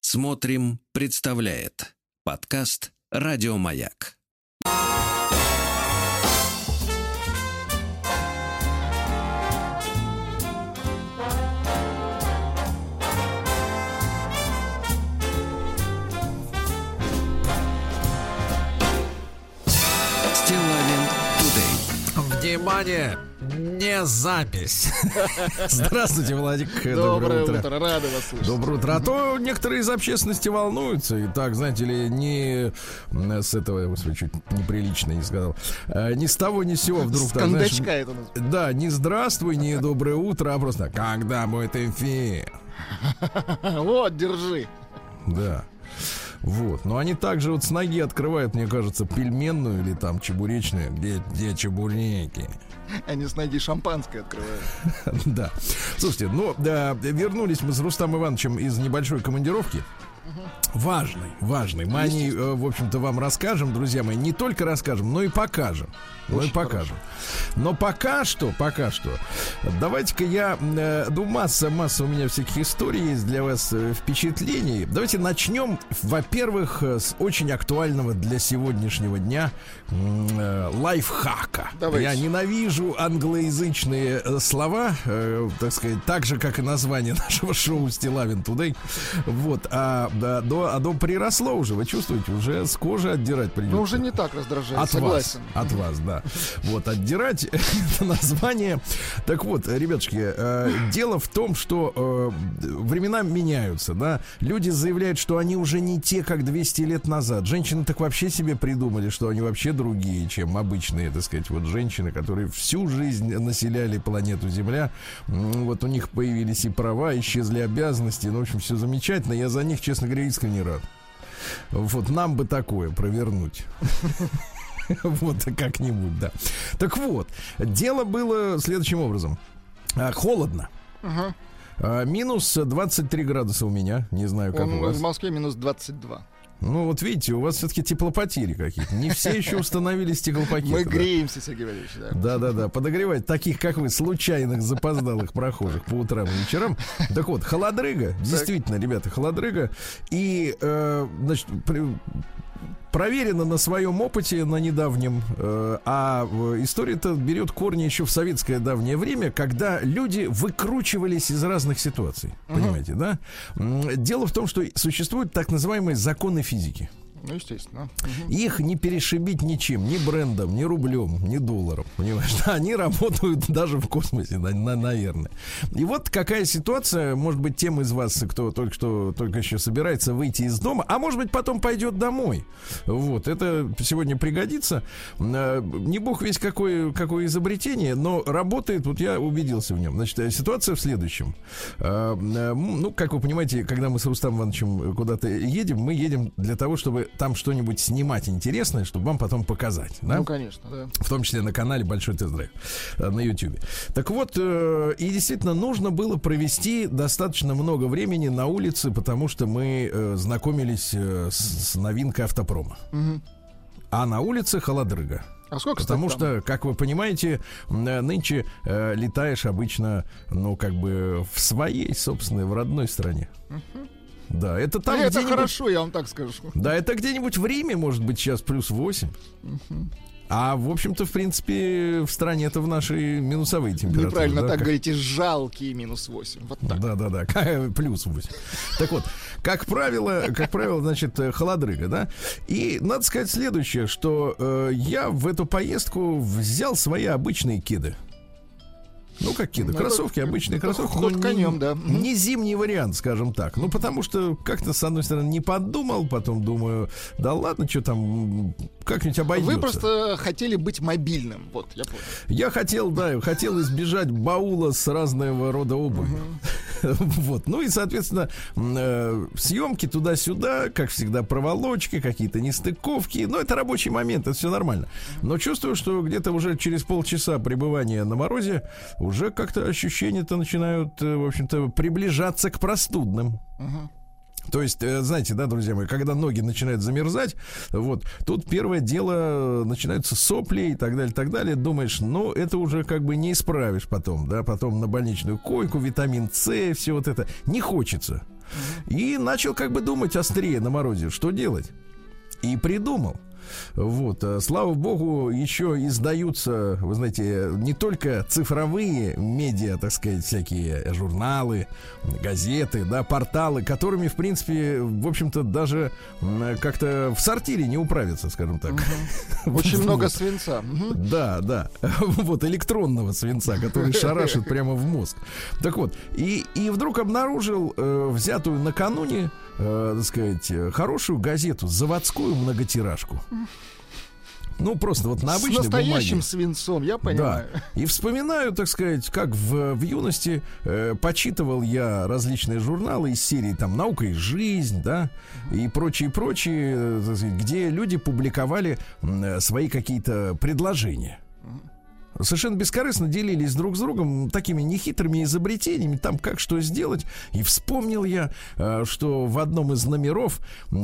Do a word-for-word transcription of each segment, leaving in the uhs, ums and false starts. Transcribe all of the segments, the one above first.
Смотрим, представляет подкаст «Радиомаяк». Внимание! Не запись. Здравствуйте, Владик. Доброе, Доброе утро. утро. Рады вас слышать. Доброе утро. А то некоторые из общественности волнуются. И так, знаете ли, не с этого, господи, чуть неприлично не сказал. Не с того, ни с сего вдруг. С так, кондачка знаешь, это называется. Да, не здравствуй, не доброе утро, а просто когда будет эфир? Вот, держи. Да. Вот, но они также вот с ноги открывают, мне кажется, пельменную или там чебуречную. Где, где чебуреки? Они с ноги шампанское открывают. Да. Слушайте, ну, да, вернулись мы с Рустамом Ивановичем из небольшой командировки. Важный, важный. Мы о ней, в общем-то, вам расскажем, друзья мои. Не только расскажем, но и покажем. Ну и покажем. Но пока что, пока что, давайте-ка я, ну, масса, масса у меня всяких историй есть для вас, впечатлений. Давайте начнем, во-первых, с очень актуального для сегодняшнего дня э, лайфхака. Давайте. Я ненавижу англоязычные слова, э, так сказать, так же, как и название нашего шоу «Стилавин Тудей». Вот, а, да, до, а до приросло уже, вы чувствуете, уже с кожи отдирать придется. Ну, уже не так раздражает, от согласен. Вас, от вас, да. Вот, отдирать это название. Так вот, ребятушки, э, дело в том, что э, времена меняются, да. Люди заявляют, что они уже не те, как двести лет назад. Женщины так вообще себе придумали, что они вообще другие, чем обычные, так сказать, вот женщины, которые всю жизнь населяли планету Земля. Вот у них появились и права, исчезли обязанности. Ну, в общем, все замечательно. Я за них, честно говоря, искренне рад. Вот нам бы такое провернуть. Вот как-нибудь, да. Так вот, дело было следующим образом. Холодно. Uh-huh. Минус двадцать три градуса у меня. Не знаю, как Он, у вас. В Москве минус двадцать два. Ну, вот видите, у вас все-таки теплопотери какие-то. Не все еще установили стеклопакеты. Мы греемся, Сергей Валерьевич, да. Да-да-да, подогревать таких, как вы, случайных запоздалых прохожих по утрам и вечерам. Так вот, холодрыга, действительно, ребята, холодрыга. И, э, значит, при... проверено на своем опыте, на недавнем, э, а история-то берет корни еще в советское давнее время, когда люди выкручивались из разных ситуаций. Uh-huh. Понимаете, да? Дело в том, что существуют так называемые законы физики. Ну, естественно. Угу. Их не перешибить ничем, ни брендом, ни рублем, ни долларом. Понимаешь? Да, они работают даже в космосе, на, на, наверное. И вот какая ситуация, может быть, тем из вас, кто только что, только еще собирается выйти из дома, а может быть, потом пойдет домой. Вот, это сегодня пригодится. Не бог весь какое, какое изобретение, но работает, вот я убедился в нем. Значит, ситуация в следующем. Ну, как вы понимаете, когда мы с Рустамом Ивановичем куда-то едем, мы едем для того, чтобы там что-нибудь снимать интересное, чтобы вам потом показать. Да? Ну, конечно, да. В том числе на канале «Большой тест-драйв» на Ютьюбе. Так вот, э, и действительно нужно было провести достаточно много времени на улице, потому что мы э, знакомились э, с, с новинкой автопрома. Угу. А на улице холодрыга. А сколько, Потому кстати, что, как вы понимаете, нынче э, летаешь обычно, ну, как бы в своей собственной, в родной стране. Угу. Да, это там это хорошо, я вам так скажу. Да, это где-нибудь в Риме, может быть, сейчас плюс восемь. Uh-huh. А, в общем-то, в принципе, в стране это в наши минусовые температуры. Неправильно да? так как... говорите, жалкие минус восемь. Вот так. Да-да-да, плюс восемь. Так вот, как правило, как правило, значит, холодрыга, да? И надо сказать следующее, что э, я в эту поездку взял свои обычные кеды. Ну, как кеды, кроссовки, обычные кроссовки. Ход но конем, не, да. Не зимний вариант, скажем так. Ну, потому что как-то, с одной стороны, не подумал, потом думаю, да ладно, что там, как-нибудь обойдется. Вы просто хотели быть мобильным, вот, я понял. Я хотел, да, хотел избежать баула с разного рода обувью. Uh-huh. Вот, ну и, соответственно, э, съемки туда-сюда, как всегда, проволочки, какие-то нестыковки. Ну, это рабочий момент, это все нормально. Но чувствую, что где-то уже через полчаса пребывания на морозе уже как-то ощущения-то начинают, в общем-то, приближаться к простудным. Uh-huh. То есть, знаете, да, друзья мои, когда ноги начинают замерзать, вот, тут первое дело, начинаются сопли и так далее, так далее. Думаешь, ну, это уже как бы не исправишь потом, да, потом на больничную койку, витамин С, все вот это. Не хочется. И начал как бы думать острее на морозе, что делать. И придумал. Вот, слава богу, еще издаются, вы знаете, не только цифровые медиа, так сказать, всякие журналы, газеты, да, порталы, которыми, в принципе, в общем-то, даже как-то в сортире не управиться, скажем так. Угу. Очень много свинца. Угу. Да, да. Вот электронного свинца, который шарашит прямо в мозг. Так вот, и, и вдруг обнаружил э, взятую накануне, э, так сказать, хорошую газету, заводскую многотиражку. Ну, просто вот на обычной бумаге. С настоящим бумаге. Свинцом, я понимаю. Да. И вспоминаю, так сказать, как в, в юности э, почитывал я различные журналы из серии там «Наука и жизнь», да, и прочие-прочие, э, где люди публиковали э, свои какие-то предложения. Совершенно бескорыстно делились друг с другом такими нехитрыми изобретениями, там как что сделать. И вспомнил я, что в одном из номеров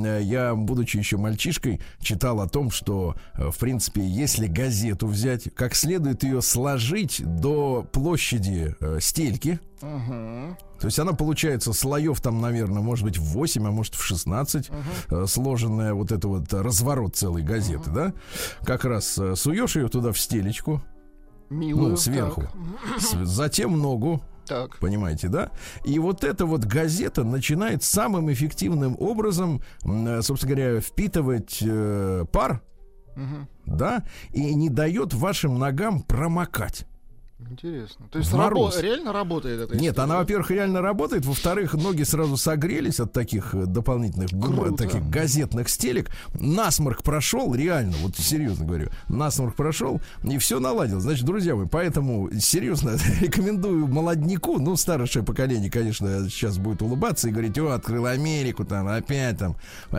я, будучи еще мальчишкой, читал о том, что, в принципе, если газету взять, как следует ее сложить до площади стельки, uh-huh. то есть она получается слоев там, наверное, может быть в восемь, а может в шестнадцать, uh-huh. сложенная вот это вот разворот целой газеты, uh-huh. да, как раз суешь ее туда в стелечку, милую, ну, сверху, С- затем ногу, так. понимаете, да? И вот эта вот газета начинает самым эффективным образом, собственно говоря, впитывать э, пар, угу. да, и не дает вашим ногам промокать. Интересно. То есть рабо- реально работает это? Нет, она, во-первых, реально работает. Во-вторых, ноги сразу согрелись от таких дополнительных бум- таких газетных стелек. Насморк прошел, реально, вот серьезно говорю, насморк прошел, и все наладил. Значит, друзья мои, поэтому серьезно рекомендую молодняку, ну, старшее поколение, конечно, сейчас будет улыбаться и говорить: о, открыл Америку, там, опять там,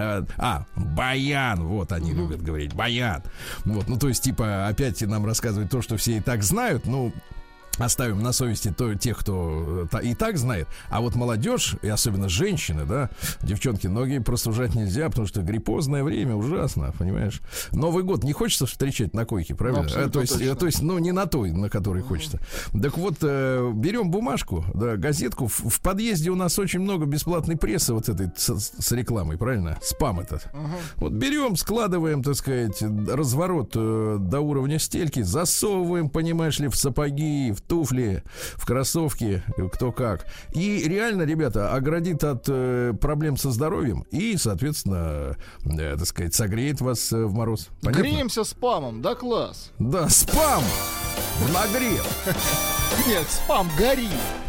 а, баян, вот они любят говорить, баян. Вот, ну, то есть, типа, опять нам рассказывать то, что все и так знают, ну, оставим на совести то, тех, кто та, и так знает. А вот молодежь, и особенно женщины, да, девчонки, ноги просужать нельзя, потому что гриппозное время ужасно, понимаешь. Новый год не хочется встречать на койке, правильно? Ну, а, то, есть, а, то есть, ну, не на той, на которой uh-huh. хочется. Так вот, э, берем бумажку, да, газетку. В, в подъезде у нас очень много бесплатной прессы вот этой с, с рекламой, правильно? Спам этот. Uh-huh. Вот берем, складываем, так сказать, разворот э, до уровня стельки, засовываем, понимаешь ли, в сапоги, в туфли, в кроссовки, кто как. И реально, ребята, оградит от э, проблем со здоровьем и, соответственно, э, так сказать, согреет вас э, в мороз. Понятно? Греемся спамом, да, класс. Да, спам в нагрев. Нет, спам гори.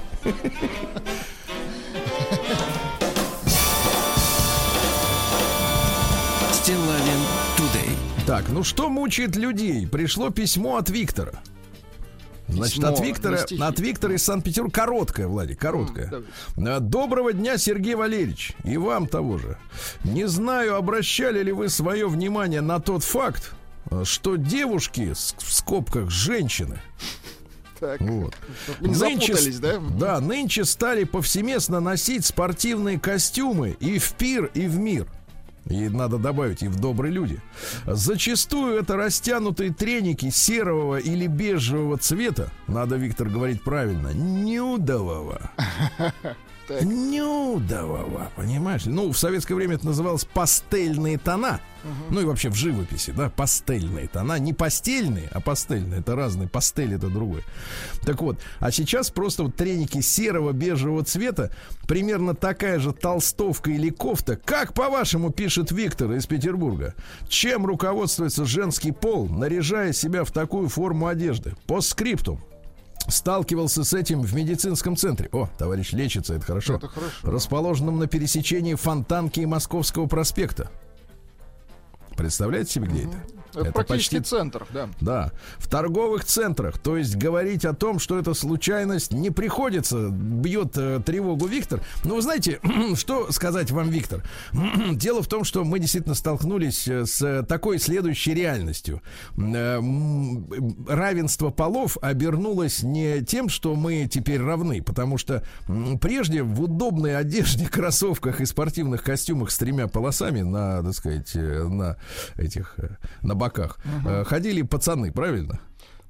Стиллавин Тудей. Так, ну что мучает людей? Пришло письмо от Виктора. Значит, Письмо, от Виктора, от Виктора из Санкт-Петербурга. Короткое, Владик, короткое. Mm, Доброго дня, Сергей Валерьевич. И вам того же. Не знаю, обращали ли вы свое внимание на тот факт, что девушки, в скобках женщины, так. Вот. Не нынче, запутались, да? Да, нынче стали повсеместно носить спортивные костюмы и в пир, и в мир. И надо добавить, и в добрые люди. Зачастую это растянутые треники серого или бежевого цвета. Надо, Виктор, говорить правильно. Нюдового. Так. Нюдового, понимаешь? Ну, в советское время это называлось пастельные тона. Uh-huh. Ну и вообще в живописи, да, пастельные тона. Не постельные, а пастельные. Это разные. Пастель это другой. Так вот, а сейчас просто вот треники серого бежевого цвета. Примерно такая же толстовка или кофта. Как, по-вашему, пишет Виктор из Петербурга? Чем руководствуется женский пол, наряжая себя в такую форму одежды? Постскриптум. Сталкивался с этим в медицинском центре. О, товарищ лечится, это хорошо. Это хорошо. Расположенном на пересечении Фонтанки и Московского проспекта. Представляете себе, где угу. это? Это, это практически почти... центр, да. Да, в торговых центрах. То есть говорить о том, что это случайность, не приходится. Бьет э, тревогу Виктор. Но вы знаете, что сказать вам, Виктор? Дело в том, что мы действительно столкнулись с такой следующей реальностью. Э, равенство полов обернулось не тем, что мы теперь равны, потому что прежде в удобной одежде, кроссовках и спортивных костюмах с тремя полосами на, так сказать, на этих, на боках uh-huh. ходили пацаны, правильно?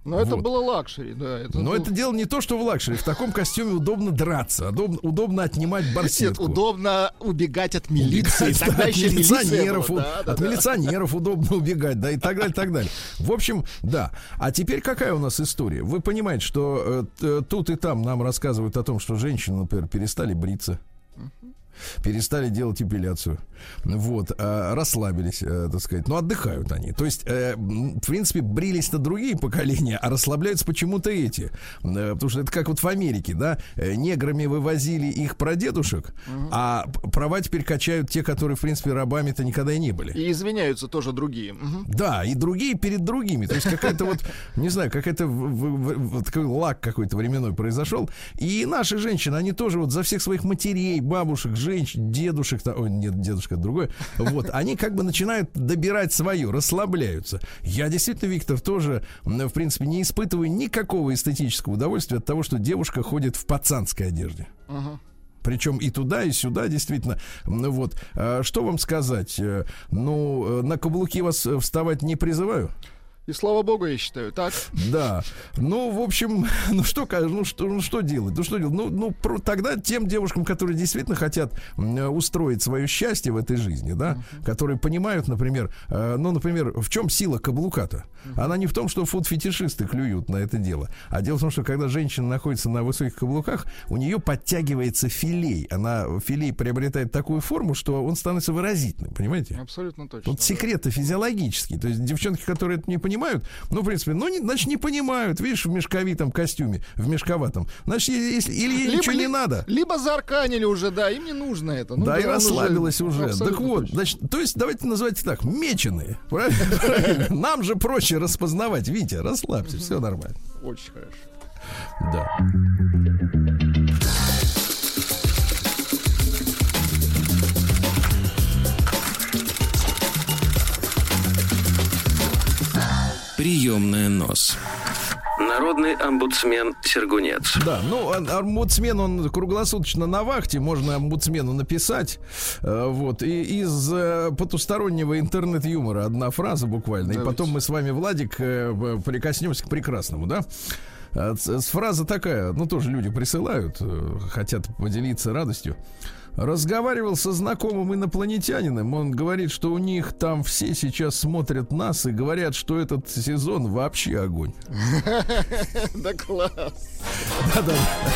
Но это Вот. было лакшери, да. Это Но был... это дело не то, что в лакшери. В таком костюме удобно драться, удобно, удобно отнимать Нет, барсетку. удобно убегать от милиции. Убегать, Тогда да, еще от милиция милиционеров, была, у- да, да, от да. милиционеров удобно убегать, да, и так далее, так далее. В общем, да. А теперь какая у нас история? Вы понимаете, что э, т- тут и там нам рассказывают о том, что женщины, например, перестали бриться. Перестали делать эпиляцию. Вот, а, расслабились, э, так сказать. Но отдыхают они. То есть, э, м, в принципе, брились-то другие поколения, а расслабляются почему-то эти. Э, потому что это как вот в Америке, да, э, неграми вывозили их прадедушек, uh-huh. а п- права теперь качают те, которые, в принципе, рабами-то никогда и не были. И извиняются тоже другие. Мгм. Да, и другие перед другими. То есть какая-то вот, не знаю, какая-то в- в- в- вот такой лак какой-то временной произошел. И наши женщины, они тоже вот за всех своих матерей, бабушек, женщин, дедушек, та- ой, нет, дедушка другой, вот, они как бы начинают добирать свое, расслабляются. Я действительно, Виктор, тоже, м, в принципе, не испытываю никакого эстетического удовольствия от того, что девушка ходит в пацанской одежде. Ага. Причем и туда, и сюда, действительно. Ну вот, а, что вам сказать? Э, Ну, э, на каблуки вас э, вставать не призываю. И слава богу, я считаю. Так. Да. Ну, в общем, ну что, ка- ну что, ну что делать? Ну что делать? Ну, ну про- тогда тем девушкам, которые действительно хотят м, устроить свое счастье в этой жизни, да, uh-huh. которые понимают, например, э, ну, например, в чем сила каблука-то? Uh-huh. Она не в том, что фуд-фетишисты клюют на это дело, а дело в том, что когда женщина находится на высоких каблуках, у нее подтягивается филей. Она, филей приобретает такую форму, что он становится выразительным, понимаете? Абсолютно точно. Вот секреты физиологические. То есть девчонки, которые это не понимают, ну, в принципе, ну, не, значит, не понимают. Видишь, в мешковитом костюме, в мешковатом. Значит, если, или ей Либо- ничего не ли- надо. Либо заарканили уже, да, им не нужно это. Ну, да, и он расслабилась уже. Абсолютно Так вот, точно. значит, то есть давайте называть так, меченые. Правильно? Правильно. Нам же проще распознавать. Витя, расслабься, все нормально. Очень хорошо. Да. Приемная нос. Народный омбудсмен Сергунец. Да, ну, а- омбудсмен, он круглосуточно на вахте, можно омбудсмену написать. Э, Вот, и из э, потустороннего интернет-юмора одна фраза буквально, и Давайте. потом мы с вами, Владик, э, в- прикоснемся к прекрасному, да? Э, ц- с- Фраза такая, ну, тоже люди присылают, э, хотят поделиться радостью. Разговаривал со знакомым инопланетянином. Он говорит, что у них там все сейчас смотрят нас и говорят, что этот сезон вообще огонь. Да класс. Да-да.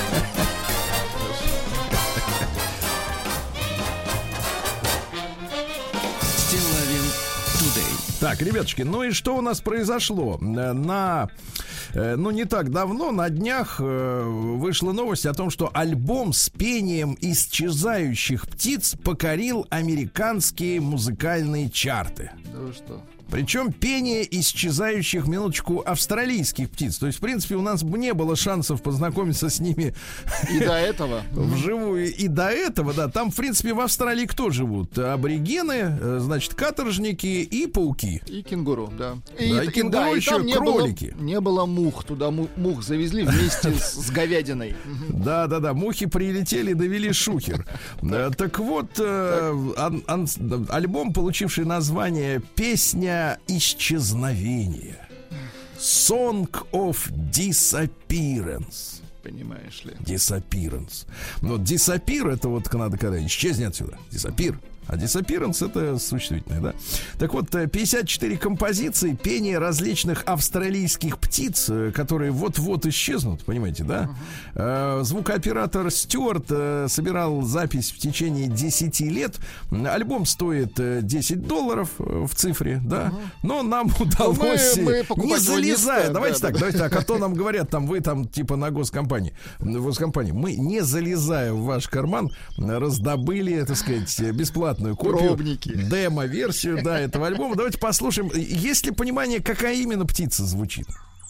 Стилавин Today. Так, ребятушки, ну и что у нас произошло? Э, На, э, ну, не так давно, на днях э, вышла новость о том, что альбом с пением исчезающих птиц покорил американские музыкальные чарты. Да вы что? Причем пение исчезающих, минуточку, австралийских птиц. То есть, в принципе, у нас бы не было шансов познакомиться с ними И до этого. вживую. И до этого, да, там, в принципе, в Австралии кто живут? Аборигены, э, значит, каторжники и пауки. И кенгуру, да. Да, и кенгуру и еще там не кролики. Было, не было мух. Туда му- мух завезли вместе с, с говядиной. Да, да, да, мухи прилетели, довели шухер. Э, Так вот, э, ан- ан- альбом, получивший название «Песня исчезновения». Song of Disappearance. Понимаешь ли. Disappearance. Но disappear — это вот надо когда исчезни отсюда. Disappear. А disappearance — это существительное, да? Так вот, э, пятьдесят четыре композиции, пение различных австралийских птиц, э, которые вот-вот исчезнут, понимаете, да? Uh-huh. Э, Звукооператор Стюарт э, собирал запись в течение десяти лет. Альбом стоит э, десять долларов э, в цифре, да? Uh-huh. Но нам удалось, мы- мы э, покупать не его не залезая, стоит, давайте да, так, да. давайте так, а то нам говорят, там, вы там, типа, на госкомпании, в госкомпании. Мы, не залезая в ваш карман, раздобыли, так сказать, бесплатную копию, Пробники. демо-версию, да, этого альбома. Давайте послушаем. Есть ли понимание, какая именно птица звучит?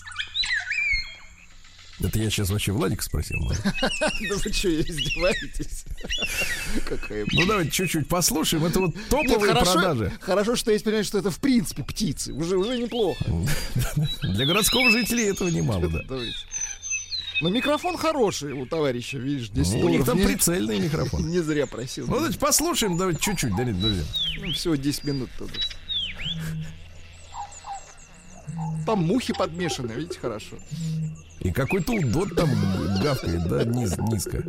Это я сейчас вообще Владика спросил. может? Да вы что, издеваетесь? Какая Ну, давайте чуть-чуть послушаем. Это вот Нет, топовые хорошо, продажи. хорошо, что есть понимание, что это в принципе птицы. Уже, уже неплохо. Для городского жителя этого немало, да. Давайте. Но микрофон хороший у товарища, видишь, десять Ну, у них долларов. там не, прицельный микрофон. не зря просил. Ну, давайте послушаем, давайте чуть-чуть, дорогие друзья. Ну, всего десять минут тогда. там мухи подмешаны, видите, хорошо. И какой-то удот там гавкает, да, низ, низко.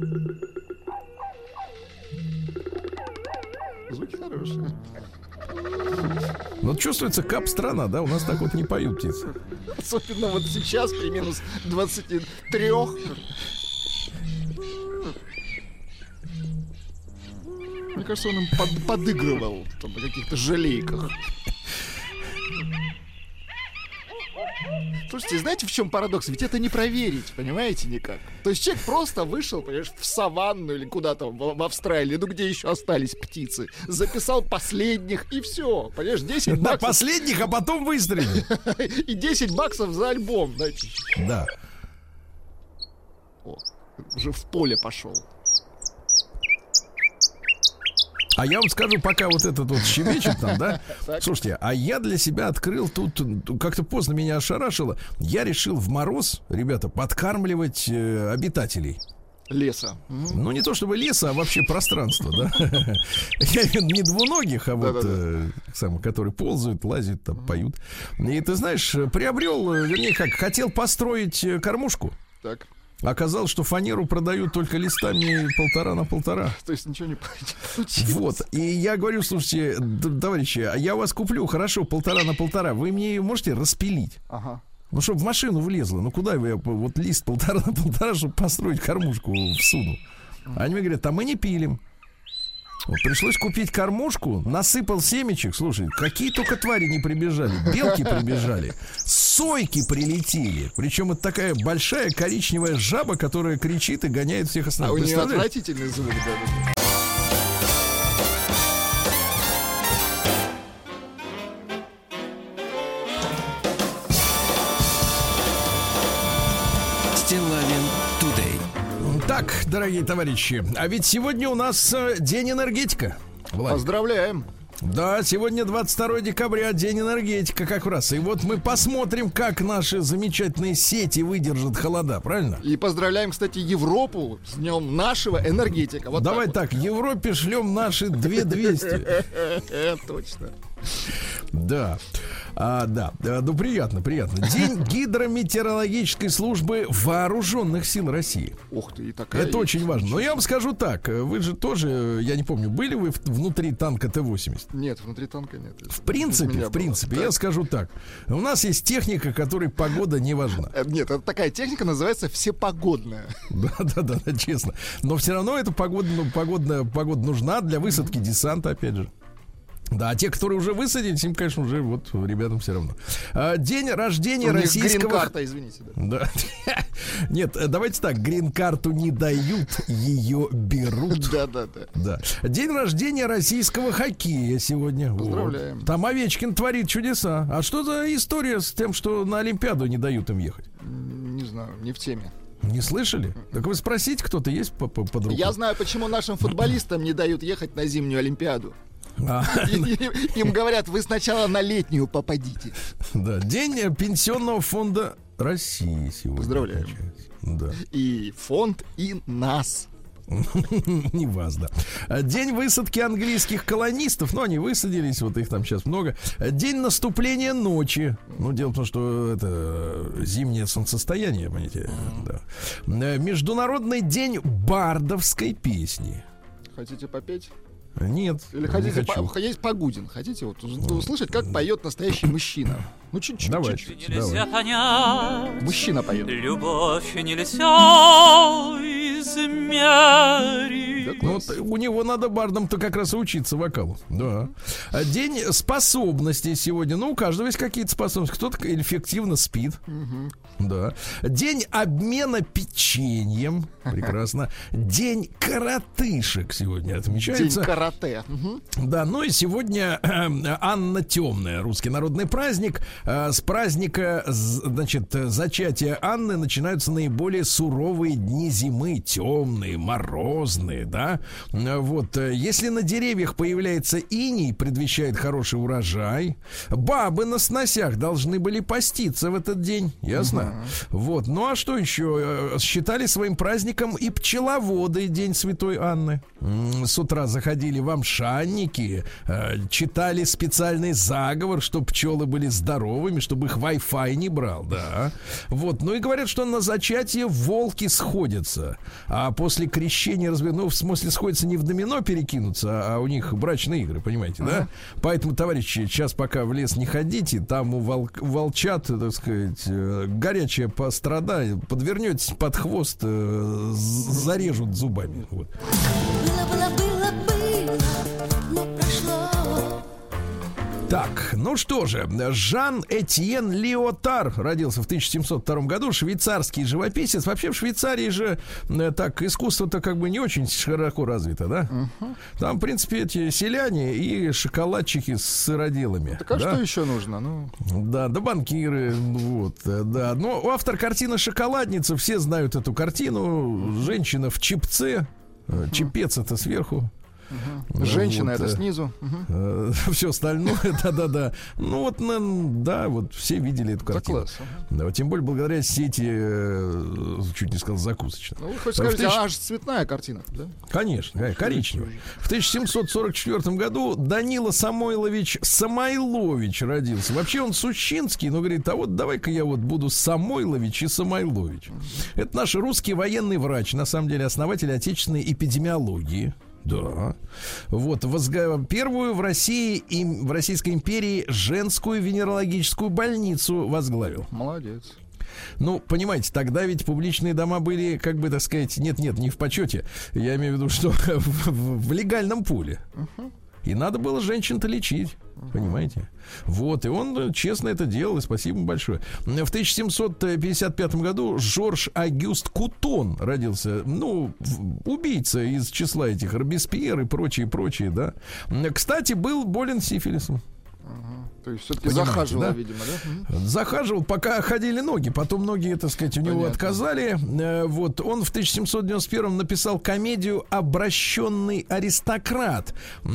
Звуки хорошие. Ну, чувствуется кап-страна, да? У нас так вот не поют птицы. Особенно вот сейчас при минус двадцати трёх. Мне кажется, он им под, подыгрывал там, на каких-то жалейках. Слушайте, знаете, в чем парадокс? Ведь это не проверить, понимаете, никак. То есть человек просто вышел, понимаешь, в саванну или куда-то в, в Австралии, ну где еще остались птицы, записал последних и все, понимаешь, десять баксов. Да, последних, а потом выстрелил. И десять баксов за альбом, знаете. Да. О, уже в поле пошел. А я вам скажу, пока вот этот вот щебечет там, да? Так. Слушайте, а я для себя открыл тут, как-то поздно меня ошарашило. Я решил в мороз, ребята, подкармливать э, обитателей. Леса. Ну, не то чтобы леса, а вообще пространство, да? Я имею в виду не двуногих, а вот э, самые, которые ползают, лазят, там, поют. И ты знаешь, приобрел, вернее, как, хотел построить э, кормушку. Так. Оказалось, что фанеру продают только листами полтора на полтора. То есть ничего не случилось. Вот. И я говорю, слушайте, д- товарищи, а я вас куплю, хорошо, полтора на полтора. Вы мне ее можете распилить? Ага. Ну, чтобы в машину влезло. Ну, куда я вот лист полтора на полтора, чтобы построить кормушку, всуну? Они мне говорят, а мы не пилим. Вот, пришлось купить кормушку, насыпал семечек. Слушай, какие только твари не прибежали. Белки прибежали, сойки прилетели. Причем это такая большая коричневая жаба, которая кричит и гоняет всех остальных. А у нее отвратительный звук, да. Так, дорогие товарищи, а ведь сегодня у нас э, День энергетика. Владик. Поздравляем. Да, сегодня двадцать второе декабря, День энергетика как раз. И вот мы посмотрим, как наши замечательные сети выдержат холода, правильно? И поздравляем, кстати, Европу с днем нашего энергетика. Вот Давай так, так, Европе шлем наши две тысячи двести. Точно. Да. А, да, ну приятно, приятно. День гидрометеорологической службы Вооруженных сил России. Ух ты, и такая. Это очень важно. Но я вам скажу так, вы же тоже, я не помню, были вы внутри танка Т восемьдесят? Нет, внутри танка нет. В принципе, в принципе, было. Я скажу так. У нас есть техника, которой погода не важна. Нет, это такая техника, называется всепогодная. Да, да, да, да, честно. Но все равно эта погода, ну, погода, погода нужна для высадки десанта, опять же. Да, а те, которые уже высадились, им, конечно, уже вот ребятам все равно. А, день рождения у них российского... грин-карта, извините. Да. Да. Нет, давайте так, грин-карту не дают, ее берут. Да, да, да. Да. День рождения российского хоккея сегодня. Поздравляем. Вот. Там Овечкин творит чудеса. А что за история с тем, что на Олимпиаду не дают им ехать? Не знаю, не в теме. Не слышали? Так вы спросите, кто-то есть по -по под рукой? Я знаю, почему нашим футболистам не дают ехать на зимнюю Олимпиаду. А. Им говорят, вы сначала на летнюю попадите. Да, День пенсионного фонда России сегодня. Поздравляем. Да. И фонд, и нас. Не вас, да. День высадки английских колонистов. Ну, они высадились, вот их там сейчас много. День наступления ночи. Ну, дело в том, что это зимнее солнцестояние, понимаете. Да. Международный день бардовской песни. Хотите попеть? Нет. Или хотите, по, есть Погудин. Хотите вот услышать, как поет настоящий мужчина? Ну, чуть-чуть. Давай. Чуть-чуть. Нельзя понять. Мужчина поет. Любовь нельзя измерить. Ну, вот у него надо бардом-то как раз и учиться вокалу. Да. День способностей сегодня. Ну, у каждого есть какие-то способности. Кто-то эффективно спит. Угу. Да. День обмена печеньем. Прекрасно. День коротышек сегодня отмечается. День карате. Угу. Да, ну и сегодня э, Анна Темная, русский народный праздник. Э, с праздника, значит, зачатия Анны начинаются наиболее суровые дни зимы, темные, морозные, да. да. Вот, если на деревьях появляется иней, предвещает хороший урожай. Бабы на сносях должны были поститься в этот день, ясно? Uh-huh. Вот, ну а что еще? Считали своим праздником и пчеловоды, день Святой Анны. С утра заходили в амшанники, читали специальный заговор, чтобы пчелы были здоровыми, чтобы их Wi-Fi не брал, да. Вот, ну и говорят, что на зачатие волки сходятся, а после крещения, ну, в смысле, сходятся не в домино перекинуться, а у них брачные игры, понимаете, да? Поэтому, товарищи, сейчас пока в лес не ходите, там у вол- волчат, так сказать, горячая пострада, подвернетесь под хвост, зарежут зубами. Вот. Так, ну что же, Жан-Этьен Лиотар родился в тысяча семьсот втором году, швейцарский живописец. Вообще в Швейцарии же э, так искусство-то как бы не очень широко развито, да? Uh-huh. Там, в принципе, эти селяне и шоколадчики с сыроделами. Так а да? что еще нужно? Ну... Да, да банкиры, вот, да. Но автор картины «Шоколадница», все знают эту картину. Женщина в чепце, uh-huh. чепец это сверху. Угу. Женщина вот, это снизу. Угу. Все остальное, да-да-да. Ну вот, да, вот все видели эту картину. Да, вот, тем более благодаря сети, чуть не сказал, закусочной. Ну, вы хоть скажете, тысяч... а аж цветная картина, да? Конечно, коричневая. В тысяча семьсот сорок четвёртом году Данила Самойлович Самойлович родился. Вообще он сущинский, но говорит, а вот давай-ка я вот буду Самойлович и Самойлович. Это наш русский военный врач, на самом деле основатель отечественной эпидемиологии. Да. Вот, возга... первую в России и в Российской империи женскую венерологическую больницу возглавил. Молодец. Ну, понимаете, тогда ведь публичные дома были, как бы, так сказать, нет-нет, не в почете. Я имею в виду, что в, в, в легальном поле. Uh-huh. И надо было женщин-то лечить. Понимаете? Вот, и он честно это делал, и спасибо ему большое. В тысяча семьсот пятьдесят пятом году Жорж Агюст Кутон родился, ну, убийца из числа этих Робеспьер и прочие, прочие, да. Кстати, был болен сифилисом. Ага. То есть все-таки захаживал, да? Видимо, да? Захаживал, пока ходили ноги. Потом ноги, так сказать, у него Понятно. отказали. Вот, он в тысяча семьсот девяносто первом написал комедию «Обращенный аристократ».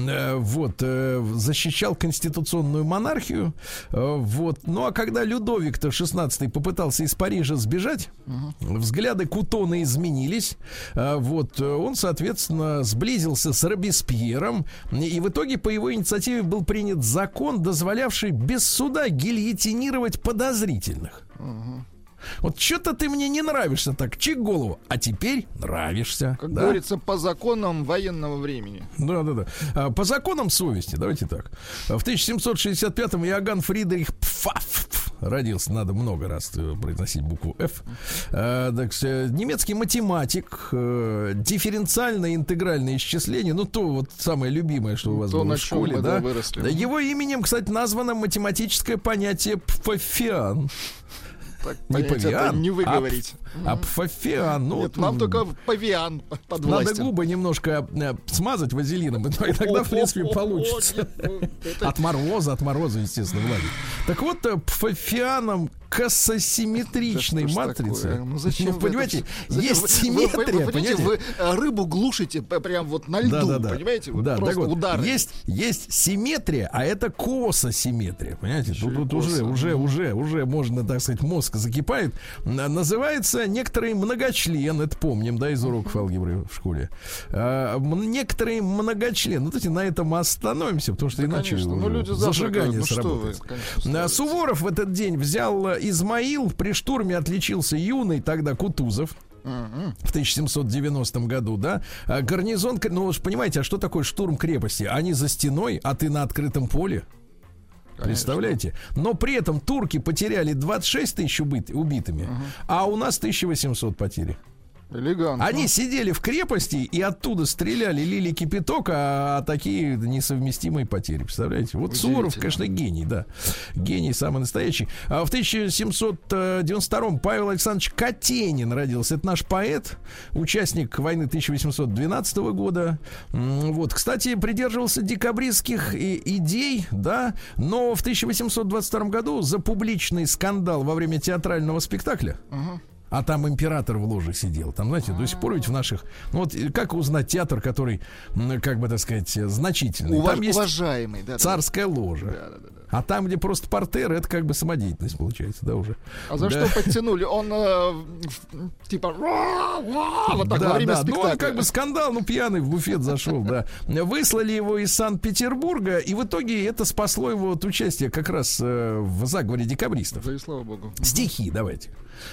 Вот, защищал конституционную монархию. Вот, ну а когда Людовик-то шестнадцатый попытался из Парижа сбежать, угу. взгляды Кутона изменились. Вот, он, соответственно, сблизился с Робеспьером. И в итоге по его инициативе был принят закон, дозволявший без суда гильотинировать подозрительных. Угу. Вот что-то ты мне не нравишься так, чик голову, а теперь нравишься. Как да? говорится, по законам военного времени. Да, да, да. По законам совести, давайте так. В тысяча семьсот шестьдесят пятом Иоганн Фридрих Пфафф родился, надо много раз произносить букву F. Так, немецкий математик, дифференциальное интегральное исчисление, ну то вот самое любимое, что у вас то, было в школе, да? Выросли. Его именем, кстати, названо математическое понятие Пфаффиан. Так, не павиан, не выговорить. А, а пфафиан, ну... Нет, нам только павиан подвластен. Надо губы немножко э, смазать вазелином, и тогда, в принципе, получится. От мороза, от мороза, естественно, владит. Так вот, пфафианом кососимметричной матрицы. Ну зачем? Ну, понимаете, это... есть вы, симметрия, вы, вы, понимаете, вы рыбу глушите прям вот на льду, да, да, да. понимаете? Вот да, просто вот, удары. Есть, есть симметрия, а это кососимметрия, понимаете? Тут, тут уже, уже, уже, уже можно, так сказать, мозг закипает. Называется некоторый многочлен, это помним, да, из уроков алгебры в школе. А, некоторые многочлен. Ну, давайте на этом остановимся, потому что да, иначе конечно, ну, люди зажигание ну, сработает. Вы, конечно, Суворов в этот день взял Измаил, при штурме отличился юный тогда Кутузов. Uh-huh. В тысяча семьсот девяностом году, да, гарнизон, ну вы же понимаете, а что такое штурм крепости? Они за стеной, а ты на открытом поле. Конечно. Представляете? Но при этом турки потеряли двадцать шесть тысяч убит, убитыми, uh-huh. а у нас тысяча восемьсот потери. Элегантно. Они сидели в крепости и оттуда стреляли, лили кипяток, а, а такие несовместимые потери. Представляете? Вот Суворов, конечно, гений, да. Гений самый настоящий. А в тысяча семьсот девяносто втором Павел Александрович Катенин родился. Это наш поэт, участник войны тысяча восемьсот двенадцатого года. Вот, кстати, придерживался декабристских и, идей, да, но в тысяча восемьсот двадцать втором году за публичный скандал во время театрального спектакля, uh-huh. А там император в ложе сидел. Там, знаете, до сих пор ведь в наших... Ну вот как узнать театр, который, как бы так сказать, значительный? Уваж... Там есть уважаемый, да, царская ложа. Да, да, да, да. А там, где просто партер, это как бы самодеятельность получается, да, уже. А за да. что подтянули? Он э, типа вот так да, во время да. спектакля. Ну, он как бы скандал, ну, пьяный в буфет зашел, да. Выслали его из Санкт-Петербурга, и в итоге это спасло его от участия как раз э, в заговоре декабристов. Да и слава богу. Стихи давайте.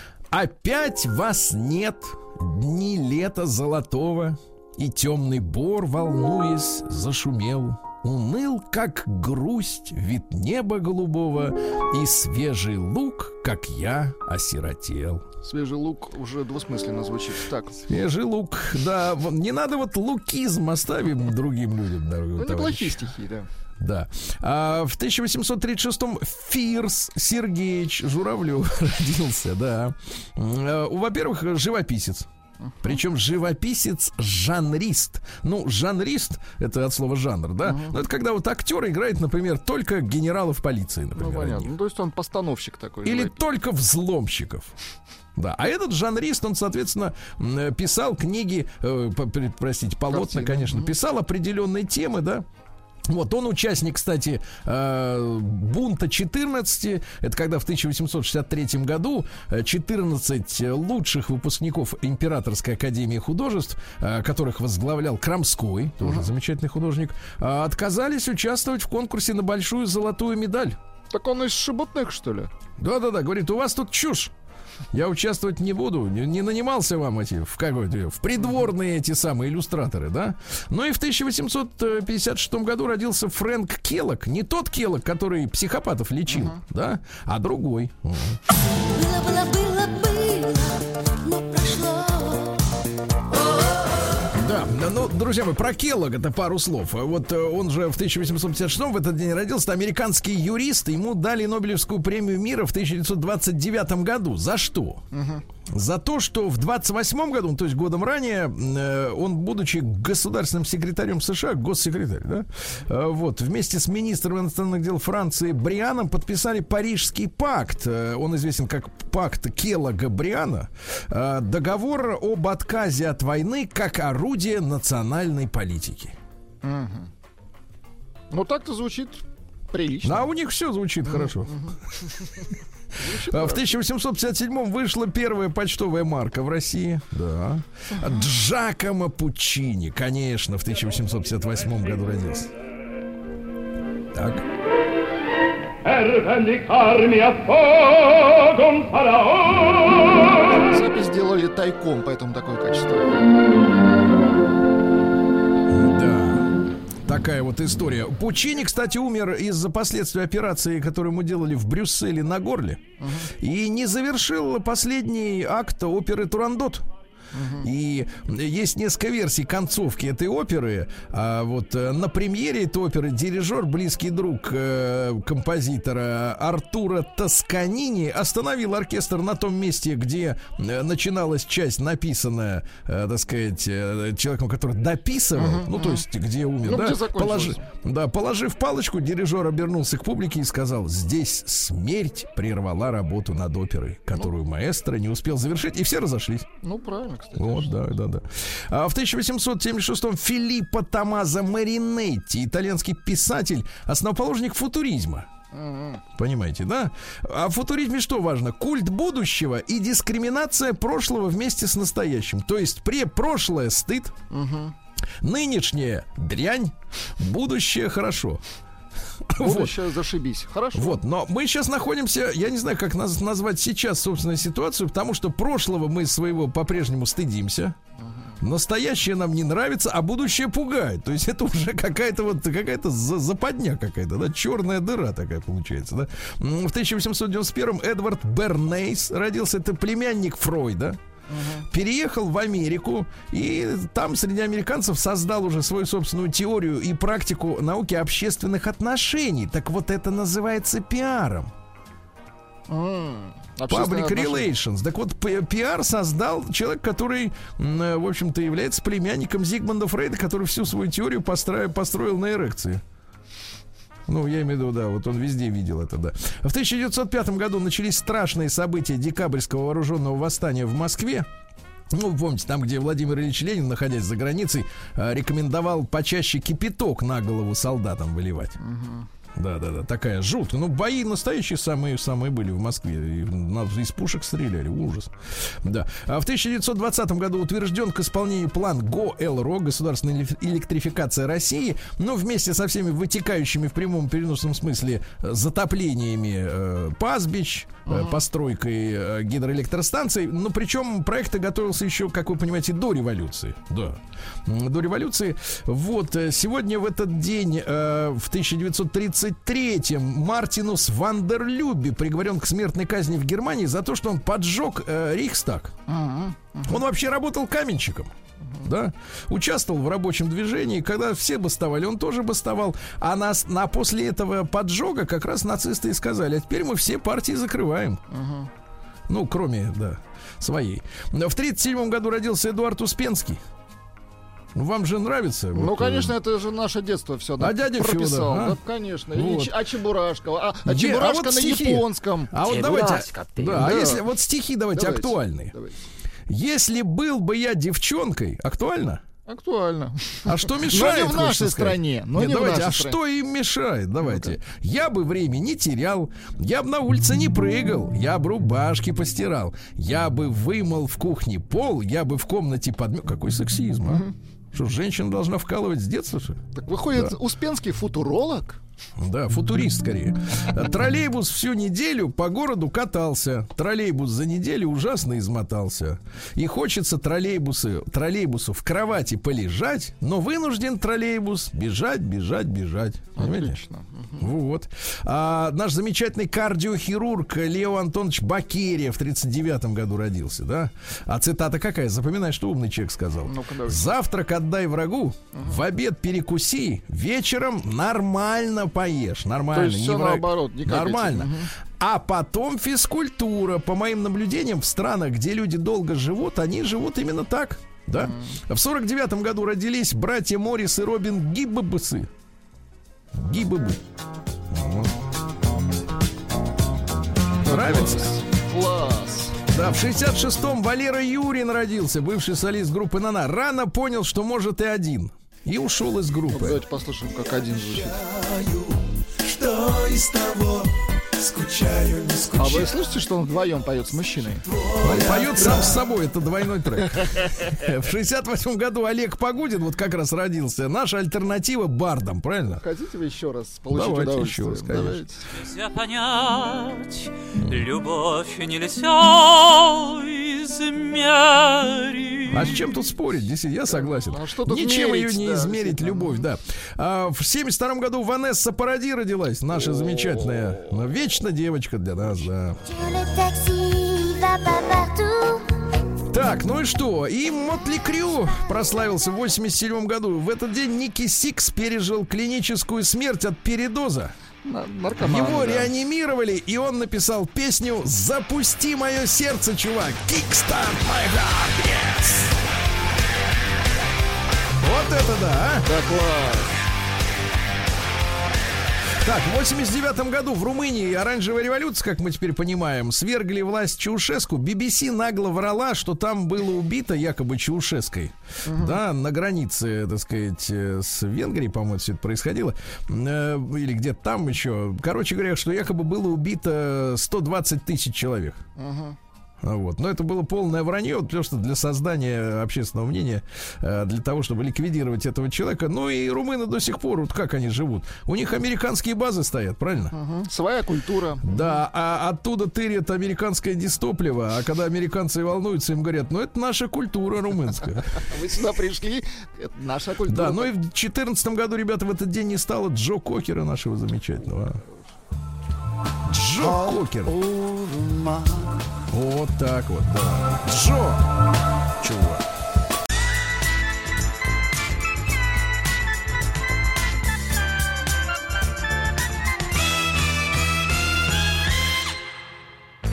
Опять вас нет, дни лета золотого, и темный бор, волнуясь, зашумел. Уныл, как грусть, вид неба голубого, и свежий луг, как я, осиротел. Свежий лук уже двусмысленно звучит. Так. Свежий лук, да. Не надо вот лукизм оставим другим людям, дорогой Ну, товарищ. неплохие стихи, да. Да. А в тысяча восемьсот тридцать шестом Фирс Сергеевич Журавлев родился, да. Во-первых, живописец. Причем живописец-жанрист. Ну, жанрист — это от слова жанр, да? Uh-huh. Но это когда вот актер играет, например, только генералов полиции, например. Ну, понятно. Ну, то есть он постановщик такой. Или живописец. только взломщиков. Да, а этот жанрист, он, соответственно, писал книги, э, простите, полотна, Картины. конечно, uh-huh. писал определенные темы, да. Вот, он участник, кстати, э, бунта четырнадцати. Это когда в тысяча восемьсот шестьдесят третьем году четырнадцать лучших выпускников Императорской академии художеств, э, которых возглавлял Крамской, тоже uh-huh. замечательный художник, э, отказались участвовать в конкурсе на большую золотую медаль. Так он из шебутных, что ли? Да-да-да, говорит, у вас тут чушь. Я участвовать не буду, не, не нанимался вам эти в, какой-то, в придворные эти самые иллюстраторы, да? Ну и в тысяча восемьсот пятьдесят шестом году родился Фрэнк Келлог. Не тот Келлог, который психопатов лечил, uh-huh. да, а другой. Uh-huh. Было, было, было, было, но прошло. Да, ну, друзья мои, про Келлога-то пару слов. Вот он же в тысяча восемьсот пятьдесят шестом в этот день родился. Американский юрист. Ему дали Нобелевскую премию мира в тысяча девятьсот двадцать девятом году. За что? Uh-huh. За то, что в двадцать восьмом году, то есть годом ранее, он, будучи государственным секретарем США, госсекретарь, да, вот, вместе с министром иностранных дел Франции Брианом подписали Парижский пакт. Он известен как пакт Келлога-Бриана. Договор об отказе от войны как орудие национальной политики. Угу. Ну, так-то звучит прилично. А у них все звучит угу, хорошо. Угу. В тысяча восемьсот пятьдесят седьмом вышла первая почтовая марка в России. Да. Джакомо Пуччини, конечно, в тысяча восемьсот пятьдесят восьмом году родился. Так. Запись сделали тайком, поэтому такое качество. Такая вот история. Пуччини, кстати, умер из-за последствий операции, которую мы делали в Брюсселе на горле. Uh-huh. И не завершил последний акт оперы «Турандот». Uh-huh. И есть несколько версий концовки этой оперы. А вот на премьере этой оперы дирижер, близкий друг э, композитора Артура Тосканини, остановил оркестр на том месте, где э, начиналась часть, написанная, э, так сказать, э, человеком, который дописывал, uh-huh, ну, uh-huh. то есть, где умер, ну, да? Где Положи, да, положив палочку, дирижер обернулся к публике и сказал: здесь смерть прервала работу над оперой, которую ну, маэстро не успел завершить, и все разошлись. Ну, правильно. Кстати, вот, да, да, да. А в тысяча восемьсот семьдесят шестом Филиппо Томмазо Маринетти, итальянский писатель, основоположник футуризма. Uh-huh. Понимаете, да? А в футуризме что важно? Культ будущего и дискриминация прошлого вместе с настоящим. То есть пре прошлое стыд, uh-huh. нынешнее дрянь, будущее хорошо. Будущее вот. Зашибись. Хорошо. Вот, но мы сейчас находимся, я не знаю, как наз- назвать сейчас собственную ситуацию, потому что прошлого мы своего по-прежнему стыдимся. Uh-huh. Настоящее нам не нравится, а будущее пугает. То есть это уже какая-то вот какая-то западня какая-то, да, черная дыра такая получается, да. В тысяча восемьсот девяносто первом Эдвард Бернейс родился, это племянник Фройда. Uh-huh. Переехал в Америку и там среди американцев создал уже свою собственную теорию и практику науки общественных отношений. Так вот это называется пиаром. Mm. Public relations. Так вот, пиар создал человек, который, в общем-то, является племянником Зигмунда Фрейда, который всю свою теорию построил, построил на эрекции. Ну, я имею в виду, да, вот он везде видел это, да. В тысяча девятьсот пятом году начались страшные события декабрьского вооруженного восстания в Москве. Ну, вы помните, там, где Владимир Ильич Ленин, находясь за границей, рекомендовал почаще кипяток на голову солдатам выливать. Да, да, да, такая жуткая. Ну, бои настоящие самые, самые были в Москве. И нас из пушек стреляли, ужас. Да. А в тысяча девятьсот двадцатом году утвержден к исполнению план ГОЭЛРО, государственная электрификация России, но вместе со всеми вытекающими в прямом переносном смысле затоплениями э, пастбищ, uh-huh. э, постройкой э, гидроэлектростанций. Но причем проект готовился еще, как вы понимаете, до революции. Да. До революции. Вот, сегодня в этот день, э, в тысяча девятьсот тридцать третьем, Мартинус Вандерлюбе приговорен к смертной казни в Германии за то, что он поджег э, Рейхстаг. Uh-huh. Uh-huh. Он вообще работал каменщиком. Uh-huh. Да? Участвовал в рабочем движении. Когда все бастовали, он тоже бастовал. А нас, на, после этого поджога как раз нацисты и сказали: а теперь мы все партии закрываем. Uh-huh. Ну, кроме, да, своей. В тридцать седьмом году родился Эдуард Успенский. Вам же нравится? Ну, вот, конечно, это же наше детство все. Да, а дядя прописал. Фёдор, а? Да, конечно. Вот. И, а Чебурашка. А, а Где? Чебурашка а вот на стихи. японском. А вот давайте. Да, да. А если вот стихи давайте, давайте актуальные. Давайте. Если был бы я девчонкой, актуально? Актуально. А что мешает? Но не в нашей стране. Но Нет, не давайте, в нашей а стране. что им мешает? Давайте. Ну-ка. Я бы время не терял, я бы на улице не прыгал, я бы рубашки постирал, я бы вымыл в кухне пол, я бы в комнате подмёл. Какой сексизм, а? Угу. Что, женщина должна вкалывать с детства, что ли? Так выходит, да. Успенский футуролог? Да, футурист скорее. Троллейбус всю неделю по городу катался. Троллейбус за неделю ужасно измотался. И хочется троллейбусы, троллейбусу в кровати полежать, но вынужден троллейбус бежать, бежать, бежать. Понимаете? Отлично. Вот. А наш замечательный кардиохирург Лео Антонович Бакерия в тридцать девятом году родился, да? А цитата какая? Запоминай, что умный человек сказал. Ну-ка, завтрак отдай врагу, угу. в обед перекуси, вечером нормально поешь. Нормально. То есть все враг... наоборот. Не нормально. Угу. А потом физкультура. По моим наблюдениям, в странах, где люди долго живут, они живут именно так. Да? Mm. В сорок девятом году родились братья Моррис и Робин Гиббсы. Гиббы. Нравится? Класс. Да, в шестьдесят шестом Валера Юрин родился, бывший солист группы «Нана». Рано понял, что может и один. И ушел из группы. Вот давайте послушаем, как один звучит. Что из того? Скучаю, не скучаю. А вы слышите, что он вдвоем поет с мужчиной? Он поет сам с собой, это двойной трек. В шестьдесят восьмом году Олег Погудин вот как раз родился. Наша альтернатива бардам, правильно? Хотите вы еще раз получить Давайте удовольствие? еще раз, конечно. Давайте. Нельзя понять, любовь нельзя измерить. А с чем тут спорить? Действительно, я согласен. А что тут Ничем мерить, ее не да, измерить, любовь, да. А, в семьдесят втором году Ванесса Паради родилась, наша О-о-о. замечательная. Но вечно девочка для нас, да. Так, ну и что? И Мотли Крю прославился в восемьдесят седьмом году. В этот день Ники Сикс пережил клиническую смерть от передоза. Наркоман, Его да. реанимировали, и он написал песню «Запусти мое сердце, чувак». Kickstart my heart, yes. Вот это да, а? Да, класс. Так, в восемьдесят девятом году в Румынии оранжевая революция, как мы теперь понимаем, свергли власть Чаушеску. би би си нагло врала, что там было убито якобы Чаушеской. Uh-huh. Да, на границе, так сказать, с Венгрией, по-моему, все это происходило. Э, или где-то там еще. Короче говоря, что якобы было убито сто двадцать тысяч человек. Uh-huh. Вот. Но это было полное вранье, потому что для создания общественного мнения, для того, чтобы ликвидировать этого человека. Ну и румыны до сих пор, вот как они живут. У них американские базы стоят, правильно? Угу. Своя культура. Да, а оттуда тырят американское дистопливо. А когда американцы волнуются, им говорят: ну это наша культура румынская. Вы сюда пришли, это наша культура. Да, ну и в две тысячи четырнадцатом году, ребята, в этот день не стало Джо Кокера, нашего замечательного. Джо Кокер. Вот так вот, да. Джо! Чувак.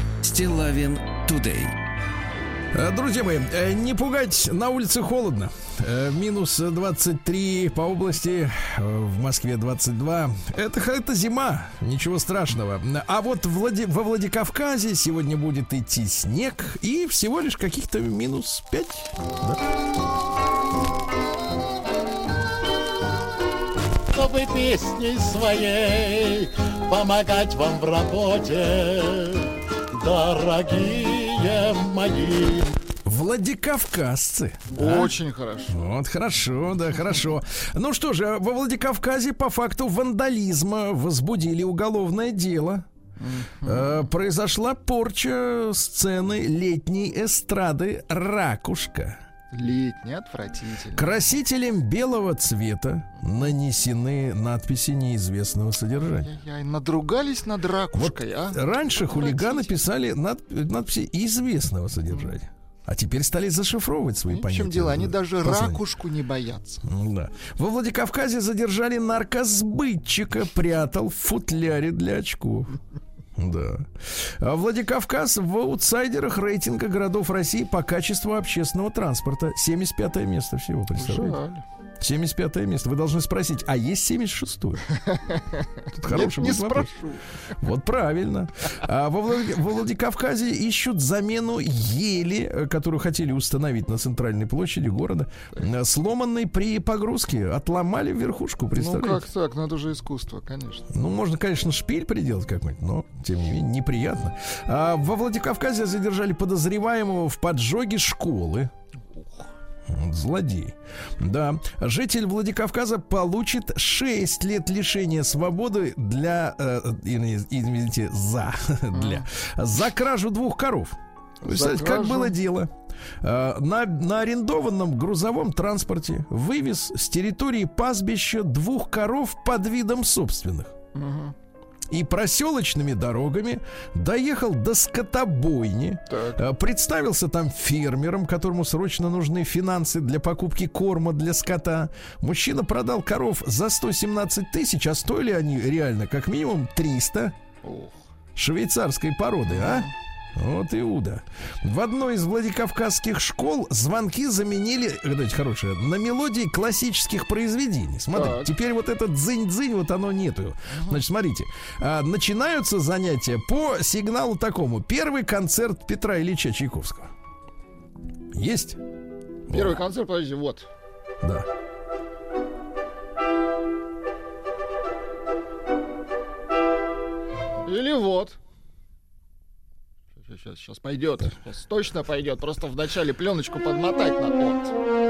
Стиллавин Тудей. Друзья мои, не пугать, на улице холодно. Э, минус двадцать три по области, э, в Москве двадцать два. Это, это зима, ничего страшного. А вот в Влади, во Владикавказе сегодня будет идти снег и всего лишь каких-то минус пять. Да? Чтобы песней своей помогать вам в работе, дорогие мои. Владикавказцы. Очень да? Хорошо. Вот, хорошо, да, хорошо. Ну что же, во Владикавказе по факту вандализма возбудили уголовное дело. Uh-huh. Э, произошла порча сцены летней эстрады «Ракушка». Летний, отвратительно. Красителем белого цвета нанесены надписи неизвестного содержания. Ай-яй-яй, надругались над ракушкой, вот а? Раньше хулиганы писали над, надписи известного содержания. А теперь стали зашифровывать свои ну, понятия. В чем дело? Они даже познания. ракушку не боятся. Ну, да. Во Владикавказе задержали наркосбытчика, прятал в футляре для очков. Да. А Владикавказ в аутсайдерах рейтинга городов России по качеству общественного транспорта. семьдесят пятое место всего, представляете? Жаль. семьдесят пятое место. Вы должны спросить, а есть семьдесят шестое? Тут хороший не вопрос. Спрошу. Вот правильно. А во, Влад... во Владикавказе ищут замену ели, которую хотели установить на центральной площади города, сломанной при погрузке. Отломали верхушку, представляете? Ну как так? Ну это же искусство, конечно. Ну, можно, конечно, шпиль приделать какой-нибудь, но, тем не менее, неприятно. А во Владикавказе задержали подозреваемого в поджоге школы. Злодей. Да. Житель Владикавказа получит шесть лет лишения свободы для, э, извините, за, для, за кражу двух коров. Представляете, как было дело? Э, на, на арендованном грузовом транспорте вывез с территории пастбища двух коров под видом собственных. Угу. И проселочными дорогами доехал до скотобойни, так. Представился там фермером, которому срочно нужны финансы для покупки корма для скота. Мужчина продал коров за сто семнадцать тысяч, а стоили они реально как минимум триста. Ох. Швейцарской породы, а? Вот Иуда. В одной из владикавказских школ звонки заменили, знаете, хорошее, на мелодии классических произведений. Смотрите, так. Теперь вот этот дзынь-дзынь, вот оно нету. Значит, смотрите, а, начинаются занятия по сигналу такому. Первый концерт Петра Ильича Чайковского. Есть? Первый вот. Концерт, подожди, вот. Да. Или вот. Сейчас, сейчас пойдет. Сейчас точно пойдет. Просто вначале пленочку подмотать на вот.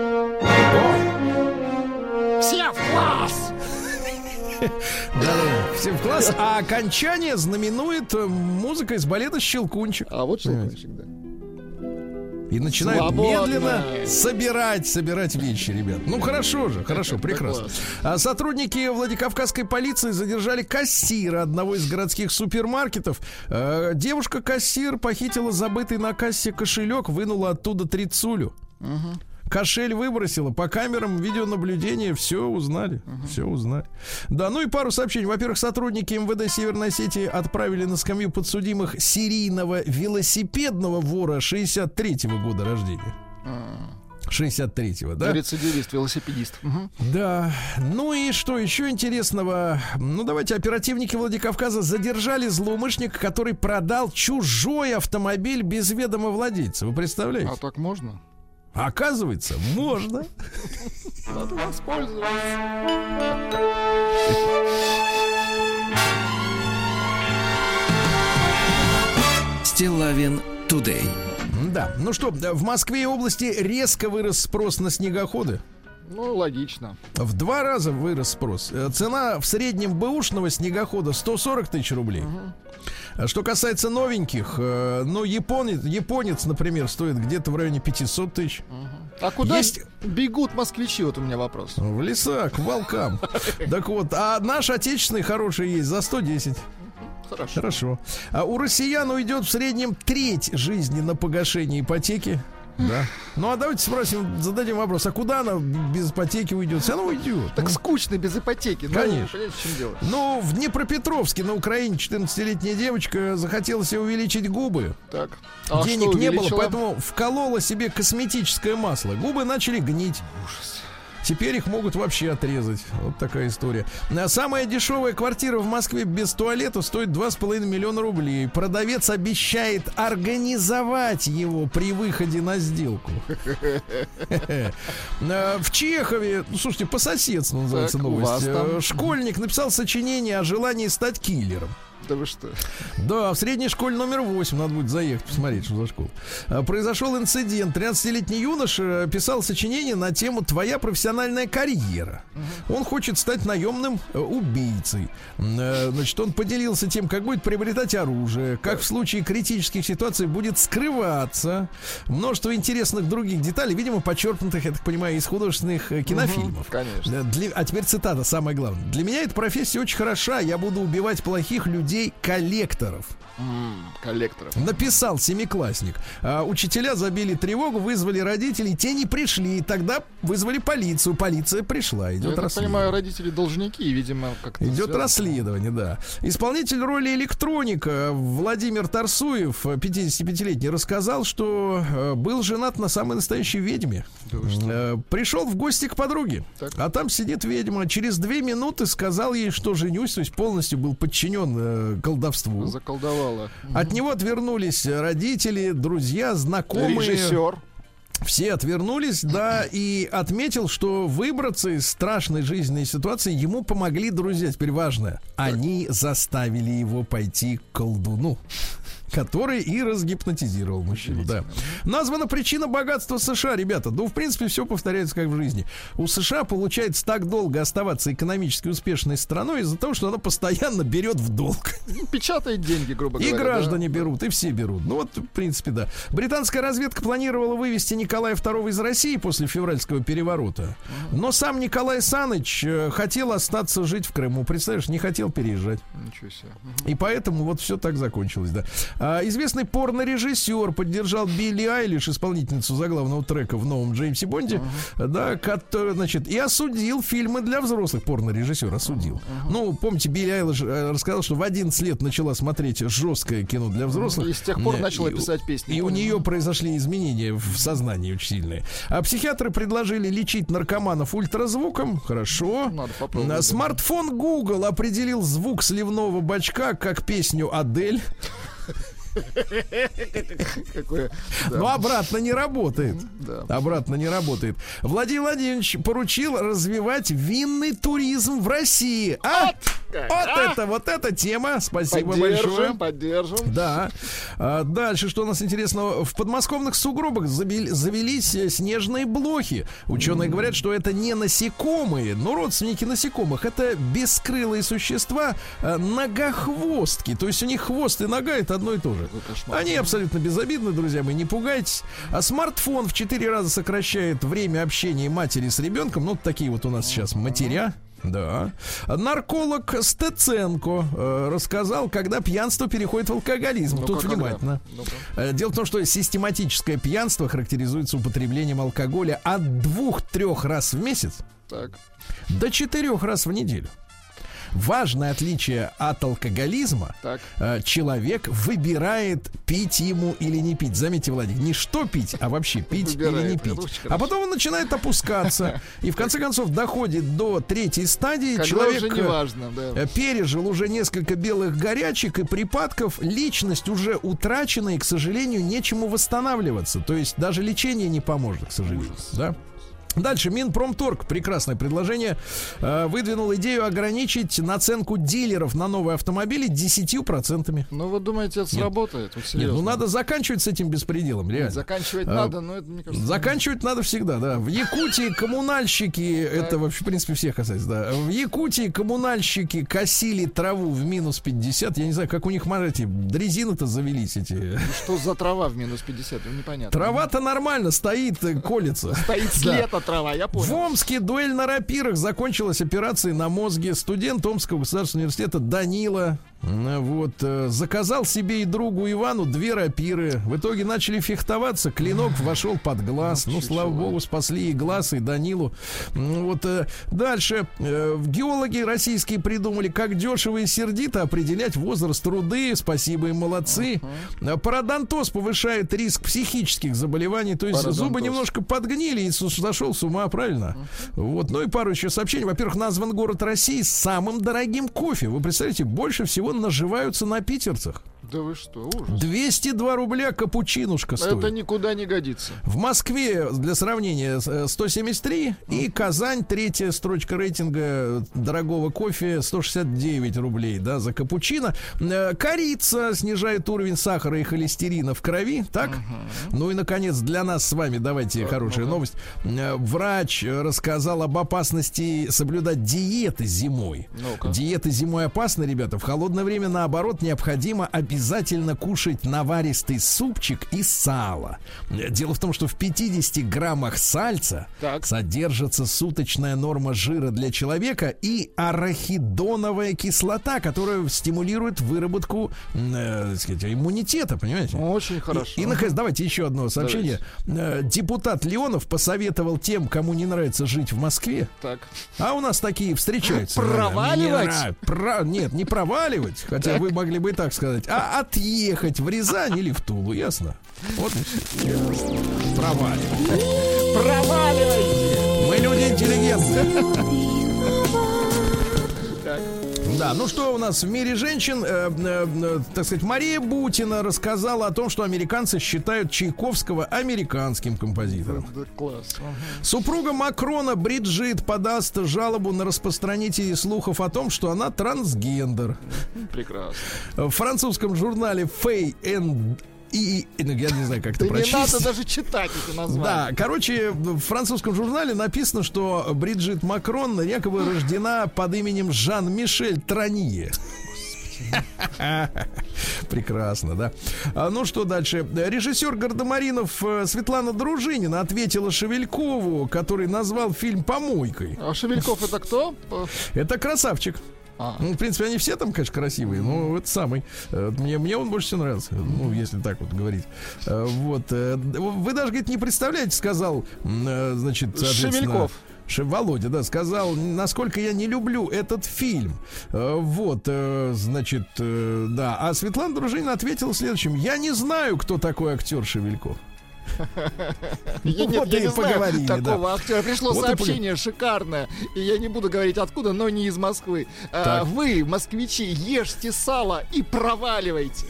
Все в класс! Да, все в класс. А окончание знаменует музыка из балета «Щелкунчик». А вот «Щелкунчик», да. И начинают Свободно. медленно собирать, собирать вещи, ребят. Ну, хорошо же, хорошо, прекрасно. А сотрудники Владикавказской полиции задержали кассира одного из городских супермаркетов. Девушка-кассир похитила забытый на кассе кошелек, вынула оттуда трицулю. Угу. Кошель выбросила, по камерам видеонаблюдения все узнали, uh-huh. все узнали. Да, ну и пару сообщений. Во-первых, сотрудники МВД Северной Осетии отправили на скамью подсудимых серийного велосипедного вора шестьдесят третьего года рождения. Uh-huh. шестьдесят третьего, да? Рецидивист, велосипедист. Uh-huh. Да. Ну и что еще интересного? Ну, давайте, оперативники Владикавказа задержали злоумышленника, который продал чужой автомобиль без ведома владельца. Вы представляете? А так можно? Оказывается, можно. Надо воспользоваться. Стиллавин Тудей. Да, ну что, в Москве и области резко вырос спрос на снегоходы. Ну, логично. В два раза вырос спрос. Цена в среднем бэушного снегохода сто сорок тысяч рублей. Угу. Что касается новеньких, ну, японец, японец, например, стоит где-то в районе пятьсот тысяч. Угу. А куда Есть... бегут москвичи? Вот у меня вопрос. В леса, к волкам. Так вот, а наш отечественный хороший есть за сто десять. Хорошо. Хорошо. А у россиян уйдет в среднем треть жизни на погашение ипотеки. Да. Ну а давайте спросим, зададим вопрос, а куда она без ипотеки уйдет? Все равно уйдет. Так ну. скучно без ипотеки. Конечно. Ну, понимаете, в чем дело? Ну, в Днепропетровске на Украине четырнадцатилетняя девочка захотела себе увеличить губы. Так. А Денег не было, увеличила? поэтому вколола себе косметическое масло. Губы начали гнить. Ужас. Теперь их могут вообще отрезать. Вот такая история. А самая дешевая квартира в Москве без туалета стоит два с половиной миллиона рублей. Продавец обещает организовать его при выходе на сделку. В Чехове, ну, слушайте, по соседству называется новость. Школьник написал сочинение о желании стать киллером. Да вы что? Да, в средней школе номер восемь надо будет заехать, посмотреть, что за школа. Произошел инцидент. тринадцатилетний юноша писал сочинение на тему «Твоя профессиональная карьера». Uh-huh. Он хочет стать наемным убийцей. Значит, он поделился тем, как будет приобретать оружие, как в случае критических ситуаций будет скрываться. Множество интересных других деталей, видимо, подчеркнутых, я так понимаю, из художественных кинофильмов. Uh-huh, конечно. Для, а теперь цитата, самое главное. «Для меня эта профессия очень хороша. Я буду убивать плохих людей, коллекторов». Mm, коллекторов. Написал семиклассник. А, учителя забили тревогу, вызвали родителей, те не пришли. Тогда вызвали полицию. Полиция пришла. Идет Я расследование. так понимаю, родители должники, видимо, как-то Идет связано. расследование, да. Исполнитель роли электроника Владимир Тарсуев, пятидесятипятилетний, рассказал, что э, был женат на самой настоящей ведьме. Да вы что? Э, пришел в гости к подруге, Так. а там сидит ведьма. Через две минуты сказал ей, что женюсь, то есть полностью был подчинен э, колдовству. Заколдовала. От него отвернулись родители, друзья, знакомые. Режиссер. Все отвернулись, да, и отметил, что выбраться из страшной жизненной ситуации ему помогли друзья. Теперь важное. Они заставили его пойти к колдуну, который и разгипнотизировал мужчину, да. Названа причина богатства США, ребята. Ну, в принципе, все повторяется, как в жизни. У США получается так долго оставаться экономически успешной страной из-за того, что она постоянно берет в долг. Ну, печатает деньги, грубо И говоря. граждане да? берут, и все берут. Ну вот, в принципе, да. Британская разведка планировала вывести Николая второго из России после февральского переворота. Но сам Николай Саныч э, хотел остаться жить в Крыму. Представляешь, не хотел переезжать. Ничего себе. И поэтому вот все так закончилось, да. А, известный порнорежиссер поддержал Билли Айлиш, исполнительницу заглавного трека в новом Джеймсе Бонде, uh-huh. да, который, значит, и осудил фильмы для взрослых. Порнорежиссер осудил. Uh-huh. Ну, помните, Билли Айлиш рассказал, что в одиннадцать лет начала смотреть жесткое кино для взрослых. И с тех пор начала и, писать песни. И у нее произошли изменения в сознании очень сильные. А психиатры предложили лечить наркоманов ультразвуком. Хорошо. Надо попробовать. Смартфон Google определил звук сливного бачка как песню Адель. Какое, да. Но обратно не работает. Да. Обратно не работает. Владимир Владимирович поручил развивать винный туризм в России. А? Вот, вот а? это, вот эта тема. Спасибо Поддержим, большое. поддержим. Да. А дальше, что у нас интересного? В подмосковных сугробах забили, завелись снежные блохи. Ученые mm. говорят, что это не насекомые, но родственники насекомых. Это бескрылые существа, ногохвостки. То есть у них хвост и нога — это одно и то же. Они абсолютно безобидны, друзья мои, не пугайтесь. А смартфон в четыре раза сокращает время общения матери с ребенком. Ну, такие вот у нас сейчас матеря. Да. Нарколог Стеценко э, рассказал, когда пьянство переходит в алкоголизм. Ну, Тут внимательно. Ну-ка. Дело в том, что систематическое пьянство характеризуется употреблением алкоголя от двух-трех раз в месяц так. до четырех раз в неделю. Важное отличие от алкоголизма. Так. Человек выбирает, пить ему или не пить. Заметьте, Владик, не что пить, а вообще пить выбирает, или не пить. А потом он начинает опускаться. И в конце концов доходит до третьей стадии. Когда человек уже не важно, да. пережил уже несколько белых горячек и припадков. Личность уже утрачена, и, к сожалению, нечему восстанавливаться. То есть даже лечение не поможет, к сожалению. Да? Дальше. Минпромторг, прекрасное предложение, э, выдвинул идею ограничить наценку дилеров на новые автомобили десятью процентами. Ну, вы думаете, это сработает? Вот Нет, ну надо заканчивать с этим беспределом, реально. Нет, заканчивать а, надо, но это, мне кажется... Заканчивать надо всегда, да. В Якутии коммунальщики, это вообще, в принципе, всех касается, да. В Якутии коммунальщики косили траву в минус пятьдесят. Я не знаю, как у них, эти дрезины-то завелись эти. Что за трава в минус пятьдесят? Непонятно. Трава-то нормально стоит, колется. Стоит с лета трава, я понял. В Омске дуэль на рапирах. Закончилась операцией на мозге. Студент Омского государственного университета Данила Вот, э, заказал себе и другу Ивану две рапиры. В итоге начали фехтоваться, клинок вошел под глаз. Ну, слава богу, спасли и глаз, и Данилу. Вот, э, дальше. Э, геологи российские придумали, как дешево и сердито определять возраст руды. Спасибо им, молодцы. Uh-huh. Пародонтоз повышает риск психических заболеваний. То есть Пародонтоз. Зубы немножко подгнили и зашел с ума, правильно? Uh-huh. Вот, ну и пару еще сообщений. Во-первых, назван город России самым дорогим кофе. Вы представляете, больше всего наживаются на питерцах. Да вы что, ужас. двести два рубля капучинушка стоит. Это никуда не годится. В Москве, для сравнения, сто семьдесят три. И Казань, третья строчка рейтинга дорогого кофе, сто шестьдесят девять рублей, да, за капучино. Корица снижает уровень сахара и холестерина в крови, так? Uh-huh. Ну и, наконец, для нас с вами, давайте, так, хорошая uh-huh. новость. Врач рассказал об опасности соблюдать диеты зимой. Uh-huh. Диеты зимой опасны, ребята. В холодное время, наоборот, необходимо обязательно Обязательно кушать наваристый супчик и сало. Дело в том, что в пятидесяти граммах сальца так. содержится суточная норма жира для человека и арахидоновая кислота, которая стимулирует выработку э, так сказать, иммунитета, понимаете? Очень хорошо. И, и наконец, давайте еще одно сообщение. Давайте. Депутат Леонов посоветовал тем, кому не нравится жить в Москве. Так. А у нас такие встречаются. Проваливать? Не Про... Нет, не проваливать, хотя так. вы могли бы и так сказать, а отъехать в Рязань или в Тулу, ясно? Вот. Проваливай. Проваливайте. Мы люди интеллигентные. Да, ну что у нас в мире женщин? Э, э, э, так сказать, Мария Бутина рассказала о том, что американцы считают Чайковского американским композитором. Да, класс. Ага. Супруга Макрона Бриджит подаст жалобу на распространителей слухов о том, что она трансгендер. Прекрасно. В французском журнале Фэй энд И, ну, я не знаю, как это прочесть. Не надо даже читать эти названия. Да, короче, в французском журнале написано, что Бриджит Макрон якобы рождена под именем Жан-Мишель Транье. Прекрасно, да. А, ну что дальше? Режиссер Гардемаринов Светлана Дружинина ответила Шевелькову, который назвал фильм «Помойкой». А Шевельков это кто? Это красавчик. А. Ну, в принципе, они все там, конечно, красивые, но это самый. Мне, мне он больше всего нравится, ну, если так вот говорить. Вот. Вы даже, говорит, не представляете, сказал, значит, Шевельков. Володя, да, сказал, насколько я не люблю этот фильм. Вот, значит, да. А Светлана Дружинина ответила следующим: я не знаю, кто такой актер Шевельков. Я, нет, вот я не знаю такого да. актера. Пришло вот сообщение шикарное, и я не буду говорить откуда, но не из Москвы. А, вы, москвичи, ешьте сало и проваливайте.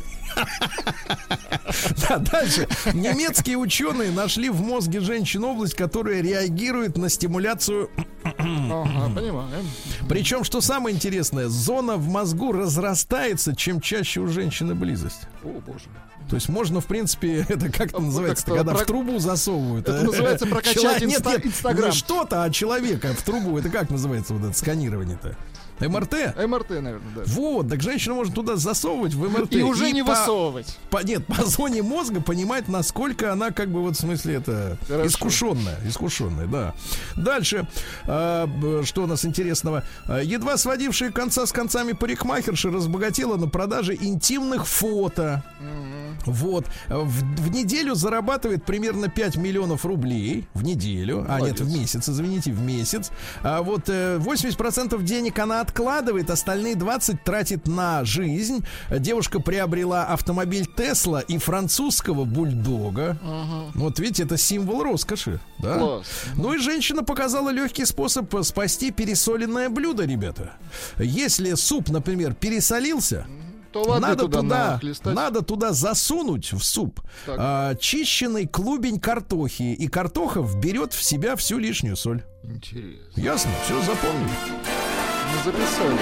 Да, дальше. Немецкие ученые нашли в мозге женщин область, которая реагирует на стимуляцию. Ага, понимаю. Причем, что самое интересное, зона в мозгу разрастается, чем чаще у женщины близость. О, боже. То есть можно, в принципе, это как это называется, как когда про... в трубу засовывают. Это называется прокачать Чело... инста... Инстаграм. Не что-то, а человека в трубу. Это как называется вот это сканирование-то? эм эр тэ? эм эр тэ, наверное, да. Вот, так женщина может туда засовывать в эм эр тэ. И уже и не по, высовывать. По, нет, по зоне мозга понимать, насколько она, как бы, вот в смысле, это Хорошо. искушенная. Искушенная, да. Дальше, э, что у нас интересного? Едва сводившая конца с концами парикмахерша разбогатела на продаже интимных фото. Mm-hmm. Вот. В, в неделю зарабатывает примерно пять миллионов рублей. В неделю. Молодец. А, нет, в месяц, извините, в месяц. А вот э, восемьдесят процентов денег она откладывает, остальные двадцать тратит на жизнь. Девушка приобрела автомобиль Тесла и французского бульдога. Uh-huh. Вот видите, это символ роскоши, да? Класс. Ну и женщина показала легкий способ спасти пересоленное блюдо, ребята. Если суп, например, пересолился, то надо туда, туда надо туда засунуть в суп а, чищенный клубень картохи, и картоха вберет в себя всю лишнюю соль. Интересно. Ясно? Все запомнили. Мы записали.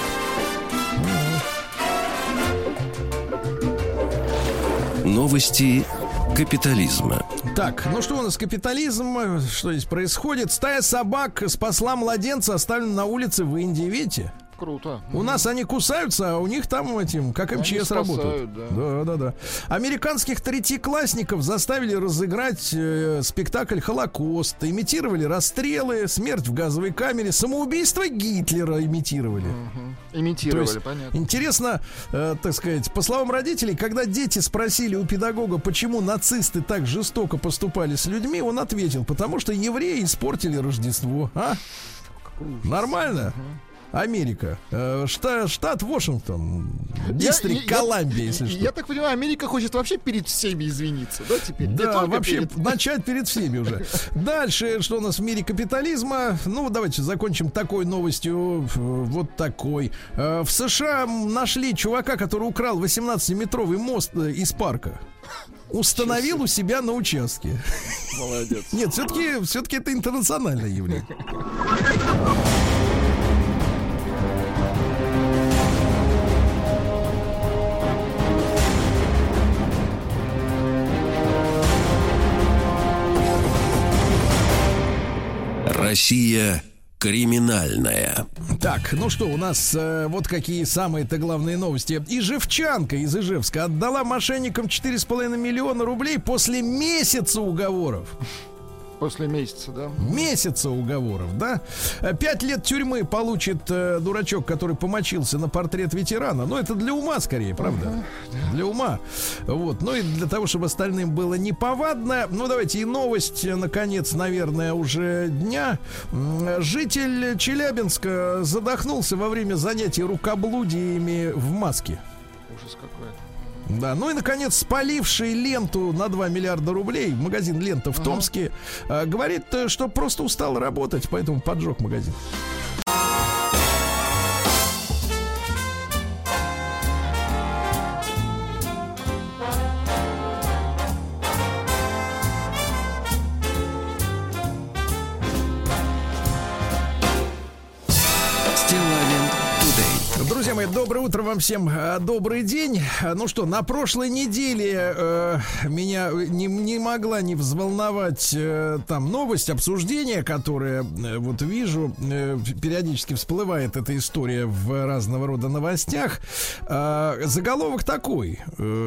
Новости капитализма. Так, ну что у нас капитализм? Что здесь происходит? Стая собак спасла младенца, оставленного на улице в Индии. Видите? Круто. У нас они кусаются, а у них там этим, как эм че эс работают. Да. да, да, да. Американских третьеклассников заставили разыграть э, спектакль «Холокост». Имитировали расстрелы, смерть в газовой камере, самоубийство Гитлера имитировали. Угу. Имитировали, То есть, понятно. интересно, э, так сказать, по словам родителей, когда дети спросили у педагога, почему нацисты так жестоко поступали с людьми, он ответил: потому что евреи испортили Рождество. А? Нормально? Америка. Э, штат, штат Вашингтон. Дистрикт Я- я- Колумбия, я- если что. Я так понимаю, Америка хочет вообще перед всеми извиниться, да, теперь? Не Да, только вообще перед- начать перед всеми уже. Дальше, что у нас в мире капитализма? Ну, давайте закончим такой новостью. Вот такой. Э, В США нашли чувака, который украл восемнадцатиметровый мост э, из парка. Установил у себя на участке. Молодец. Нет, все-таки все-таки это интернациональное явление. Россия криминальная. Так, ну что, у нас э, вот какие самые-то главные новости. Ижевчанка из Ижевска отдала мошенникам четыре с половиной миллиона рублей после месяца уговоров. После месяца, да? Месяца уговоров, да? Пять лет тюрьмы получит э, дурачок, который помочился на портрет ветерана. Ну, это для ума скорее, правда? Uh-huh. Для ума. Вот. Ну и для того, чтобы остальным было неповадно. Ну, давайте и новость, наконец, наверное, уже дня. Житель Челябинска задохнулся во время занятий рукоблудиями в маске. Ужас какой. Да, ну и, наконец, спаливший ленту на два миллиарда рублей, магазин «Лента» в Томске, э, говорит, что просто устал работать, поэтому поджег магазин. Друзья мои, доброе утро вам всем, добрый день. Ну что, на прошлой неделе э, меня не, не могла не взволновать э, там новость, обсуждение, которое э, вот вижу, э, периодически всплывает эта история в разного рода новостях. Э, заголовок такой: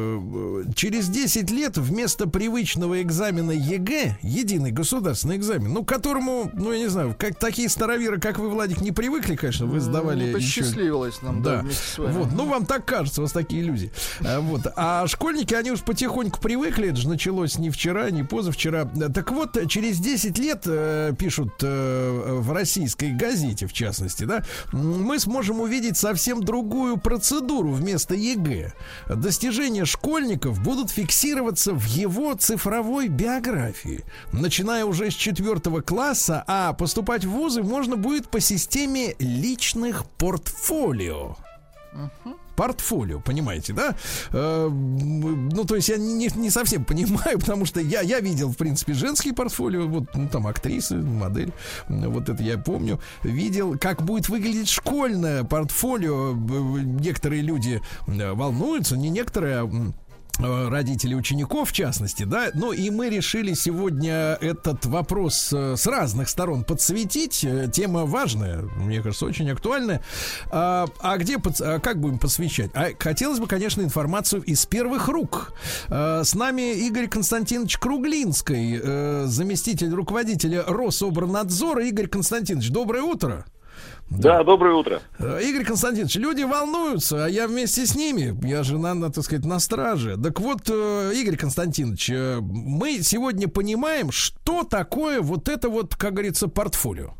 э, через десять лет вместо привычного экзамена ЕГЭ, единый государственный экзамен, ну к которому, ну я не знаю, как такие староверы, как вы, Владик, не привыкли, конечно, вы сдавали. Не посчастливилось нам, да, да, вместе с вами. Вот, ну вам так кажется, у вас такие иллюзии. А, вот. А школьники, они уж потихоньку привыкли, это же началось не вчера, не позавчера. Так вот, через десять лет, э, пишут э, в российской газете, в частности, да, мы сможем увидеть совсем другую процедуру вместо ЕГЭ. Достижения школьников будут фиксироваться в его цифровой биографии. Начиная уже с четвертого класса, а поступать в вузы можно будет по системе личных портфолио. Uh-huh. Портфолио, понимаете, да? Э, ну, то есть я не, не совсем понимаю, потому что я, я видел, в принципе, женские портфолио, вот, ну, там, актрисы, модель, вот это я помню. Видел, как будет выглядеть школьное портфолио. Некоторые люди волнуются, не некоторые, а родители учеников, в частности, да, ну и мы решили сегодня этот вопрос с разных сторон подсветить. Тема важная, мне кажется, очень актуальная. А, а где, а как будем подсвечать? А хотелось бы, конечно, информацию из первых рук. А, с нами Игорь Константинович Круглинский, заместитель руководителя Рособорнадзора. Игорь Константинович, доброе утро. Да. да, доброе утро. Игорь Константинович, люди волнуются, а я вместе с ними. Я же, надо, так сказать, на страже. Так вот, Игорь Константинович, мы сегодня понимаем, что такое вот это вот, как говорится, портфолио.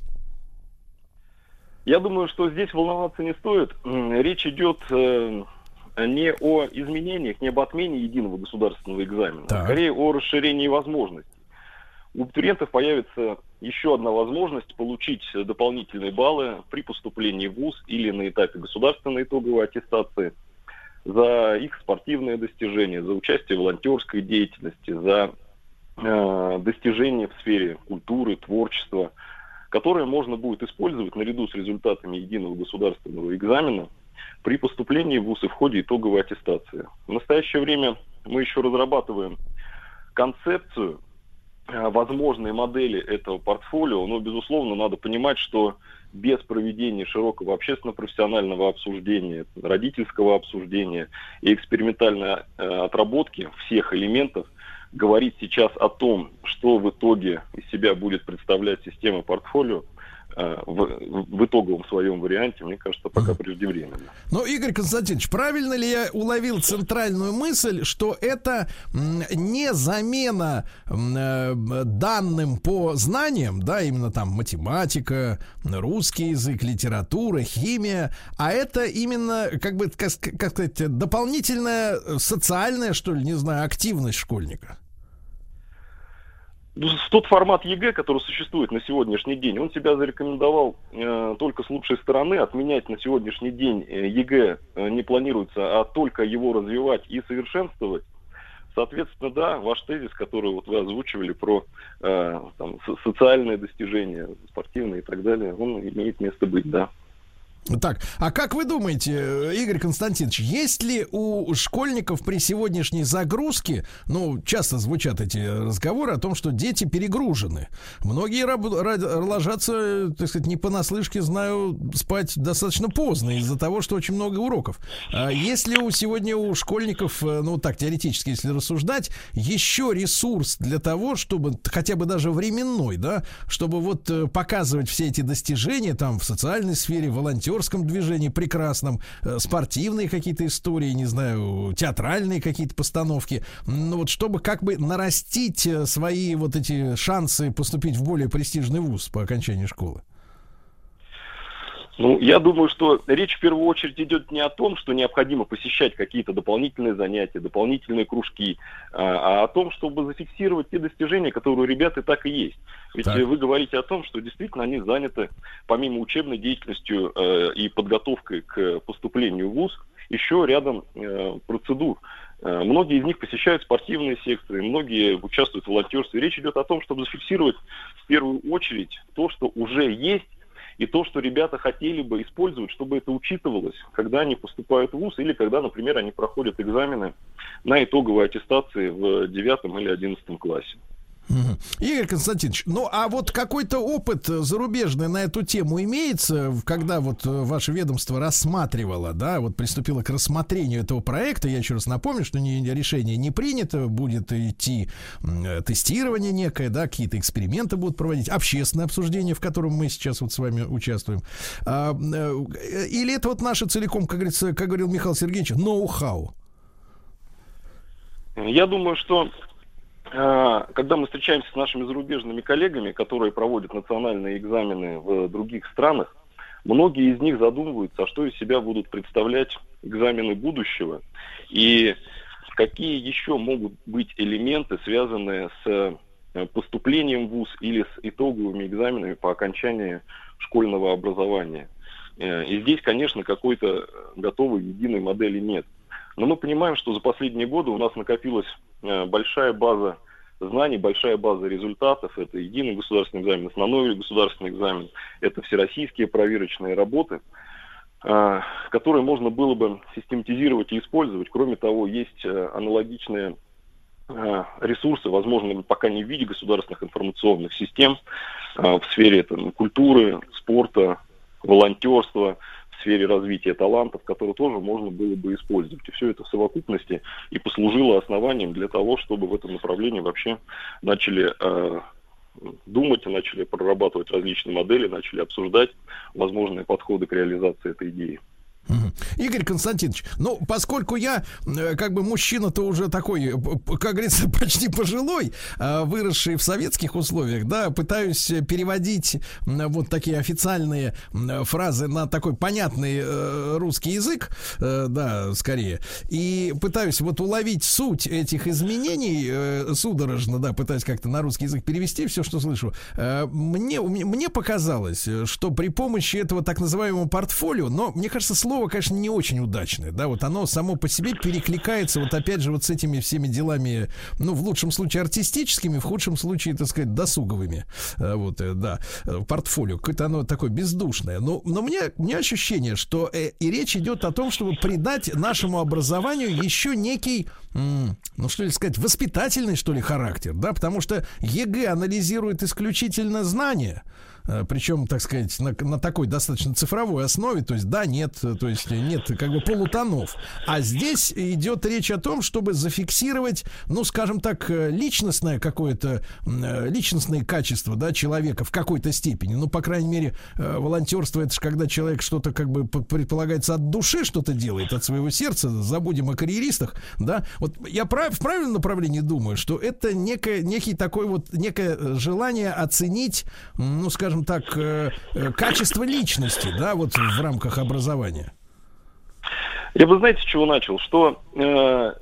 Я думаю, что здесь волноваться не стоит. Речь идет не о изменениях, не об отмене единого государственного экзамена, а скорее о расширении возможностей. У абитуриентов появится еще одна возможность получить дополнительные баллы при поступлении в вуз или на этапе государственной итоговой аттестации за их спортивные достижения, за участие в волонтерской деятельности, за э, достижения в сфере культуры, творчества, которые можно будет использовать наряду с результатами единого государственного экзамена при поступлении в вуз и в ходе итоговой аттестации. В настоящее время мы еще разрабатываем концепцию, возможные модели этого портфолио, но, безусловно, надо понимать, что без проведения широкого общественно-профессионального обсуждения, родительского обсуждения и экспериментальной э, отработки всех элементов, говорить сейчас о том, что в итоге из себя будет представлять система портфолио, в, в итоговом своем варианте, мне кажется, пока преждевременно. Но, Игорь Константинович, правильно ли я уловил центральную мысль, что это не замена данным по знаниям, да, именно там математика, русский язык, литература, химия, а это именно, как бы, как, как сказать, дополнительная социальная, что ли, не знаю, активность школьника? Тот формат ЕГЭ, который существует на сегодняшний день, он себя зарекомендовал э, только с лучшей стороны. Отменять на сегодняшний день ЕГЭ не планируется, а только его развивать и совершенствовать. Соответственно, да, ваш тезис, который вот вы озвучивали про э, там, социальные достижения, спортивные и так далее, он имеет место быть, да. Так, а как вы думаете, Игорь Константинович, есть ли у школьников при сегодняшней загрузке, ну, часто звучат эти разговоры о том, что дети перегружены. Многие раб- ложатся, так сказать, не понаслышке, знаю, спать достаточно поздно из-за того, что очень много уроков. А есть ли у сегодня у школьников, ну, так, теоретически, если рассуждать, еще ресурс для того, чтобы, хотя бы даже временной, да, чтобы вот показывать все эти достижения там в социальной сфере, волонтерстве, движении прекрасном, спортивные какие-то истории, не знаю, театральные какие-то постановки, ну вот чтобы как бы нарастить свои вот эти шансы поступить в более престижный вуз по окончании школы? Ну, я думаю, что речь в первую очередь идет не о том, что необходимо посещать какие-то дополнительные занятия, дополнительные кружки, а о том, чтобы зафиксировать те достижения, которые у ребят и так и есть. Ведь так. Вы говорите о том, что действительно они заняты, помимо учебной деятельностью э, и подготовкой к поступлению в вуз, еще рядом э, процедур. Э, многие из них посещают спортивные секции, многие участвуют в волонтерстве. Речь идет о том, чтобы зафиксировать в первую очередь то, что уже есть, и то, что ребята хотели бы использовать, чтобы это учитывалось, когда они поступают в вуз или когда, например, они проходят экзамены на итоговой аттестации в девятом или одиннадцатом классе. Игорь Константинович, ну а вот какой-то опыт зарубежный на эту тему имеется, когда вот ваше ведомство рассматривало, да, вот приступило к рассмотрению этого проекта? Я еще раз напомню, что не, решение не принято, будет идти э, тестирование некое, да, какие-то эксперименты будут проводить, общественное обсуждение, в котором мы сейчас вот с вами участвуем. А, э, или это вот наше целиком, как говорится, как говорил Михаил Сергеевич, ноу-хау? Я думаю, что когда мы встречаемся с нашими зарубежными коллегами, которые проводят национальные экзамены в других странах, многие из них задумываются, а что из себя будут представлять экзамены будущего и какие еще могут быть элементы, связанные с поступлением в вуз или с итоговыми экзаменами по окончании школьного образования. И здесь, конечно, какой-то готовой единой модели нет. Но мы понимаем, что за последние годы у нас накопилась большая база знаний, большая база результатов. Это единый государственный экзамен, основной государственный экзамен. Это всероссийские проверочные работы, которые можно было бы систематизировать и использовать. Кроме того, есть аналогичные ресурсы, возможно, пока не в виде государственных информационных систем, в сфере там, культуры, спорта, волонтерства, в сфере развития талантов, которые тоже можно было бы использовать. И все это в совокупности и послужило основанием для того, чтобы в этом направлении вообще начали э, думать, начали прорабатывать различные модели, начали обсуждать возможные подходы к реализации этой идеи. Игорь Константинович, ну, поскольку я, как бы, мужчина-то уже такой, как говорится, почти пожилой, выросший в советских условиях, да, пытаюсь переводить вот такие официальные фразы на такой понятный русский язык, да, скорее, и пытаюсь вот уловить суть этих изменений, судорожно, да, пытаюсь как-то на русский язык перевести все, что слышу. Мне, мне показалось, что при помощи этого так называемого портфолио, но, мне кажется, слово, конечно, не очень удачное, да, вот оно само по себе перекликается вот опять же вот с этими всеми делами, ну, в лучшем случае артистическими, в худшем случае, так сказать, досуговыми, вот, да, портфолио, какое-то оно такое бездушное, но, но мне, у меня ощущение, что э, и речь идет о том, чтобы придать нашему образованию еще некий, м, ну, что ли сказать, воспитательный, что ли, характер, да, потому что ЕГЭ анализирует исключительно знания, причем, так сказать, на, на такой достаточно цифровой основе, то есть да, нет, то есть нет как бы полутонов. А здесь идет речь о том, чтобы зафиксировать, ну, скажем так, личностное какое-то, личностные качества, да, человека в какой-то степени. Ну, по крайней мере, волонтерство — это же когда человек что-то, как бы, предполагается, от души что-то делает, от своего сердца. Забудем о карьеристах, да. Вот я прав, в правильном направлении думаю, что это некое, некий такой вот, некое желание оценить, ну, скажем так, качество личности, да, вот в рамках образования. Я бы, знаете, с чего начал? Что э,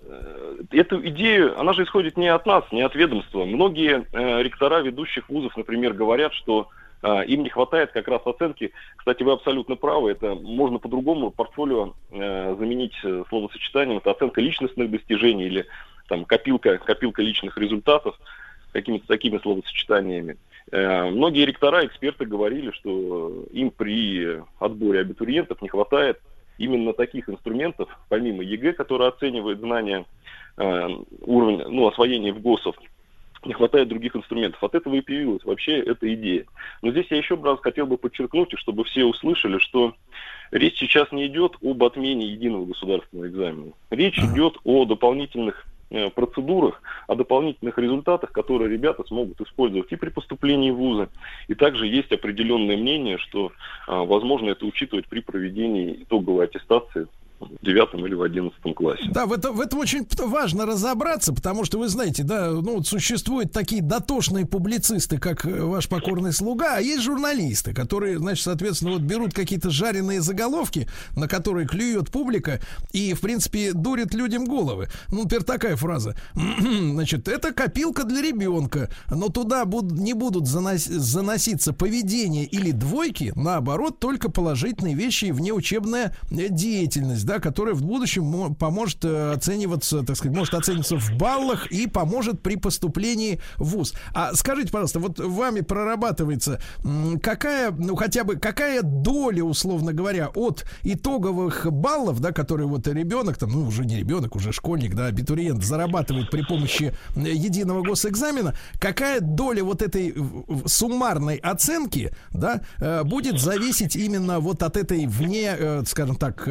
эту идею, она же исходит не от нас, не от ведомства. Многие э, ректора ведущих вузов, например, говорят, что э, им не хватает как раз оценки. Кстати, вы абсолютно правы, это можно по-другому портфолио э, заменить словосочетанием. Это оценка личностных достижений или там копилка, копилка личных результатов, какими-то такими словосочетаниями. Э, многие ректора, эксперты говорили, что им при отборе абитуриентов не хватает именно таких инструментов, помимо ЕГЭ, который оценивает знания, э, уровень, ну, освоения в ГОСов, не хватает других инструментов. От этого и появилась вообще эта идея. Но здесь я еще раз хотел бы подчеркнуть, и чтобы все услышали, что речь сейчас не идет об отмене единого государственного экзамена. Речь ага. идет о дополнительных э, процедурах, о дополнительных результатах, которые ребята смогут использовать и при поступлении в вузы. И также есть определенное мнение, что э, возможно это учитывать при проведении итоговой аттестации в девятом или в одиннадцатом классе. Да, в этом, в этом очень важно разобраться, потому что, вы знаете, да, ну, вот существуют такие дотошные публицисты, как ваш покорный слуга, а есть журналисты, которые, значит, соответственно, вот берут какие-то жареные заголовки, на которые клюет публика и, в принципе, дурит людям головы. Ну, например, такая фраза. Значит, это копилка для ребенка, но туда буд- не будут занос- заноситься поведение или двойки, наоборот, только положительные вещи и внеучебная деятельность, да, которая в будущем поможет оцениваться, так сказать, может оцениваться в баллах и поможет при поступлении в вуз. А скажите, пожалуйста, вот вами прорабатывается какая, ну, хотя бы какая доля, условно говоря, от итоговых баллов, да, которые вот ребенок, там, ну, уже не ребенок, уже школьник, да, абитуриент зарабатывает при помощи единого госэкзамена, какая доля вот этой суммарной оценки, да, будет зависеть именно вот от этой вне, скажем так,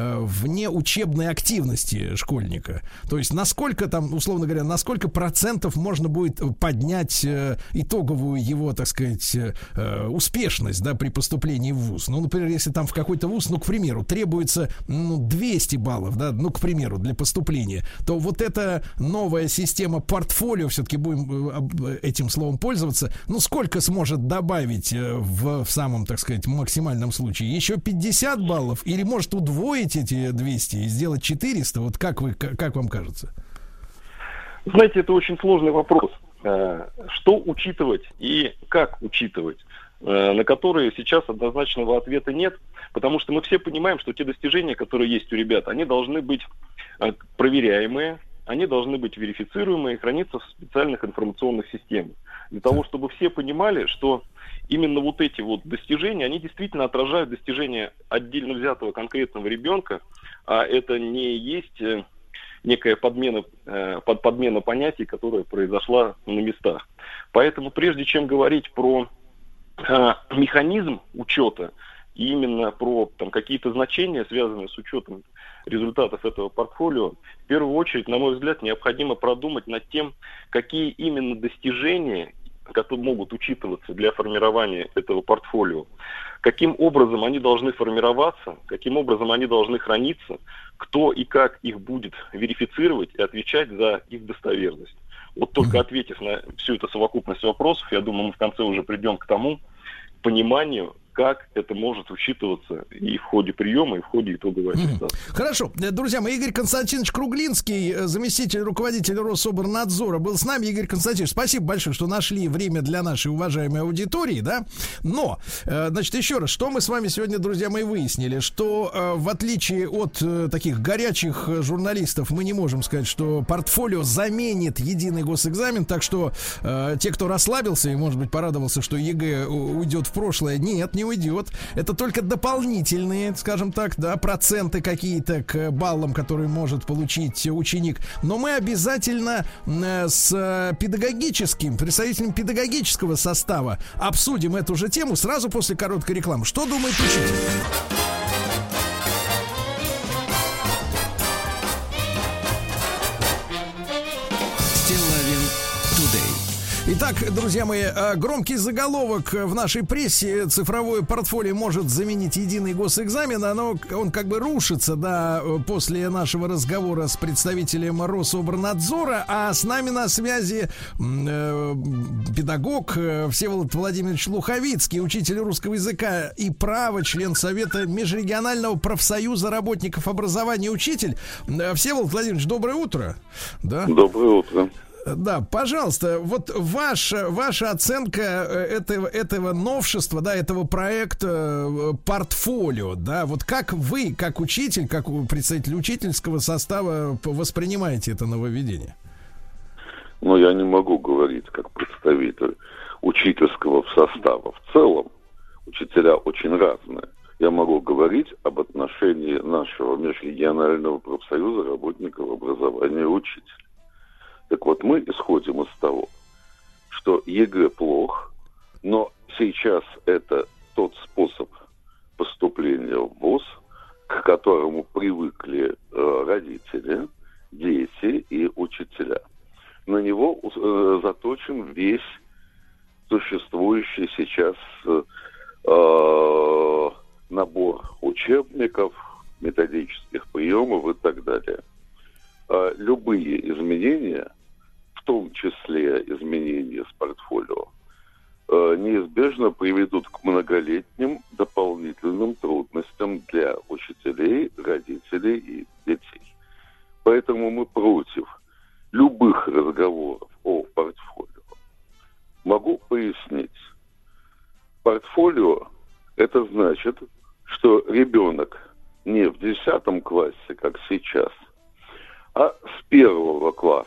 вне учебной активности школьника. То есть насколько там, условно говоря, на сколько процентов можно будет поднять э, итоговую его, так сказать, э, успешность, да, при поступлении в вуз. Ну, например, если там в какой-то вуз, ну, к примеру, требуется, ну, двести баллов, да, ну, к примеру, для поступления, то вот эта новая система портфолио, все-таки будем этим словом пользоваться, ну, сколько сможет добавить в, в самом, так сказать, максимальном случае? Еще пятьдесят баллов? Или может удвоить эти двести и сделать четыреста? Вот как вы, как вам кажется? Знаете, это очень сложный вопрос. Что учитывать и как учитывать, на которые сейчас однозначного ответа нет, потому что мы все понимаем, что те достижения, которые есть у ребят, они должны быть проверяемые, они должны быть верифицируемые и храниться в специальных информационных системах. Для того, чтобы все понимали, что именно вот эти вот достижения, они действительно отражают достижения отдельно взятого конкретного ребенка, а это не есть некая подмена, под подмена понятий, которая произошла на местах. Поэтому прежде чем говорить про э, механизм учета и именно про там, какие-то значения, связанные с учетом результатов этого портфолио, в первую очередь, на мой взгляд, необходимо продумать над тем, какие именно достижения, которые могут учитываться для формирования этого портфолио, каким образом они должны формироваться, каким образом они должны храниться, кто и как их будет верифицировать и отвечать за их достоверность. Вот только ответив на всю эту совокупность вопросов, я думаю, мы в конце уже придем к тому пониманию, как это может учитываться и в ходе приема, и в ходе итоговой аттестации. Хорошо. Друзья мои, Игорь Константинович Круглинский, заместитель руководителя Россоборнадзора, был с нами. Игорь Константинович, спасибо большое, что нашли время для нашей уважаемой аудитории, да? Но, значит, еще раз, что мы с вами сегодня, друзья мои, выяснили, что в отличие от таких горячих журналистов, мы не можем сказать, что портфолио заменит единый госэкзамен, так что те, кто расслабился и, может быть, порадовался, что ЕГЭ уйдет в прошлое, нет, не не уйдет. Это только дополнительные, скажем так, да, проценты какие-то к баллам, которые может получить ученик. Но мы обязательно с педагогическим, представителем педагогического состава обсудим эту же тему сразу после короткой рекламы. Что думает учитель? Итак, друзья мои, громкий заголовок в нашей прессе: цифровое портфолио может заменить единый госэкзамен. Оно, он как бы рушится, да, после нашего разговора с представителем Рособорнадзора. А с нами на связи э, педагог Всеволод Владимирович Луховицкий, учитель русского языка и права, член Совета Межрегионального профсоюза работников образования, учитель. Всеволод Владимирович, доброе утро. Да? Доброе утро. Да, пожалуйста, вот ваша, ваша оценка этого, этого новшества, да, этого проекта портфолио, да, вот как вы, как учитель, как представитель учительского состава воспринимаете это нововведение? Ну, я не могу говорить как представитель учительского состава. В целом, учителя очень разные. Я могу говорить об отношении нашего межрегионального профсоюза работников образования и учителей. Так вот, мы исходим из того, что ЕГЭ плох, но сейчас это тот способ поступления в вуз, к которому привыкли э, родители, дети и учителя. На него э, заточен весь существующий сейчас э, набор учебников, методических приемов и так далее. Э, любые изменения, в том числе изменения с портфолио, неизбежно приведут к многолетним дополнительным трудностям для учителей, родителей и детей. Поэтому мы против любых разговоров о портфолио. Могу пояснить. Портфолио – это значит, что ребенок не в десятом классе, как сейчас, а с первого класса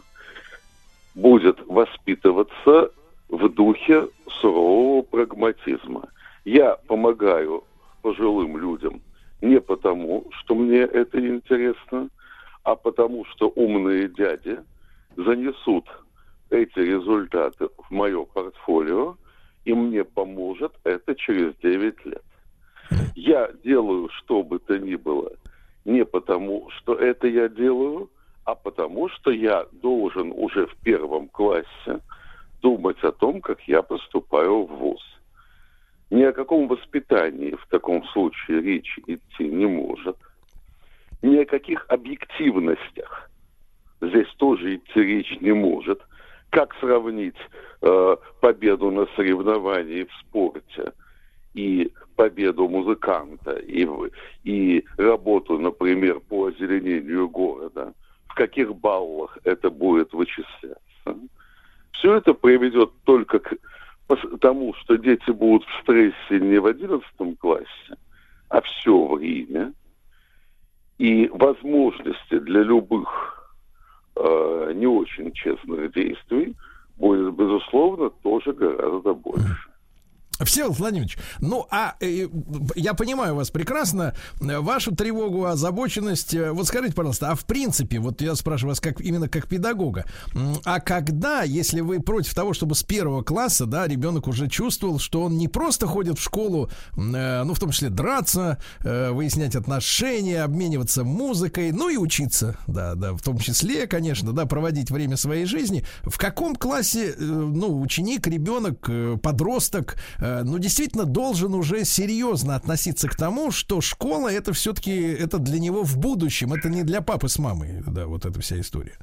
будет воспитываться в духе сурового прагматизма. Я помогаю пожилым людям не потому, что мне это интересно, а потому, что умные дяди занесут эти результаты в мое портфолио, и мне поможет это через девять лет. Я делаю что бы то ни было не потому, что это я делаю, а потому что я должен уже в первом классе думать о том, как я поступаю в вуз. Ни о каком воспитании в таком случае речи идти не может. Ни о каких объективностях здесь тоже идти речь не может. Как сравнить э, победу на соревновании в спорте и победу музыканта, и, и работу, например, по озеленению города? В каких баллах это будет вычисляться? Все это приведет только к тому, что дети будут в стрессе не в одиннадцатом классе, а все время. И возможности для любых э, не очень честных действий будет, безусловно, тоже гораздо больше. Всеволод Владимирович, ну, а э, я понимаю вас прекрасно, вашу тревогу, озабоченность. Вот скажите, пожалуйста, а в принципе, вот я спрашиваю вас как, именно как педагога, а когда, если вы против того, чтобы с первого класса, да, ребенок уже чувствовал, что он не просто ходит в школу, э, ну, в том числе драться, э, выяснять отношения, обмениваться музыкой, ну и учиться, да, да, в том числе, конечно, да, проводить время своей жизни. В каком классе, э, ну, ученик, ребенок, э, подросток, ну, действительно должен уже серьезно относиться к тому, что школа это все-таки, это для него в будущем, это не для папы с мамой, да, вот эта вся история.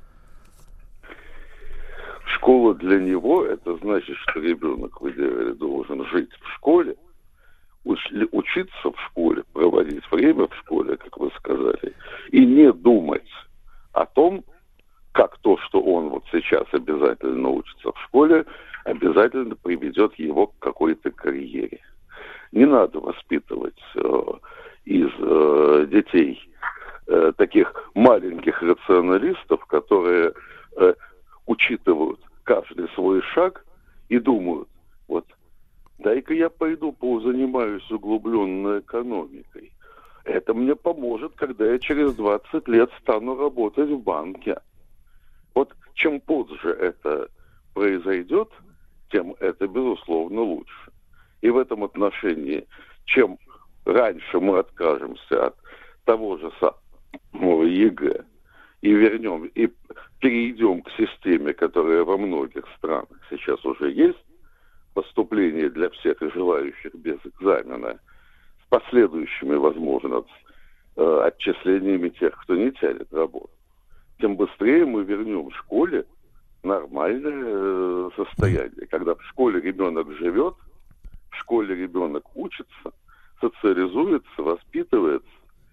Школа для него, это значит, что ребенок, в идеале, должен жить в школе, уч- учиться в школе, проводить время в школе, как вы сказали, и не думать о том, как то, что он вот сейчас обязательно учится в школе, обязательно приведет его к какой-то карьере. Не надо воспитывать э, из э, детей э, таких маленьких рационалистов, которые э, учитывают каждый свой шаг и думают, вот, дай-ка давайте-ка я пойду позанимаюсь углубленной экономикой. Это мне поможет, когда я через двадцать лет стану работать в банке. Вот чем позже это произойдет, тем это, безусловно, лучше. И в этом отношении, чем раньше мы откажемся от того же самого ЕГЭ и вернем, и перейдем к системе, которая во многих странах сейчас уже есть, поступление для всех желающих без экзамена, с последующими, возможно, э, отчислениями тех, кто не тянет работу, тем быстрее мы вернем в школе нормальное э, состояние. Когда в школе ребенок живет, в школе ребенок учится, социализуется, воспитывается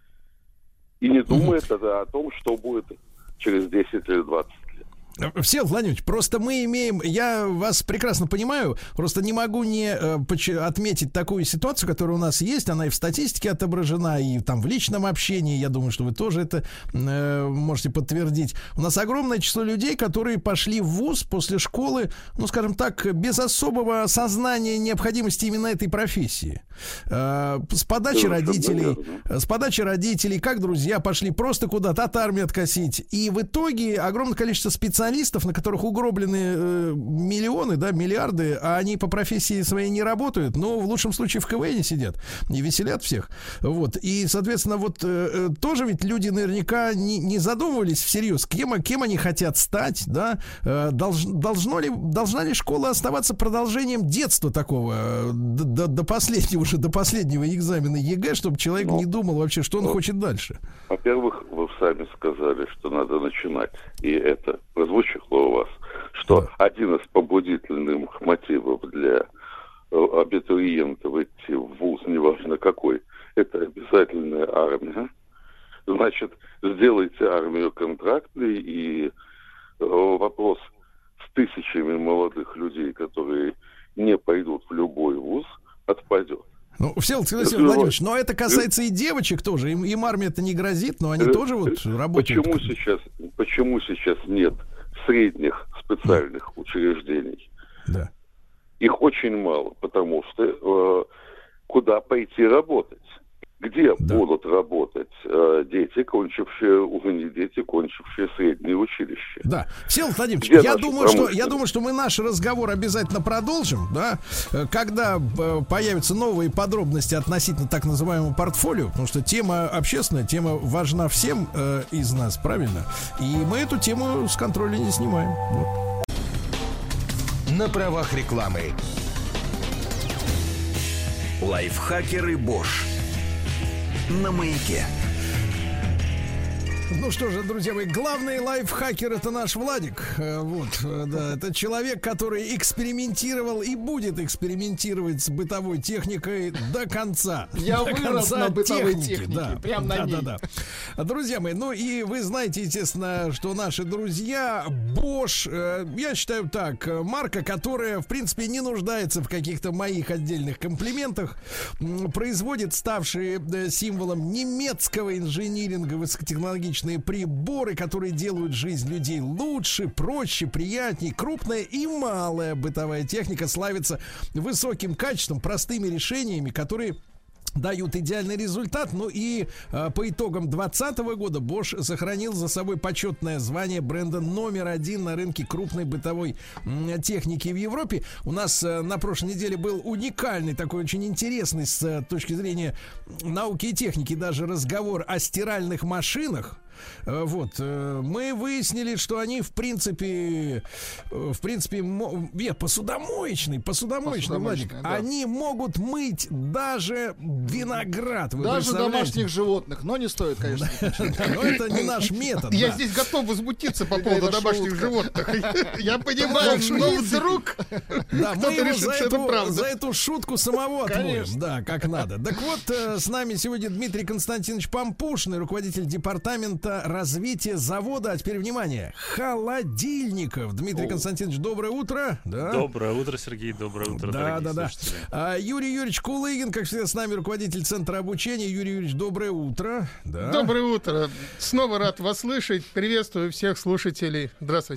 и не думает тогда о том, что будет через десять или двадцать лет. Всеволод Владимирович, просто мы имеем, я вас прекрасно понимаю, просто не могу не э, отметить такую ситуацию, которая у нас есть, она и в статистике отображена, и там в личном общении, я думаю, что вы тоже это э, можете подтвердить. У нас огромное число людей, которые пошли в вуз после школы, ну, скажем так, без особого сознания необходимости именно этой профессии. Э, с подачи родителей, с подачи родителей, как друзья, пошли просто куда-то от армии откосить, и в итоге огромное количество специалистов, на которых угроблены э, миллионы, да, миллиарды, а они по профессии своей не работают, но в лучшем случае в КВН сидят и веселят всех. Вот. И, соответственно, вот э, тоже ведь люди наверняка не, не задумывались всерьез, кем, кем они хотят стать, да, э, долж, должно ли, должна ли школа оставаться продолжением детства такого, э, до, до последнего, уже до последнего экзамена ЕГЭ, чтобы человек ну, не думал вообще, что он ну, хочет дальше? Во-первых, вы сами сказали, что надо начинать, и это прозвучало у вас, что да. один из побудительных мотивов для абитуриентов идти в вуз, неважно какой, это обязательная армия. Значит, сделайте армию контрактной, и вопрос с тысячами молодых людей, которые не пойдут в любой вуз, отпадет. Ну, Всеволод Владимирович, но это касается и девочек тоже. Им, им армия-то не грозит, но они тоже вот работают. Почему сейчас, почему сейчас нет средних специальных да. учреждений? Да. Их очень мало, потому что э, куда пойти работать? Где да. будут работать э, дети, кончившие, уже не дети, кончившие среднее училище? Да. Всеволод Владимирович, я думаю, что, я думаю, что мы наш разговор обязательно продолжим, да, когда э, появятся новые подробности относительно так называемого портфолио, потому что тема общественная, тема важна всем э, из нас, правильно? И мы эту тему с контроля не снимаем. Вот. На правах рекламы. Лайфхакеры Bosch. На маяке. Ну что же, друзья мои, главный лайфхакер — это наш Владик. Вот, да, это человек, который экспериментировал и будет экспериментировать с бытовой техникой до конца. Я до вырос конца на бытовой техники, технике, да, прям на да, ней. Да, да. Друзья мои, ну и вы знаете, естественно, что наши друзья Bosch, я считаю так, марка, которая, в принципе, не нуждается в каких-то моих отдельных комплиментах, производит ставшие символом немецкого инжиниринга высокотехнологичного приборы, которые делают жизнь людей лучше, проще, приятнее. Крупная и малая бытовая техника славится высоким качеством, простыми решениями, которые дают идеальный результат. Ну и э, по итогам двадцатого года Bosch сохранил за собой почетное звание бренда номер один на рынке крупной бытовой м, техники в Европе. У нас э, на прошлой неделе был уникальный, такой очень интересный с э, точки зрения науки и техники даже разговор о стиральных машинах. Вот, мы выяснили, что они, в принципе, в принципе, нет, посудомоечный, посудомоечный, Владик, да. Они могут мыть даже виноград. Вы даже домашних животных, но не стоит, конечно. Но это не наш метод. Я здесь готов возмутиться по поводу домашних животных. Я понимаю, но вдруг кто-то решит, что это правда. За эту шутку самого отмоем, да, как надо. Так вот, с нами сегодня Дмитрий Константинович Пампушный, руководитель департамента развития завода, а теперь внимание, холодильников. Дмитрий О. Константинович, доброе утро. Да. Доброе утро, Сергей, доброе утро, да, дорогие да, слушатели. Да. А, Юрий Юрьевич Кулыгин, как всегда, с нами руководитель Центра обучения. Юрий Юрьевич, доброе утро. Да. Доброе утро. Снова рад вас слышать. Приветствую всех слушателей. Здравствуйте.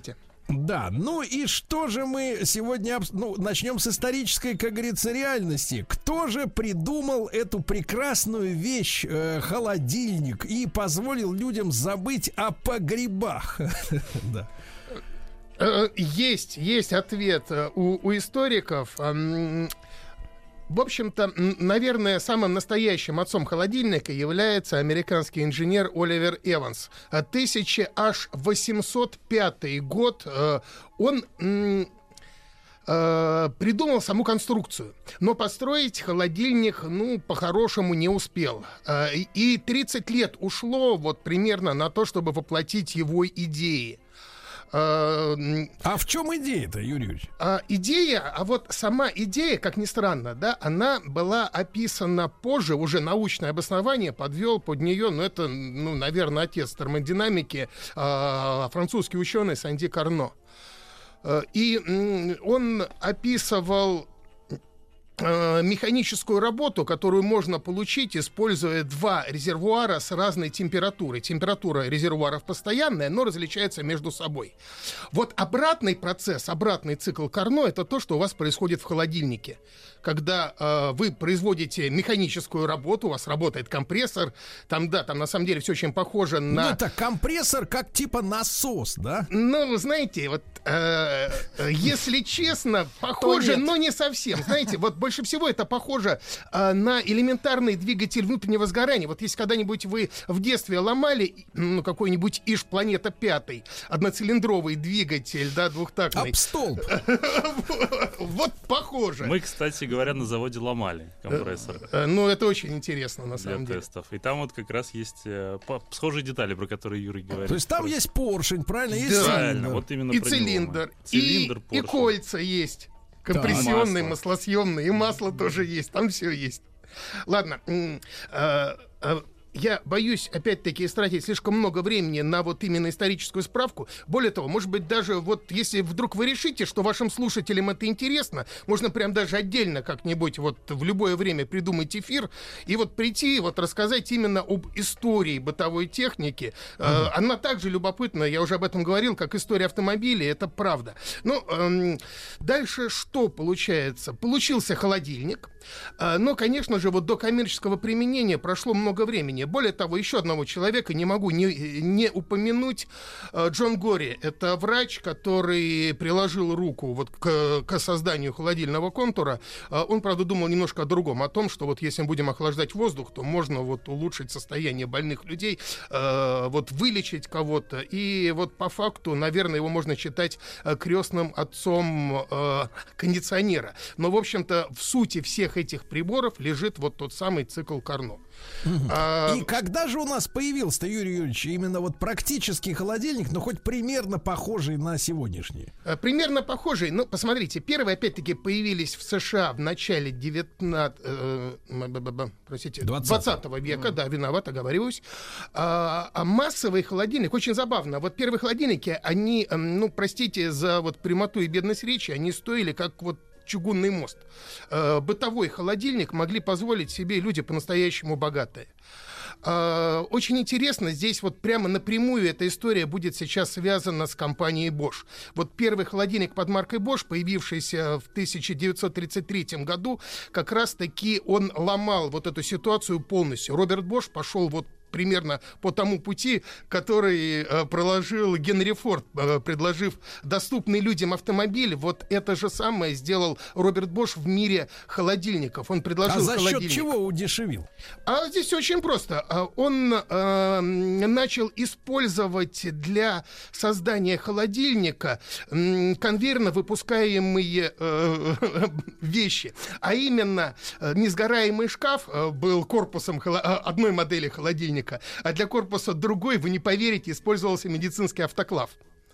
Да, ну и что же мы сегодня... Ну, начнем с исторической, как говорится, реальности. Кто же придумал эту прекрасную вещь, э, холодильник, и позволил людям забыть о погребах? Да. Есть, есть ответ у, у историков. В общем-то, наверное, самым настоящим отцом холодильника является американский инженер Оливер Эванс. тысяча восемьсот пятый год. Он придумал саму конструкцию, но построить холодильник, ну, по-хорошему не успел. И тридцать лет ушло вот примерно на то, чтобы воплотить его идеи. А в чем идея-то, Юрий Юрьевич? А, идея, а вот сама идея, как ни странно, да, она была описана позже, уже научное обоснование подвел под нее, ну, это, ну, наверное, отец термодинамики, а, французский ученый Санди Карно. А, и м, он описывал механическую работу, которую можно получить, используя два резервуара с разной температурой. Температура резервуаров постоянная, но различается между собой. Вот обратный процесс, обратный цикл Карно — это то, что у вас происходит в холодильнике. Когда э, вы производите механическую работу, у вас работает компрессор, там, да, там на самом деле все очень похоже на... Ну, это компрессор как типа насос, да? Ну, вы знаете, вот, э, если честно, похоже, но не совсем. Знаете, вот больше всего это похоже э, на элементарный двигатель внутреннего сгорания. Вот если когда-нибудь вы в детстве ломали, ну, какой-нибудь ИЖ Планета пятый, одноцилиндровый двигатель, да, двухтактный. Об столб. Вот похоже. Мы, кстати говоря, на заводе ломали компрессор. Ну, это очень интересно, на самом деле. Для тестов. И там вот как раз есть схожие детали, про которые Юрий говорит. То есть там есть поршень, правильно? Есть правильно, вот именно и цилиндр, и кольца есть. Компрессионные, маслосъемные, и масло тоже есть, там все есть. Ладно, я боюсь, опять-таки, истратить слишком много времени на вот именно историческую справку. Более того, может быть, даже вот если вдруг вы решите, что вашим слушателям это интересно, можно прям даже отдельно как-нибудь вот в любое время придумать эфир и вот прийти и вот рассказать именно об истории бытовой техники. Mm-hmm. Э, она также любопытна, я уже об этом говорил, как история автомобилей, это правда. Ну, э, дальше что получается? Получился холодильник, э, но, конечно же, вот до коммерческого применения прошло много времени. Более того, еще одного человека не могу не, не упомянуть. Джон Гори. Это врач, который приложил руку вот к, к созданию холодильного контура. Он, правда, думал немножко о другом. О том, что вот если мы будем охлаждать воздух, то можно вот улучшить состояние больных людей, вот вылечить кого-то. И вот по факту, наверное, его можно считать крестным отцом кондиционера. Но, в общем-то, в сути всех этих приборов лежит вот тот самый цикл Карно. А... И когда же у нас появился-то, Юрий Юрьевич, именно вот практический холодильник, но хоть примерно похожий на сегодняшний? Примерно похожий. Ну, посмотрите, первые, опять-таки, появились в США в начале девятнадцатого, э, простите, двадцатого века, mm. да, виноват, оговорюсь. А, а массовый холодильник, очень забавно. Вот первые холодильники, они, ну, простите за вот прямоту и бедность речи, они стоили как вот чугунный мост. Э, бытовой холодильник могли позволить себе люди по-настоящему богатые. Э, очень интересно, здесь вот прямо напрямую эта история будет сейчас связана с компанией Bosch. Вот первый холодильник под маркой Bosch, появившийся в тысяча девятьсот тридцать третьем году, как раз-таки он ломал вот эту ситуацию полностью. Роберт Bosch пошел вот примерно по тому пути, который э, проложил Генри Форд, э, предложив доступный людям автомобиль. Вот это же самое сделал Роберт Bosch в мире холодильников. Он предложил а за холодильник. счет чего удешевил? А здесь очень просто. Он э, начал использовать для создания холодильника э, конвейерно выпускаемые э, вещи. А именно, э, несгораемый шкаф э, был корпусом холо- одной модели холодильника, а для корпуса другой, вы не поверите, использовался медицинский автоклав.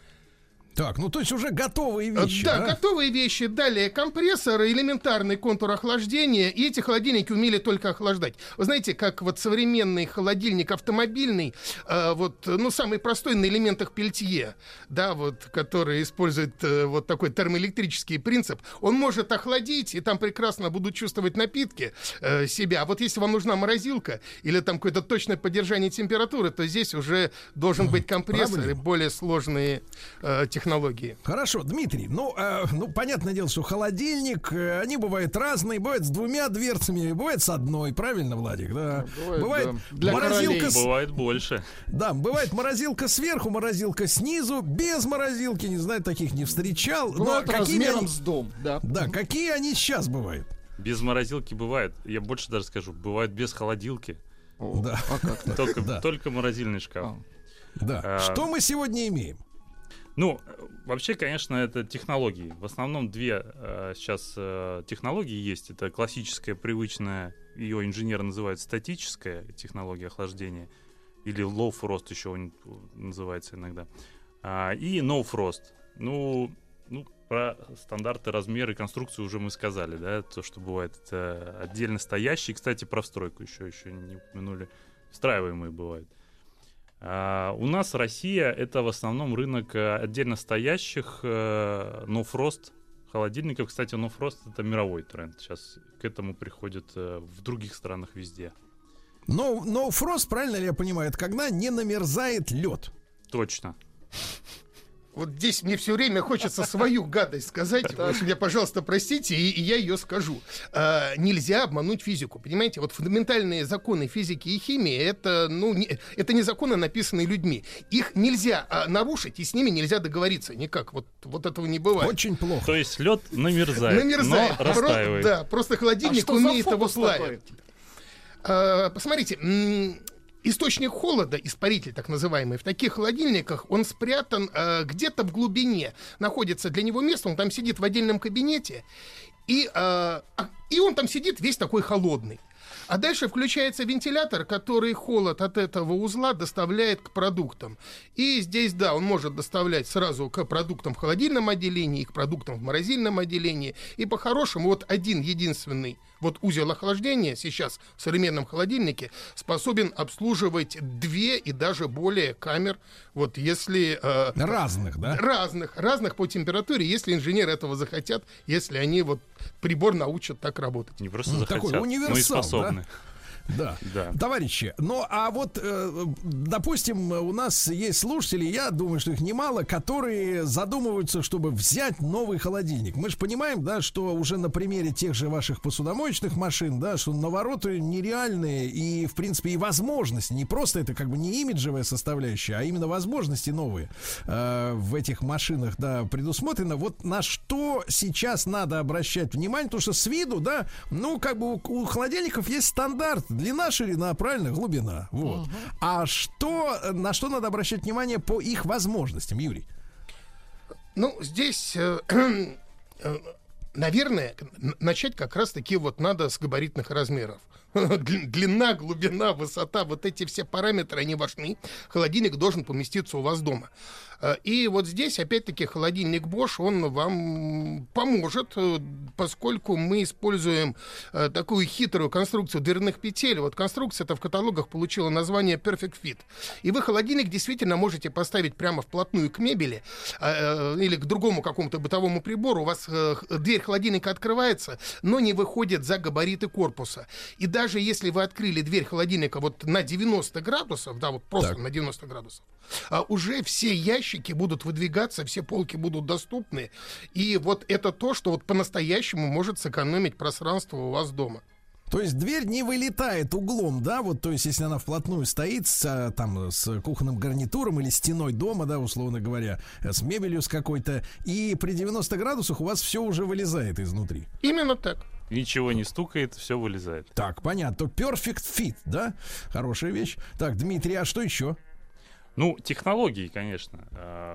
Так, ну то есть уже готовые вещи, да? Да, готовые вещи. Далее компрессор, элементарный контур охлаждения. И эти холодильники умели только охлаждать. Вы знаете, как вот современный холодильник автомобильный, э, вот, ну, самый простой на элементах Пельтье, да, вот, который использует э, вот такой термоэлектрический принцип, он может охладить, и там прекрасно будут чувствовать напитки э, себя. А вот если вам нужна морозилка или там какое-то точное поддержание температуры, то здесь уже должен быть компрессор и более сложные э, технологии. технологии. Хорошо, Дмитрий, ну, э, ну, понятное дело, что холодильник, э, они бывают разные, бывают с двумя дверцами, бывает с одной, правильно, Владик, да? Бывает, бывает да. Для морозилка... С... Бывает больше. Да, бывает морозилка сверху, морозилка снизу, без морозилки, не знаю, таких не встречал. Бывает размером они... с дом, да. Да, какие они сейчас бывают? Без морозилки бывает, я больше даже скажу, бывает без холодилки. О, да. А как так? Только, да. только морозильный шкаф. А. Да. А... Что мы сегодня имеем? Ну, вообще, конечно, это технологии. В основном две э, сейчас э, технологии есть. Это классическая, привычная, ее инженеры называют статическая технология охлаждения, или low frost еще называется иногда, а, и no frost. Ну, ну, про стандарты, размеры, конструкцию уже мы сказали, да, то, что бывает это отдельно стоящие. Кстати, про встройку еще, еще не упомянули. Встраиваемые бывают. Uh, у нас Россия — это в основном рынок uh, отдельно стоящих uh, no frost холодильников. Кстати, no frost — это мировой тренд. Сейчас к этому приходят uh, в других странах везде. No, no frost, правильно ли я понимаю, это когда не намерзает лед? Точно. Вот здесь мне все время хочется свою гадость сказать. Вы меня, пожалуйста, простите, и, и я ее скажу. А, нельзя обмануть физику. Понимаете, вот фундаментальные законы физики и химии это, ну, не, это не законы, написанные людьми. Их нельзя а, нарушить, и с ними нельзя договориться никак. Вот, вот этого не бывает. Очень плохо. То есть лед намерзает, намерзает но растаивает. Про, да, просто холодильник а умеет его плавить. А, посмотрите. М- Источник холода, испаритель так называемый, в таких холодильниках, он спрятан э, где-то в глубине. Находится для него место, он там сидит в отдельном кабинете, и, э, и он там сидит весь такой холодный. А дальше включается вентилятор, который холод от этого узла доставляет к продуктам. И здесь, да, он может доставлять сразу к продуктам в холодильном отделении, и к продуктам в морозильном отделении. И по-хорошему вот один единственный вот узел охлаждения сейчас в современном холодильнике способен обслуживать две и даже более камер. Вот если... Э, разных, да? Разных, разных по температуре, если инженеры этого захотят, если они вот прибор научат так работать. Не просто ну, захотят, такой универсал, но и способны. Да? Да. да, товарищи, ну а вот, э, допустим, у нас есть слушатели, я думаю, что их немало, которые задумываются, чтобы взять новый холодильник. Мы же понимаем, да, что уже на примере тех же ваших посудомоечных машин, да, что навороты нереальные и, в принципе, и возможности, не просто это как бы не имиджевая составляющая, а именно возможности новые э, в этих машинах, да, предусмотрено. Вот на что сейчас надо обращать внимание, потому что с виду, да, ну, как бы у, у холодильников есть стандарт. Длина, ширина, правильно, глубина. Вот. Uh-huh. А что, на что надо обращать внимание по их возможностям, Юрий? Ну, здесь, э, э, наверное, начать как раз-таки вот надо с габаритных размеров. Длина, глубина, высота, вот эти все параметры, они важны. Холодильник должен поместиться у вас дома. И вот здесь, опять-таки, холодильник Bosch, он вам поможет, поскольку мы используем такую хитрую конструкцию дверных петель. Вот конструкция-то в каталогах получила название Perfect Fit. И вы холодильник действительно можете поставить прямо вплотную к мебели или к другому какому-то бытовому прибору. У вас дверь холодильника открывается, но не выходит за габариты корпуса. И даже если вы открыли дверь холодильника вот на девяносто градусов, да, вот просто так. на девяносто градусов, уже все ящики будут выдвигаться, все полки будут доступны. И вот это то, что вот по-настоящему может сэкономить пространство у вас дома. То есть дверь не вылетает углом, да, вот, то есть если она вплотную стоит с, там, с кухонным гарнитуром или стеной дома, да, условно говоря, с мебелью с какой-то, и при девяноста градусах у вас все уже вылезает изнутри. Именно так. Ничего не стукает, все вылезает. Так, понятно. Perfect Fit, да? Хорошая вещь. Так, Дмитрий, а что еще? Ну, технологии, конечно.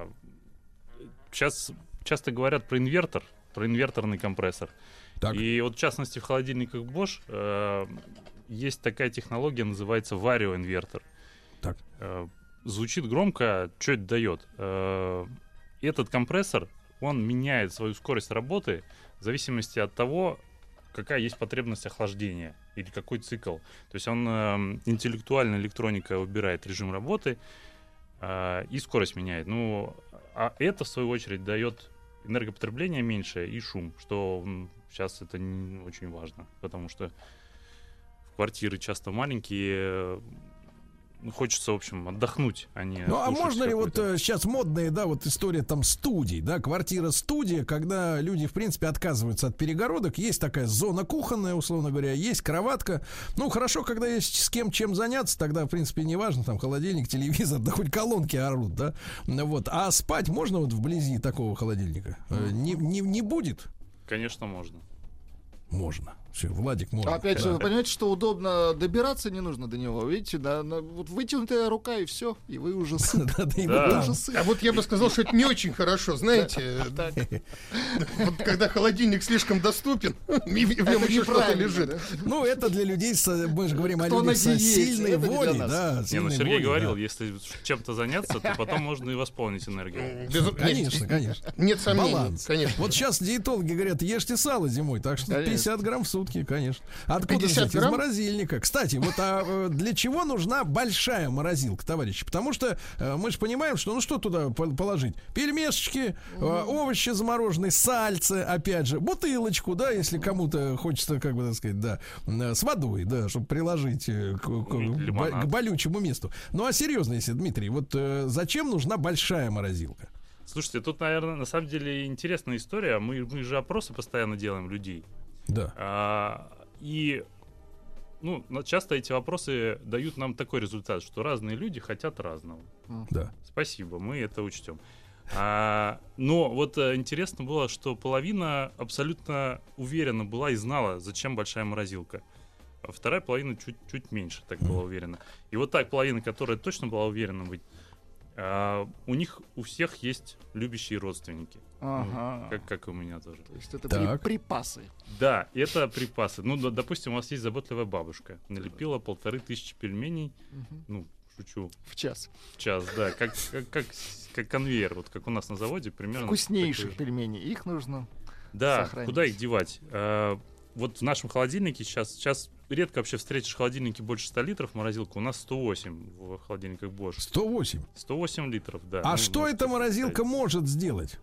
Сейчас часто говорят про инвертор, про инверторный компрессор. Так. И вот в частности в холодильниках Bosch э, есть такая технология, называется вариоинвертор. Так. Э, звучит громко, что это дает? Э, этот компрессор, он меняет свою скорость работы в зависимости от того, какая есть потребность охлаждения или какой цикл. То есть он э, интеллектуально, электроника выбирает режим работы э, и скорость меняет. Ну, а это, в свою очередь, дает энергопотребление меньше и шум, что сейчас это не очень важно, потому что квартиры часто маленькие, хочется, в общем, отдохнуть, а не... Ну, а можно ли вот какой-то... э, сейчас модная, да, вот история там студий, да, квартира-студия, когда люди, в принципе, отказываются от перегородок, есть такая зона кухонная, условно говоря, есть кроватка. Ну, хорошо, когда есть с кем чем заняться, тогда, в принципе, не важно, там, холодильник, телевизор, да хоть колонки орут, да, вот. А спать можно вот вблизи такого холодильника? Э, не, не, не будет? Конечно, можно. Можно. Все, Владик, можно. Опять же, да. вы понимаете, что удобно, добираться не нужно до него. Видите, да, на, вот вытянутая рука и все, и вы уже сыт. А вот я бы сказал, что это не очень хорошо, знаете. Вот когда холодильник слишком доступен, и в нем еще что-то лежит. Ну, это для людей, мы же говорим о людях со сильной волей, да. Не, ну Сергей говорил, если чем-то заняться, то потом можно и восполнить энергию. Конечно, конечно. Нет сомнений. Баланс. Конечно. Вот сейчас диетологи говорят, ешьте сало зимой, так что пятьдесят грамм в сутки, конечно. Откуда взять? Из морозильника. Кстати, вот а для чего нужна большая морозилка, товарищи? Потому что э, мы же понимаем, что ну что туда положить? Пельмешечки, э, овощи замороженные, сальце, опять же, бутылочку, да, если кому-то хочется, как бы так сказать, да, с водой, да, чтобы приложить к, к, к болючему месту. Ну а серьезно, если, Дмитрий, вот э, зачем нужна большая морозилка? Слушайте, тут, наверное, на самом деле интересная история. Мы, мы же опросы постоянно делаем людей. Да. А, и ну, часто эти вопросы дают нам такой результат, что разные люди хотят разного. Да. Спасибо, мы это учтем. А, но вот а, интересно было, что половина абсолютно уверена была и знала, зачем большая морозилка. А вторая половина чуть-чуть меньше так была уверена. И вот так половина, которая точно была уверена быть, а, у них у всех есть любящие родственники. Ага. Ну, как, как и у меня тоже. То есть это при, припасы. Да, это припасы. Ну, да, допустим, у вас есть заботливая бабушка. Налепила полторы тысячи пельменей. Угу. Ну, шучу. В час. В час, да. Как, как, как, как конвейер, вот как у нас на заводе примерно. Вкуснейших пельменей. Их нужно Да, сохранить. Куда их девать? А, вот в нашем холодильнике сейчас, сейчас редко вообще встретишь холодильники больше ста литров, морозилка. У нас сто восемь в холодильниках Bosch. сто восемь? сто восемь литров, да. А ну, что эта морозилка может сделать?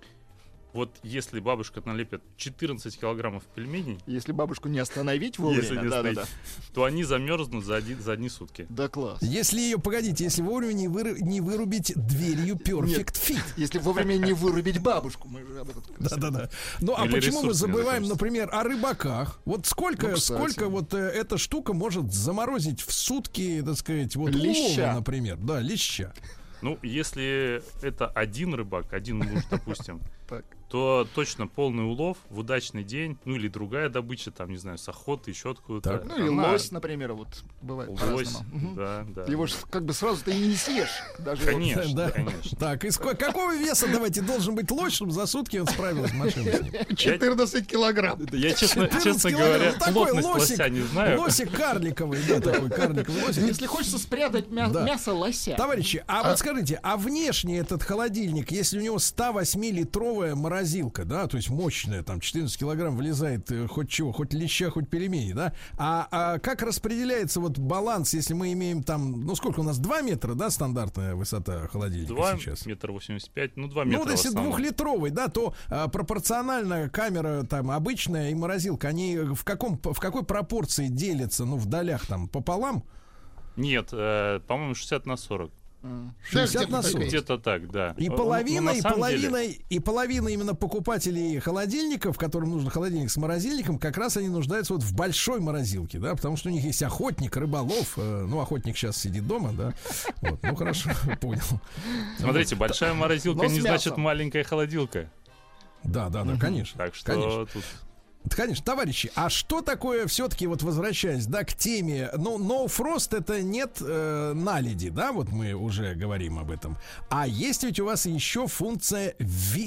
Вот если бабушка налепит четырнадцать килограммов пельменей... Если бабушку не остановить вовремя, если не да, остановить, да, да. то они замерзнут за, один, за одни сутки. Да, класс. Если ее, погодите, если вовремя не, выру, не вырубить дверью Perfect Fit. Если вовремя не вырубить бабушку. Мы же об этом... Да-да-да. Ну, а Или почему мы забываем, закончится. например, о рыбаках? Вот сколько, Ну, сколько вот э, эта штука может заморозить в сутки, так сказать, вот Леща. улова, например. Да, леща. Ну, если это один рыбак, один муж, допустим, Так. то точно полный улов в удачный день, ну или другая добыча, там, не знаю, с охоты, еще откуда-то. Ну или Она- лось, например, вот бывает Лось, по-разному. Мгм. да, да. Его же как бы сразу ты и не съешь. Даже Конечно, Да. конечно. Так, из ко- какого веса, давайте, должен быть лось, чтобы за сутки он справился с машиной с ним? четырнадцать килограмм. Я, честно, четырнадцать честно килограмм. говоря, Ну, такой плотность лосик, лося не знаю. Лосик карликовый, да, такой карликовый лосик. Если хочется спрятать мя- Да. мясо лося. Товарищи, а, вот скажите, а внешне этот холодильник, если у него сто восьмилитровая морозилка, да, то есть мощная, там четырнадцать килограмм влезает э, хоть чего, хоть леща, хоть пельмени, да, а, а как распределяется вот баланс, если мы имеем там, ну сколько у нас, два метра, да, стандартная высота холодильника Два сейчас? метра восемьдесят пять, ну два Ну метра вот в если основном. двухлитровый, да, то а, пропорционально камера там обычная и морозилка, они в каком, в какой пропорции делятся, ну в долях там пополам? Нет, э, по-моему, шестьдесят на сорок. шестьдесят на сорок. Где-то так, да. И Ну, половина, на и самом половина, деле- и половина именно покупателей холодильников, которым нужен холодильник с морозильником, как раз они нуждаются вот в большой морозилке, да, потому что у них есть охотник, рыболов, э, ну, охотник сейчас сидит дома, да, вот, ну, хорошо, понял. Смотрите, большая морозилка Но с не мясом. значит маленькая холодилка. Да, да, да, конечно. Так что конечно. тут... Конечно, товарищи, а что такое все-таки, вот возвращаясь, да, к теме, ну, no frost это нет э, наледи, да, вот мы уже говорим об этом. А есть ведь у вас еще функция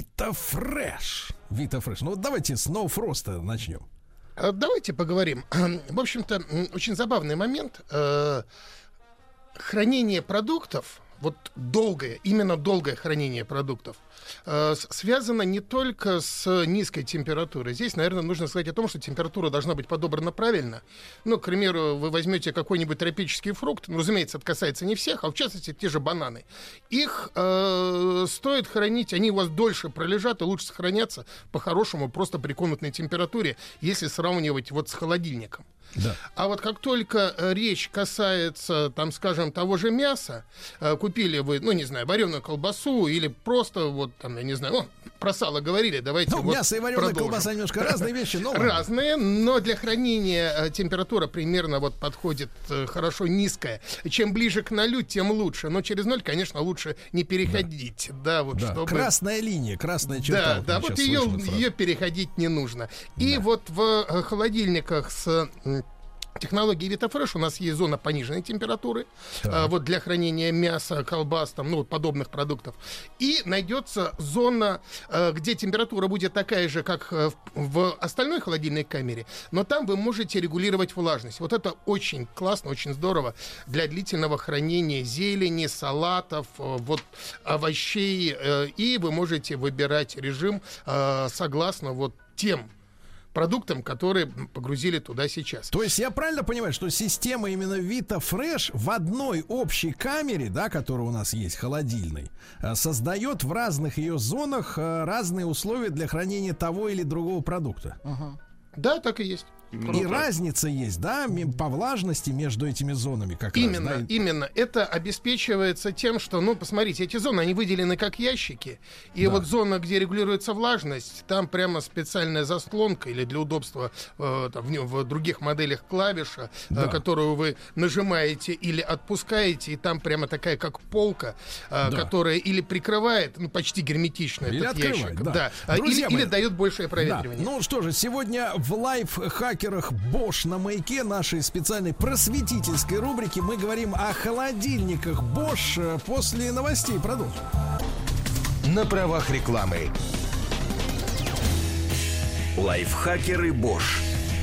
VitaFresh. VitaFresh. Ну, вот давайте с no frost начнем. А Давайте поговорим. В общем-то, м, очень забавный момент. Э, Хранение продуктов, вот долгое, именно долгое хранение продуктов, э, с- связано не только с низкой температурой. Здесь, наверное, нужно сказать о том, что температура должна быть подобрана правильно. Ну, к примеру, вы возьмете какой-нибудь тропический фрукт, ну, разумеется, это касается не всех, а в частности те же бананы. Их э, стоит хранить, они у вас дольше пролежат и лучше сохранятся по-хорошему просто при комнатной температуре, если сравнивать вот с холодильником. Да. А вот как только э, речь касается, там, скажем, того же мяса, э, купили вы, ну, не знаю, вареную колбасу или просто вот, там, я не знаю, о, про сало говорили, давайте Ну, вот мясо и вареная продолжим. колбаса немножко разные вещи, но... Разные, но для хранения э, температура примерно вот подходит э, хорошо низкая. Чем ближе к нолю, тем лучше. Но через ноль, конечно, лучше не переходить. Да, вот Да, чтобы... Красная линия, красная черта. Да, да, вот ее, ее переходить не нужно. И Да. вот в э, холодильниках с м, технологией Витафреш у нас есть зона пониженной температуры, а, вот для хранения мяса, колбас, там, ну, подобных продуктов. И найдется зона, а, где температура будет такая же, как в, в остальной холодильной камере, но там вы можете регулировать влажность. Вот это очень классно, очень здорово для длительного хранения зелени, салатов, вот, овощей. И вы можете выбирать режим а, согласно вот тем продуктам, которые погрузили туда сейчас. То есть я правильно понимаю, что система именно Vita-Fresh в одной общей камере, да, которая у нас есть, холодильной, создает в разных ее зонах разные условия для хранения того или другого продукта? Ага. Да, так и есть. И разница есть, да, по влажности между этими зонами как именно, раз, да? Именно. Это обеспечивается тем, что, ну, посмотрите, эти зоны, они выделены как ящики. И Да. вот зона, где регулируется влажность, там прямо специальная заслонка или для удобства э, там, в, в других моделях клавиша, Да. э, которую вы нажимаете или отпускаете, и там прямо такая как полка, э, Да. которая или прикрывает, ну, почти герметично Или этот открывает, ящик. да. Да. А, Друзья или, мои, или дает большее проветривание. Да. Ну что же, сегодня в лайфхакерах Bosch на маяке, нашей специальной просветительской рубрики, мы говорим о холодильниках Bosch. После новостей продолжим. На правах рекламы. Лайфхакеры Bosch.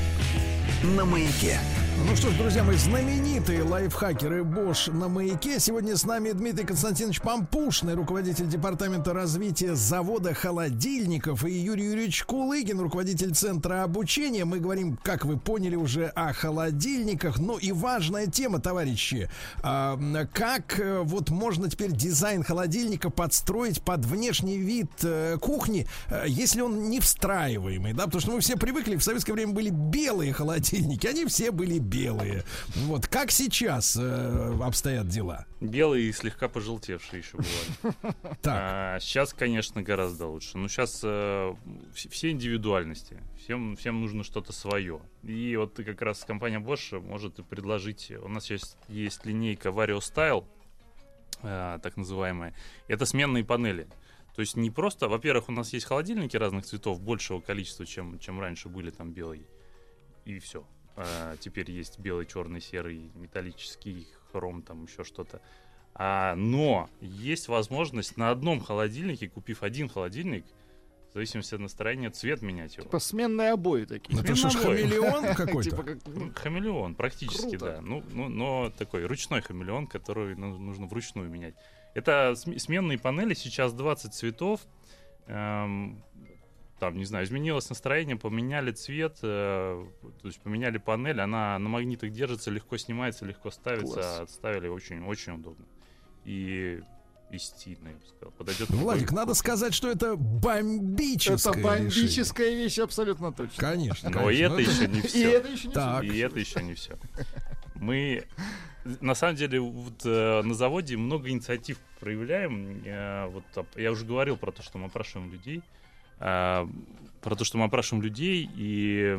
На маяке. Ну что ж, друзья мои, знаменитые лайфхакеры Bosch на маяке. Сегодня с нами Дмитрий Константинович Пампушный, руководитель департамента развития завода холодильников, и Юрий Юрьевич Кулыгин, руководитель центра обучения. Мы говорим, как вы поняли, уже о холодильниках. Ну и важная тема, товарищи, а, как вот можно теперь дизайн холодильника подстроить под внешний вид э, кухни, э, если он не встраиваемый, да, потому что мы все привыкли, в советское время были белые холодильники, они все были белые. Вот как сейчас э, обстоят дела? Белые и слегка пожелтевшие еще бывали. Так. А, сейчас, конечно, гораздо лучше. Но сейчас э, все индивидуальности. Всем, всем нужно что-то свое. И вот как раз компания Bosch может предложить. У нас сейчас есть линейка Vario Style, э, так называемая. Это сменные панели. То есть не просто, во-первых, у нас есть холодильники разных цветов, большего количества, чем, чем раньше были там белые. И все. Uh, теперь есть белый, черный, серый, металлический, хром, там еще что-то. А, но есть возможность на одном холодильнике, купив один холодильник, в зависимости от настроения, цвет менять его. Типа сменные обои такие. Это что ж, хамелеон какой-то? Типа как, ну, Хамелеон, практически, круто. да. Ну, ну, но такой ручной хамелеон, который ну, нужно вручную менять. Это см- сменные панели, сейчас двадцать цветов. Эм, Там, не знаю, изменилось настроение, поменяли цвет, э, то есть поменяли панель, она на магнитах держится, легко снимается, легко ставится, Класс. отставили, очень-очень удобно. И, и стильно, я бы сказал. Подойдет Владик, любой- надо сказать, что это бомбическое это бомбическая решение. вещь, абсолютно точно. Конечно, Но конечно. и это Ну, еще не И все. это еще не Так. И это еще не все. Мы, на самом деле, вот, э, на заводе много инициатив проявляем. Э, вот, оп- я уже говорил про то, что мы опрашиваем людей. э, про то, что мы опрашиваем людей и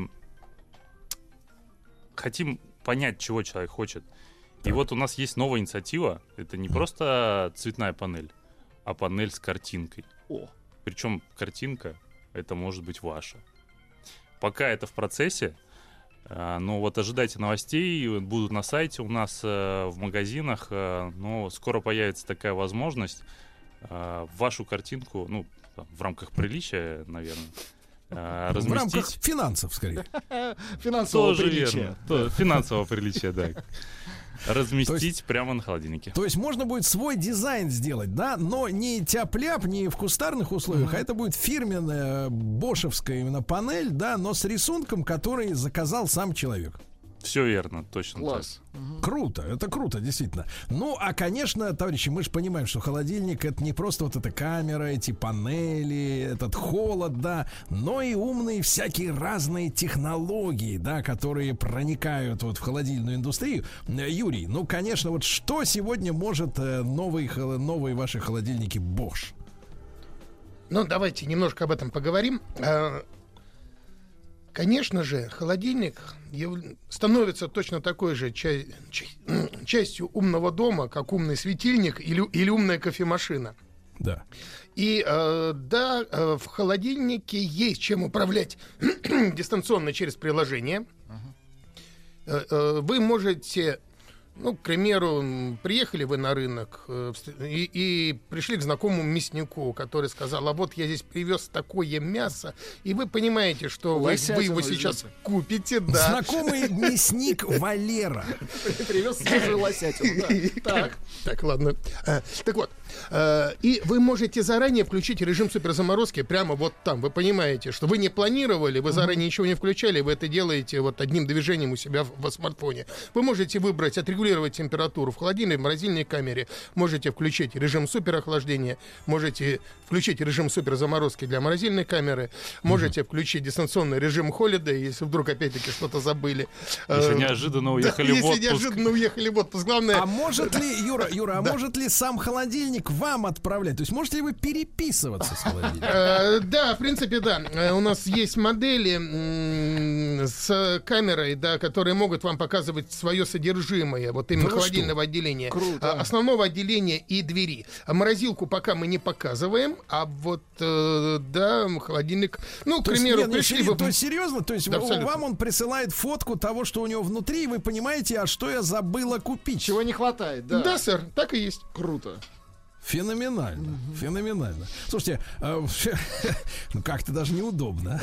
хотим понять, чего человек хочет. И вот у нас есть новая инициатива. Это не просто цветная панель, а панель с картинкой. О. Причем картинка это может быть ваша. Пока это в процессе, э, но вот ожидайте новостей, будут на сайте у нас, э, в магазинах, э, но скоро появится такая возможность э, вашу картинку, ну, там, в рамках приличия, наверное, э, В разместить. рамках финансов, скорее. Финансового Тоже приличия. верно. То- финансового приличия, да. Разместить То есть- прямо на холодильнике. То есть можно будет свой дизайн сделать, да, но не тяп-ляп, не в кустарных условиях, а это будет фирменная бошевская именно панель, да, но с рисунком, который заказал сам человек. Все верно, точно. Класс. Угу. Круто, это круто, действительно. Ну, а, конечно, товарищи, мы же понимаем, что холодильник — это не просто вот эта камера, эти панели, этот холод, да, но и умные всякие разные технологии, да, которые проникают вот в холодильную индустрию. Юрий, ну, конечно, вот что сегодня может новые, новые ваши холодильники Bosch? Ну, давайте немножко об этом поговорим. Конечно же, холодильник становится точно такой же ча- ча- частью умного дома, как умный светильник или, или умная кофемашина. Да. И э, да, э, в холодильнике есть чем управлять дистанционно через приложение. Uh-huh. Э, э, вы можете... Ну, к примеру, приехали вы на рынок э, и, и пришли к знакомому мяснику, который сказал: а вот я здесь привез такое мясо, и вы понимаете, что вы, вы его сейчас извините. купите, да. Знакомый мясник Валера. Привез свежую лосятину, да. Так. Так, ладно. Так вот, и вы можете заранее включить режим суперзаморозки прямо вот там. Вы понимаете, что вы не планировали, вы заранее ничего не включали, вы это делаете вот одним движением у себя в смартфоне. Вы можете выбрать, отрегулировать температуру в холодильной, в морозильной камере, можете включить режим суперохлаждения, можете включить режим суперзаморозки для морозильной камеры, можете mm-hmm. включить дистанционный режим Holiday, если вдруг опять-таки что-то забыли. Если неожиданно уехали да, в отпуск. Если неожиданно уехали в отпуск. Главное... А может ли, Юра, Юра, а да. может ли сам холодильник вам отправлять? То есть можете ли вы переписываться с холодильником? Да, в принципе, да. У нас есть модели с камерой, да, которые могут вам показывать свое содержимое. Вот именно да холодильного что? отделения. Круто. Основного отделения и двери. А морозилку пока мы не показываем, а вот, э, да, холодильник... Ну, к примеру, есть, нет, пришли... Нет, вы... То есть, серьезно? То есть, да, вам он присылает фотку того, что у него внутри, и вы понимаете, а что я забыла купить? Чего не хватает, да. Да, сэр, так и есть. Круто. Феноменально, mm-hmm. феноменально. Слушайте, э, ну как-то даже неудобно.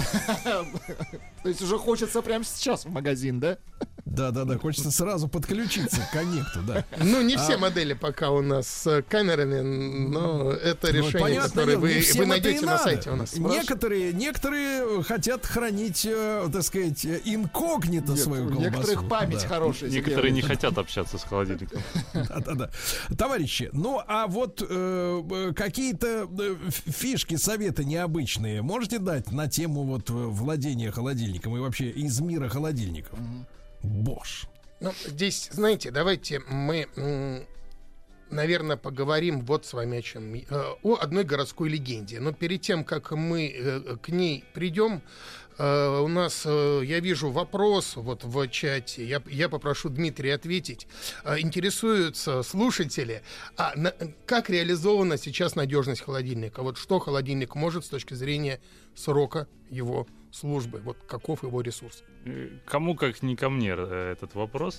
То есть уже хочется прямо сейчас в магазин, да? Да-да-да, хочется сразу подключиться к коннекту, да. Ну, не все а... модели пока у нас с камерами, но это ну, решение, понятно, которое вы, вы найдете на сайте у нас. Некоторые, некоторые хотят хранить, э, так сказать, инкогнито Нет, свою колбасу. Некоторых память да. хорошая. Некоторые не хотят общаться с холодильником. Да-да-да. Товарищи, ну а вот э, какие-то фишки, советы необычные можете дать на тему вот владения холодильником и вообще из мира холодильников? Bosch. Ну, здесь, знаете, давайте мы, наверное, поговорим вот с вами о чем. О одной городской легенде. Но перед тем, как мы к ней придем, у нас, я вижу вопрос вот в чате, я, я попрошу Дмитрия ответить. Интересуются слушатели, а на, как реализована сейчас надежность холодильника? Вот что холодильник может с точки зрения срока его службы? Вот каков его ресурс? Кому как не ко мне этот вопрос.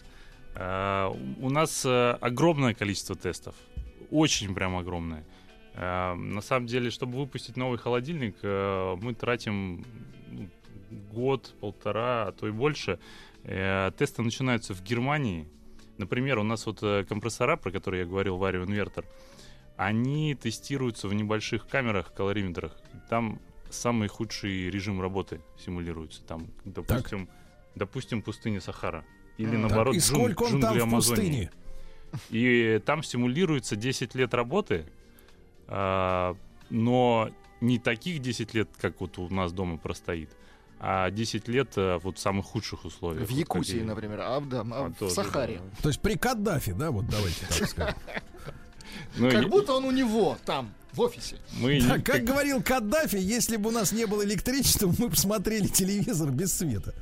У нас огромное количество тестов. Очень прям огромное. На самом деле, чтобы выпустить новый холодильник, мы тратим год, полтора, а то и больше. Тесты начинаются в Германии. Например, у нас вот компрессора, про которые я говорил, Vario Inverter, они тестируются в небольших камерах, калориметрах. Там самый худший режим работы симулируется. Там, допустим, допустим пустыня Сахара. Или, наоборот, так, и сколько джун, он джунгли там в Амазонии. Пустыне? И там симулируется десять лет работы, а, но не таких десять лет, как вот у нас дома простоит, а десять лет а, вот в самых худших условиях. В Якутии, вот, например, а, да, а, а в тоже, Сахаре. Да. То есть при Каддафи, да, вот давайте так скажем. Ну, как будто он у него там, в офисе. Мы да, как так... говорил Каддафи, если бы у нас не было электричества, мы бы смотрели телевизор без света.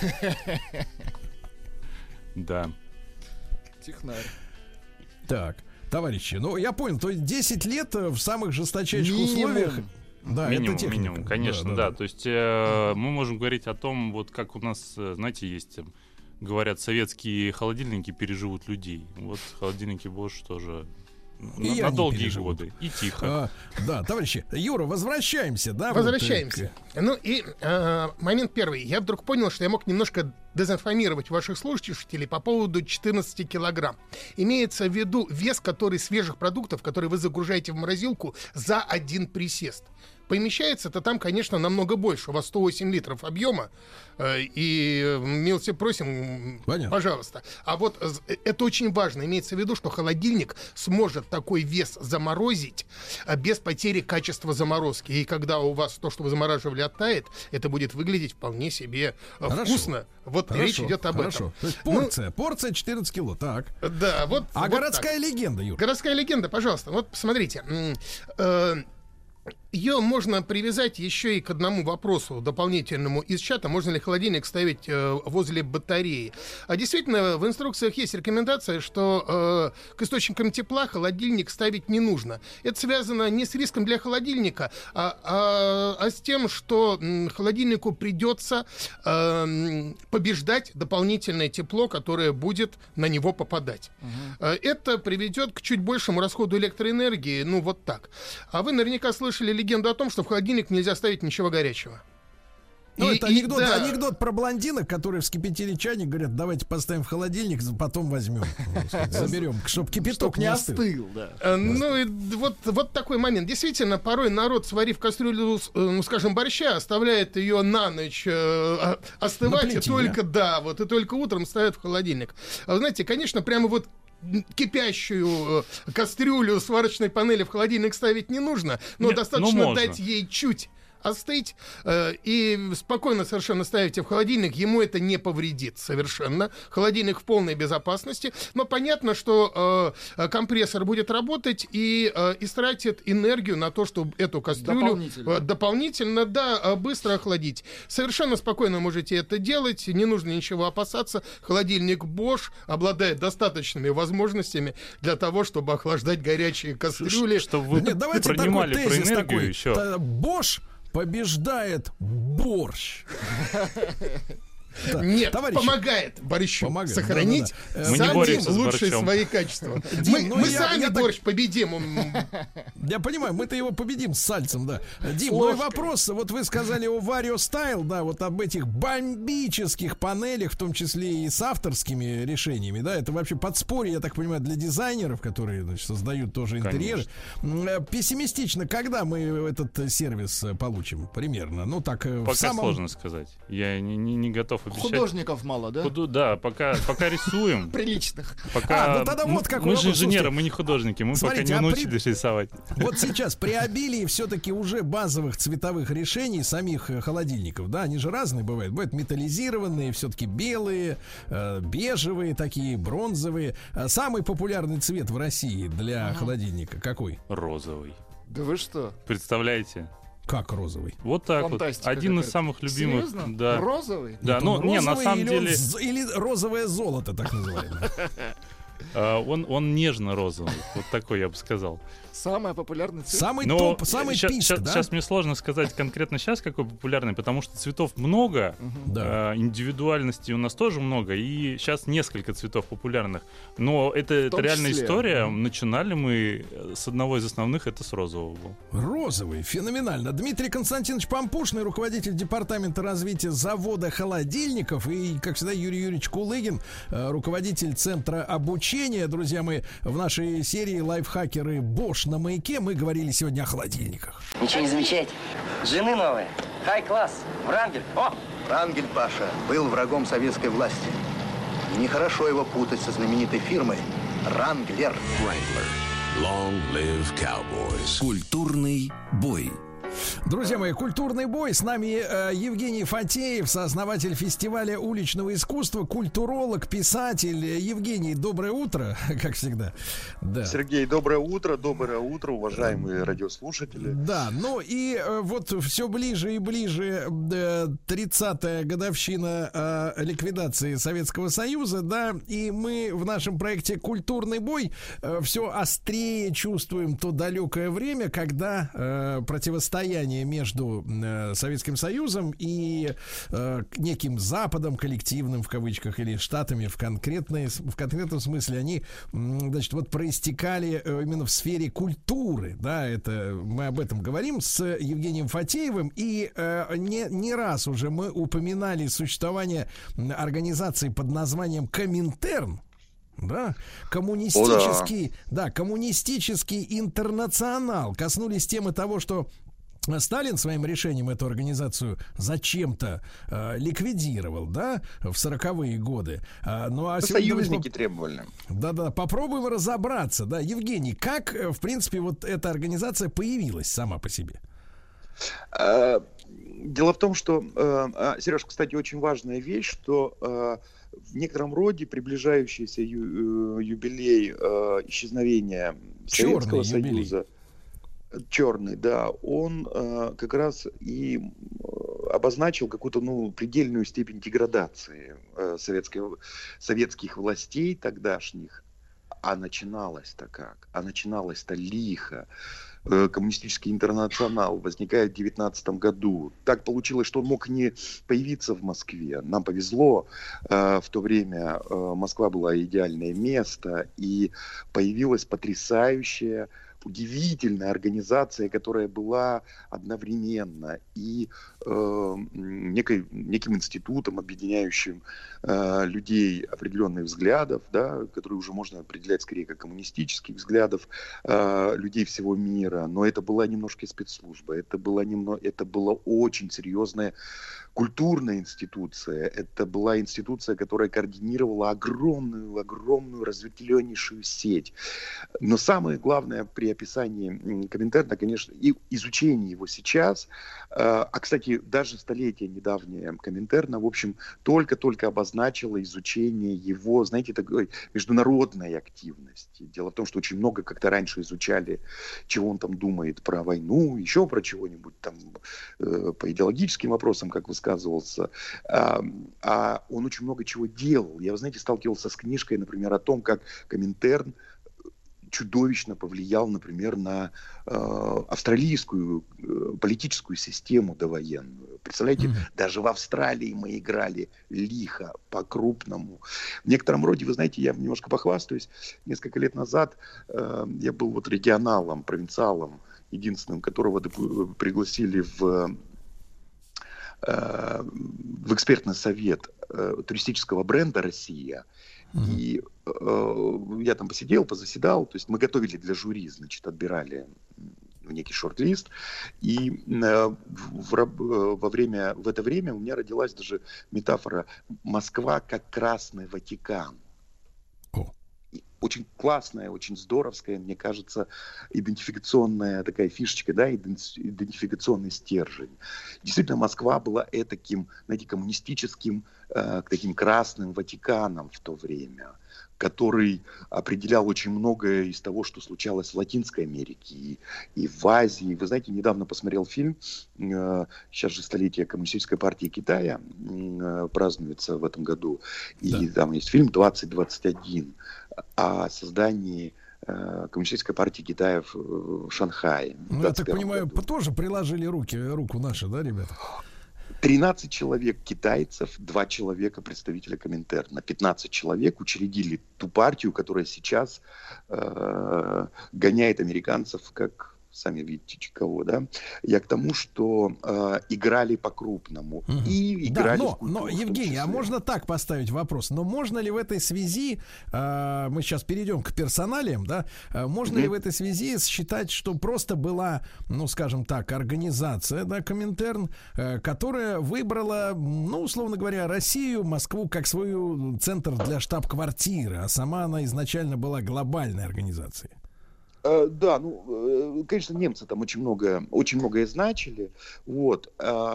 Да. Технарь. Так, товарищи, ну я понял, то есть десять лет в самых жесточайших минимум. условиях. Да, минимум, это техника. Минимум, конечно, да. да. да. То есть э, мы можем говорить о том, вот как у нас, знаете, есть, говорят, советские холодильники переживут людей. Вот холодильники Bosch тоже и на, на долгие переживут. годы. И тихо. А, да, товарищи, Юра, возвращаемся, да? Возвращаемся. Вот, ну и э, момент первый. Я вдруг понял, что я мог немножко дезинформировать ваших слушателей по поводу четырнадцати килограмм. Имеется в виду вес, который свежих продуктов, которые вы загружаете в морозилку за один присест. Помещается-то там, конечно, намного больше. У вас сто восемь литров объема. Э, и милости просим, понятно, пожалуйста. А вот э, это очень важно. Имеется в виду, что холодильник сможет такой вес заморозить э, без потери качества заморозки. И когда у вас то, что вы замораживали, оттает, это будет выглядеть вполне себе э, вкусно. Вот хорошо, речь идет об хорошо. этом. То есть порция, ну, порция четырнадцать кило, так. Да, вот. А вот городская так. легенда, Юр? Городская легенда, пожалуйста. Вот посмотрите. Э, Ее можно привязать еще и к одному вопросу дополнительному из чата. Можно ли холодильник ставить э, возле батареи? А действительно, в инструкциях есть рекомендация, что э, к источникам тепла холодильник ставить не нужно. Это связано не с риском для холодильника, а, а, а с тем, что м, холодильнику придется э, побеждать дополнительное тепло, которое будет на него попадать. Uh-huh. Это приведет к чуть большему расходу электроэнергии, ну вот так. А вы наверняка слышали легенду о том, что в холодильник нельзя ставить ничего горячего. Ну, и, это и, анекдот, да. анекдот про блондинок, которые вскипятили чайник, говорят, давайте поставим в холодильник, потом возьмем, заберем, чтобы кипяток не остыл. Да. Ну, и вот, вот такой момент. Действительно, порой народ, сварив кастрюлю, ну, скажем, борща, оставляет ее на ночь э, остывать, на плите, и только, да? да, вот, и только утром ставят в холодильник. А, знаете, конечно, прямо вот кипящую кастрюлю сварочной панели в холодильник ставить не нужно, но Нет, достаточно ну дать ей чуть остыть э, и спокойно совершенно ставите в холодильник, ему это не повредит совершенно. Холодильник в полной безопасности, но понятно, что э, компрессор будет работать и э, истратит энергию на то, чтобы эту кастрюлю дополнительно, э, дополнительно да, быстро охладить. Совершенно спокойно можете это делать, не нужно ничего опасаться. Холодильник Bosch обладает достаточными возможностями для того, чтобы охлаждать горячие кастрюли. Чтобы вы Нет, давайте принимали такой тезис про энергию такой. еще. Bosch побеждает борщ. Да. Нет, товарищи, помогает борщу помогает. сохранить да, да, да. самые лучшие свои качества. Дим, мы ну мы я, сами я борщ так... победим. Я понимаю, мы-то его победим с сальцем, да. Дим, мой вопрос, вот вы сказали о Vario Style, да, вот об этих бомбических панелях, в том числе и с авторскими решениями, да, это вообще подспорье, я так понимаю, для дизайнеров, которые, значит, создают тоже интерьеры. Конечно. Пессимистично, когда мы этот сервис получим примерно? Ну так, пока в самом... сложно сказать. Я не, не, не готов обещать. Художников мало, да? Худу, да, пока, пока рисуем. Приличных. Пока... А, ну тогда вот как мы же инженеры, мы не художники, мы Смотрите, пока не научились при... рисовать. Вот сейчас при обилии все-таки уже базовых цветовых решений самих холодильников, да, они же разные бывают. Бывают металлизированные, все-таки белые, э, бежевые такие, бронзовые. Самый популярный цвет в России для ага. холодильника какой? Розовый. Да вы что? Представляете? Как розовый? Вот так Фантастика вот. Один какая-то. из самых любимых. Серьезно? Да. Розовый? Да, ну, не, на самом или деле... Он, или розовое золото, так называемое. Uh, он, он нежно-розовый. Вот такой, я бы сказал. Самый популярный цвет? Самый Но топ, самый щас, писк, щас, да? Сейчас мне сложно сказать конкретно сейчас, какой популярный, потому что цветов много, uh-huh. да. uh, индивидуальности у нас тоже много, и сейчас несколько цветов популярных. Но это, это реальная числе. история. Uh-huh. Начинали мы с одного из основных, это с розового. Розовый, феноменально. Дмитрий Константинович Пампушный, руководитель департамента развития завода холодильников, и, как всегда, Юрий Юрьевич Кулыгин, руководитель центра обучения. Друзья мои, в нашей серии «Лайфхакеры Bosch» на Маяке мы говорили сегодня о холодильниках. Ничего не замечаете? Жены новые. Хай-класс. Врангель. О! Врангель, Паша, был врагом советской власти. И нехорошо его путать со знаменитой фирмой «Ранглер». Wrangler. Long live cowboys. Культурный бой. Друзья мои, культурный бой. С нами э, Евгений Фатеев, сооснователь фестиваля уличного искусства, культуролог, писатель. Евгений, доброе утро, как всегда. Да. Сергей, доброе утро, доброе утро, уважаемые радиослушатели. Да, ну и э, вот все ближе и ближе э, тридцатая годовщина э, ликвидации Советского Союза, да, и мы в нашем проекте «Культурный бой» э, все острее чувствуем то далекое время, когда э, противостояние соревнование между э, Советским Союзом и э, неким Западом коллективным, в кавычках, или Штатами в, конкретной, в конкретном смысле, они, значит, вот проистекали э, именно в сфере культуры, да, это мы об этом говорим с Евгением Фатеевым, и э, не, не раз уже мы упоминали существование организации под названием Коминтерн, да, коммунистический, О, да. да, коммунистический интернационал. Коснулись темы того, что Сталин своим решением эту организацию зачем-то э, ликвидировал, да, в сороковые годы. А, ну, а союзники поп... требовали. Да-да, попробуем разобраться, да. Евгений, как, в принципе, вот эта организация появилась сама по себе? Дело в том, что, Сереж, кстати, очень важная вещь, что в некотором роде приближающийся ю, юбилей исчезновения Советского Союза, черный, да, он как раз и обозначил какую-то, ну, предельную степень деградации советской, советских властей тогдашних. А начиналось-то как? А начиналось-то лихо. Коммунистический интернационал возникает в девятнадцатом году. Так получилось, что он мог не появиться в Москве. Нам повезло. В то время Москва была идеальное место, и появилась потрясающая, удивительная организация, которая была одновременно и э, некой, неким институтом, объединяющим э, людей определенных взглядов, да, которые уже можно определять скорее как коммунистических взглядов, э, людей всего мира. Но это была немножко спецслужба, это была, немного, это была очень серьезная культурная институция. Это была институция, которая координировала огромную, огромную разветвленнейшую сеть. Но самое главное при описании Коминтерна, конечно, и изучении его сейчас, а, кстати, даже столетие недавнее Коминтерна, в общем, только-только обозначило изучение его, знаете, такой международной активности. Дело в том, что очень много как-то раньше изучали, чего он там думает про войну, еще про чего-нибудь там по идеологическим вопросам, как вы сказали, сказывался, а, а он очень много чего делал. Я, вы знаете, сталкивался с книжкой, например, о том, как Коминтерн чудовищно повлиял, например, на э, австралийскую э, политическую систему довоенную. Представляете, mm-hmm. даже в Австралии мы играли лихо, по-крупному. В некотором роде, вы знаете, я немножко похвастаюсь, несколько лет назад э, я был вот регионалом, провинциалом, единственным, которого пригласили в в экспертный совет э, туристического бренда «Россия». Mm-hmm. И э, я там посидел, позаседал. То есть мы готовили для жюри, значит, отбирали некий шорт-лист. И э, в, в, во время, в это время у меня родилась даже метафора «Москва как Красный Ватикан». Очень классная, очень здоровская, мне кажется, идентификационная такая фишечка, да, идентификационный стержень. Действительно, Москва была этаким, знаете, коммунистическим, э, таким красным Ватиканом в то время, который определял очень многое из того, что случалось в Латинской Америке и, и в Азии. Вы знаете, недавно посмотрел фильм, э, сейчас же столетие Коммунистической партии Китая э, празднуется в этом году, и да. Там есть фильм двадцать двадцать один о создании э, Коммунистической партии Китая в, в Шанхае. Ну, я так понимаю, году. Тоже приложили руки, руку наши, да, ребята? тринадцать человек китайцев, два человека представителя Коминтерна. пятнадцать человек учредили ту партию, которая сейчас э, гоняет американцев как... Сами видите, кого, да? Я к тому, что э, играли по-крупному. Угу. И играли да, но, в культуру. Но, Евгений, а можно так поставить вопрос? Но можно ли в этой связи, э, мы сейчас перейдем к персоналиям, да? Э, можно угу. ли в этой связи считать, что просто была, ну, скажем так, организация, да, Коминтерн, э, которая выбрала, ну, условно говоря, Россию, Москву как свой центр для штаб-квартиры, а сама она изначально была глобальной организацией? Да, ну, конечно, немцы там очень много, очень многое значили, вот,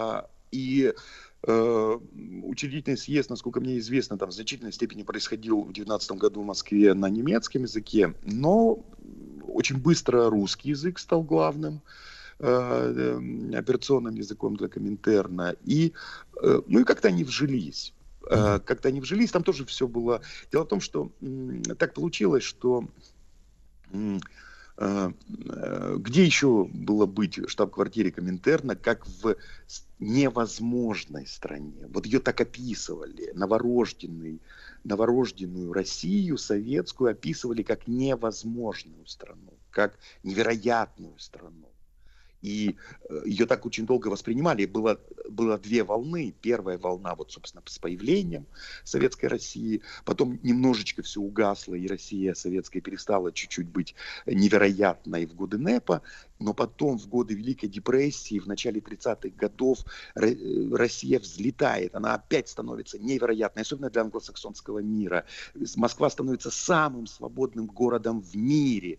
и учредительный съезд, насколько мне известно, там в значительной степени происходил в девятнадцатом году в Москве на немецком языке, но очень быстро русский язык стал главным операционным языком для Коминтерна, и, ну, и как-то они вжились. Как-то они вжились, там тоже все было. Дело в том, что так получилось, что Где еще было быть в штаб-квартире Коминтерна, как в невозможной стране? Вот ее так описывали, новорожденный, новорожденную Россию советскую описывали как невозможную страну, как невероятную страну. И ее так очень долго воспринимали. Было, было две волны. Первая волна, вот, собственно, с появлением Советской России. Потом немножечко все угасло, и Россия советская перестала чуть-чуть быть невероятной в годы НЭПа. Но потом, в годы Великой депрессии, в начале тридцатых годов, Россия взлетает. Она опять становится невероятной, особенно для англосаксонского мира. Москва становится самым свободным городом в мире,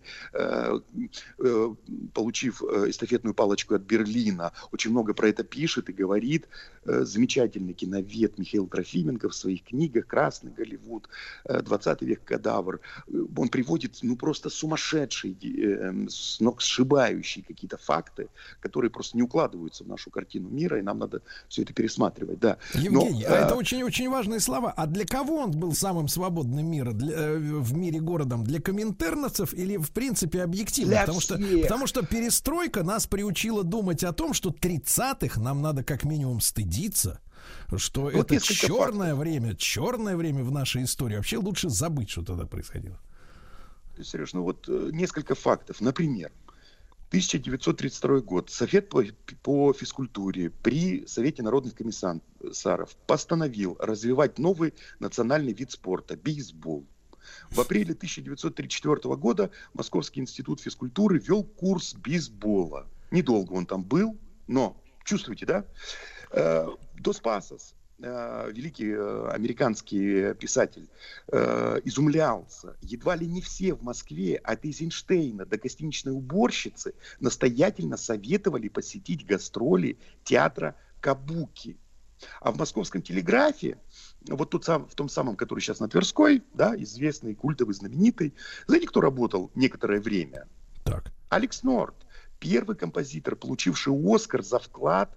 получив эстафетную палочку от Берлина. Очень много про это пишет и говорит замечательный киновед Михаил Трофименко в своих книгах «Красный Голливуд», «двадцатый век кадавр». Он приводит ну, просто сумасшедшие, сногсшибающие какие-то факты, которые просто не укладываются в нашу картину мира, и нам надо все это пересматривать. Да. Евгений, Но, а это очень-очень важные слова. А для кого он был самым свободным мира, для, в мире городом? Для коминтерновцев или в принципе объективно? Потому что, потому что перестройка нас приучила думать о том, что тридцатых нам надо как минимум стыдиться, что вот это черное фактов. время, черное время в нашей истории. Вообще лучше забыть, что тогда происходило. Сереж, ну вот несколько фактов. Например, тысяча девятьсот тридцать второй год. Совет по, по физкультуре при Совете народных комиссаров постановил развивать новый национальный вид спорта – бейсбол. В апреле тысяча девятьсот тридцать четвёртого года Московский институт физкультуры вел курс бейсбола. Недолго он там был, но чувствуете, да? Дос Пасос, великий американский писатель, изумлялся. Едва ли не все в Москве, от Эйзенштейна до гостиничной уборщицы, настоятельно советовали посетить гастроли театра Кабуки. А в Московском телеграфе, вот тут сам, в том самом, который сейчас на Тверской, да, известный, культовый, знаменитый, знаете, кто работал некоторое время? Так. Алекс Норд, первый композитор, получивший Оскар за вклад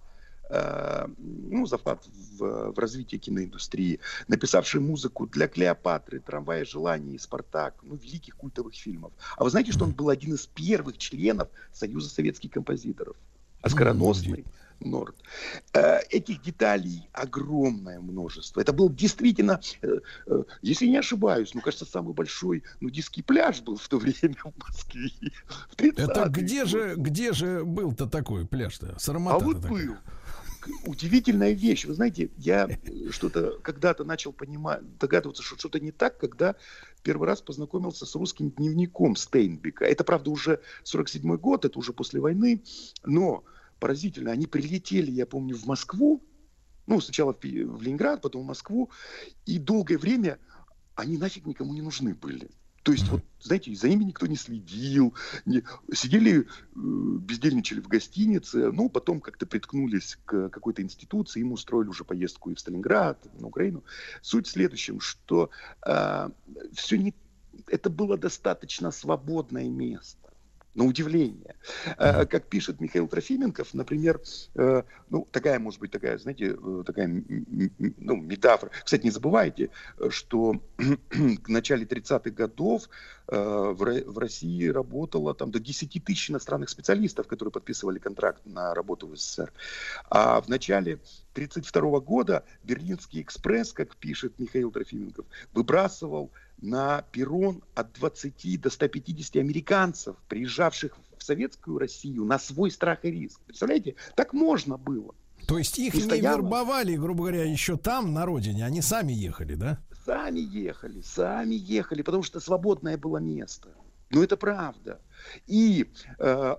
ну, за вклад в, в развитие киноиндустрии, написавший музыку для «Клеопатры», «Трамвая желаний» и «Спартак», ну, великих культовых фильмов. А вы знаете, что он был один из первых членов Союза советских композиторов? Оскароносный Норд. Этих деталей огромное множество. Это был действительно, если не ошибаюсь, ну, кажется, самый большой нудистский пляж был в то время в Москве. В Это где же, где же был-то такой пляж-то? Сармата-то а вот такая. Был. Удивительная вещь. Вы знаете, я что-то когда-то начал понимать, догадываться, что что-то не так, когда первый раз познакомился с русским дневником Стейнбека. Это, правда, уже сорок седьмой год, это уже после войны, но поразительно, они прилетели, я помню, в Москву, ну, сначала в, в Ленинград, потом в Москву, и долгое время они нафиг никому не нужны были. То есть, вот, знаете, за ними никто не следил, не, сидели, э, бездельничали в гостинице, ну, потом как-то приткнулись к какой-то институции, им устроили уже поездку и в Сталинград, на Украину. Суть в следующем, что э, все не, это было достаточно свободное место. На удивление. Э, как пишет Михаил Трофименков, например, э, ну, такая, может быть, такая, знаете, такая ну, метафора. Кстати, не забывайте, что в начале тридцатых годов э, в, в России работало там до десять тысяч иностранных специалистов, которые подписывали контракт на работу в СССР. А в начале тридцать второго года Берлинский экспресс, как пишет Михаил Трофименков, выбрасывал на перрон от двадцати до ста пятидесяти американцев, приезжавших в советскую Россию на свой страх и риск. Представляете? Так можно было. То есть их не стояло... вербовали, грубо говоря, еще там, на родине, они сами ехали, да? Сами ехали, сами ехали, потому что свободное было место. Ну, это правда. И э,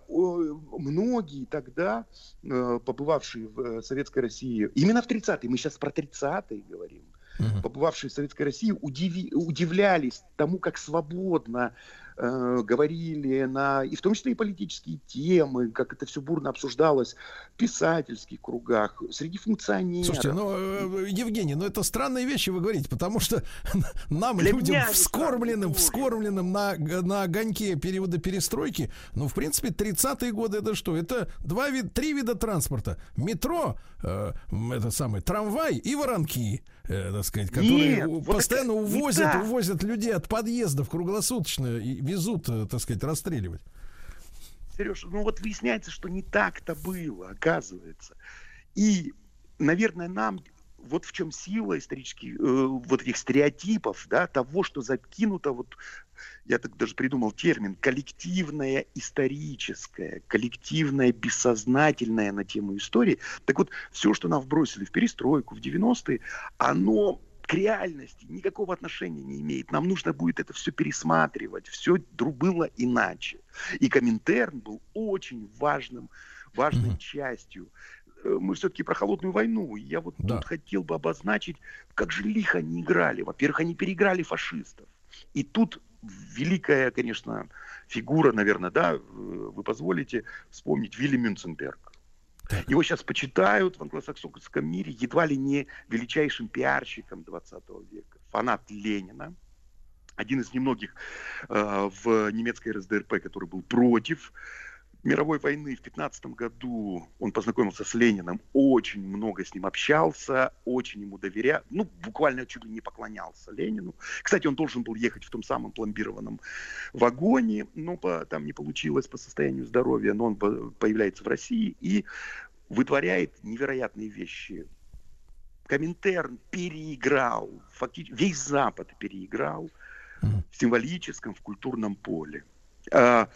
многие тогда, э, побывавшие в Советской России, именно в тридцатые, мы сейчас про тридцатые говорим, Uh-huh. побывавшие в Советской России, удиви, удивлялись тому, как свободно э, говорили, на, и в том числе и политические темы, как это все бурно обсуждалось в писательских кругах, среди функционеров. Слушайте, ну, Евгений, ну это странные вещи вы говорите, потому что нам, Для людям, вскормленным, вскормленным на, на огоньке периода перестройки, ну, в принципе, тридцатые годы это что? Это два вид, три вида транспорта. Метро, э, это самый трамвай и воронки. Э, так сказать, которые Нет, постоянно вот увозят, увозят людей от подъездов круглосуточно и везут, так сказать, расстреливать. Сереж, ну вот выясняется, что не так-то было, оказывается. И, наверное, нам вот в чем сила исторических, э, вот этих стереотипов, да, того, что закинуто, вот, я так даже придумал термин, коллективное историческое, коллективное бессознательное на тему истории. Так вот, все, что нам вбросили в перестройку, в девяностые, оно к реальности никакого отношения не имеет. Нам нужно будет это все пересматривать. Все было иначе. И Коминтерн был очень важным, важной mm-hmm. частью. Мы все-таки про холодную войну. Я вот да. тут хотел бы обозначить, как же лихо они играли. Во-первых, они переиграли фашистов. И тут великая, конечно, фигура, наверное, да, вы позволите вспомнить Вилли Мюнценберг. Его сейчас почитают в англосаксонском мире едва ли не величайшим пиарщиком двадцатого века. Фанат Ленина. Один из немногих э, в немецкой эр эс дэ эр пэ, который был против мировой войны. В пятнадцатом году он познакомился с Лениным, очень много с ним общался, очень ему доверял, ну, буквально чуть ли не поклонялся Ленину. Кстати, он должен был ехать в том самом пломбированном вагоне, но по, там не получилось по состоянию здоровья, но он по, появляется в России и вытворяет невероятные вещи. Коминтерн переиграл, фактически весь Запад переиграл mm-hmm. в символическом, в культурном поле. А,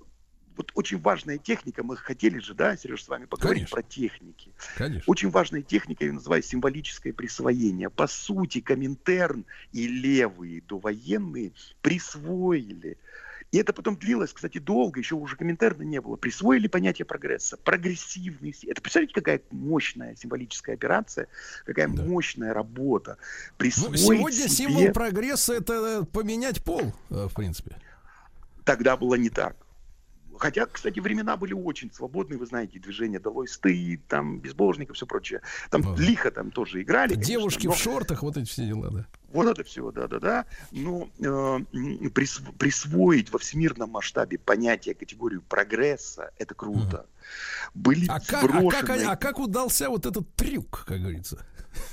Вот очень важная техника, мы хотели же, да, Сереж, с вами поговорить Конечно. Про техники. Конечно. Очень важная техника, я называю символическое присвоение. По сути, Коминтерн и левые довоенные присвоили. И это потом длилось, кстати, долго, еще уже Коминтерна не было. Присвоили понятие прогресса. Прогрессивный. Это, представляете, какая мощная символическая операция, какая да. мощная работа. Ну, сегодня себе... символ прогресса — это поменять пол, в принципе. Тогда было не так. Хотя, кстати, времена были очень свободные, вы знаете, движение «Долой стыд», там, безбожников, все прочее. Там ну, лихо там тоже играли. Конечно, девушки но... в шортах, вот эти все дела, да. Вот это все, да-да-да. Но э, присв... присвоить во всемирном масштабе понятие, категорию прогресса, это круто. Mm. Были а, сброшены... как, а, как, а как удался вот этот трюк, как говорится?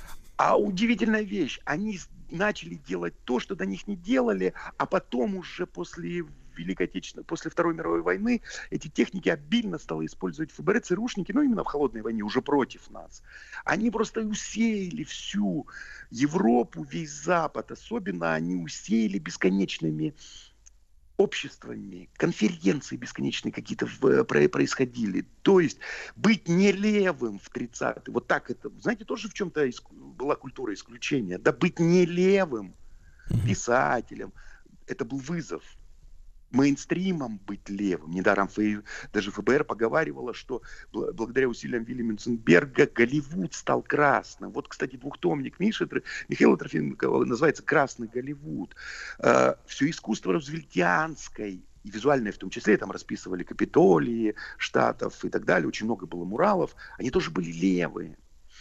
А удивительная вещь. Они начали делать то, что до них не делали, а потом уже после... Великой Отечественной, после Второй мировой войны эти техники обильно стало использовать эф бэ эр, ЦРУшники, ну именно в холодной войне, уже против нас. Они просто усеяли всю Европу, весь Запад, особенно они усеяли бесконечными обществами, конференции бесконечные какие-то в, про, происходили. То есть быть не левым в тридцатые, вот так это, знаете, тоже в чем-то иск, была культура исключения, да быть не левым писателем, это был вызов. Мейнстримом быть левым. Недаром фэ... даже эф бэ эр поговаривало, что бл- благодаря усилиям Вилли Мюнценберга Голливуд стал красным. Вот, кстати, двухтомник Миши, Михаила Трофименкова называется «Красный Голливуд». Э, все искусство рузвельтианской и визуальное в том числе, там расписывали Капитолии штатов и так далее, очень много было муралов, они тоже были левые.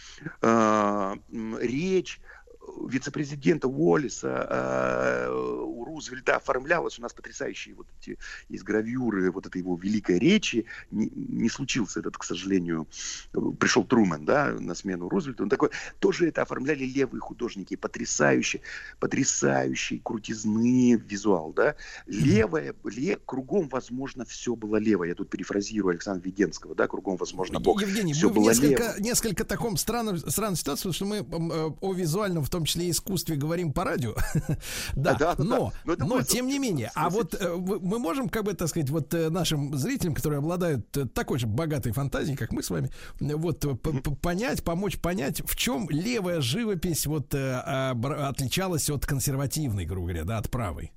Э, речь вице-президента Уоллиса э, у Рузвельта оформлялась. У нас потрясающие вот эти есть гравюры вот этой его великой речи. Не, не случился этот, к сожалению, пришел Трумэн, да, на смену Рузвельту. Он такой, тоже это оформляли левые художники. Потрясающий, потрясающий, крутизны визуал, да. Левое, лев, кругом, возможно, все было левое. Я тут перефразирую Александра Веденского, да, кругом, возможно, Бог. Евгений, все мы было в несколько, лево. несколько таком странном, странной ситуации, потому что мы э, о визуальном, в том числе искусстве, говорим по радио. да, да, да, но, да. но, но тем не менее, а вот э, мы можем, как бы, так сказать, вот э, нашим зрителям, которые обладают э, такой же богатой фантазией, как мы с вами, э, вот э, понять, помочь понять, в чем левая живопись вот э, э, отличалась от консервативной, грубо говоря, да, от правой.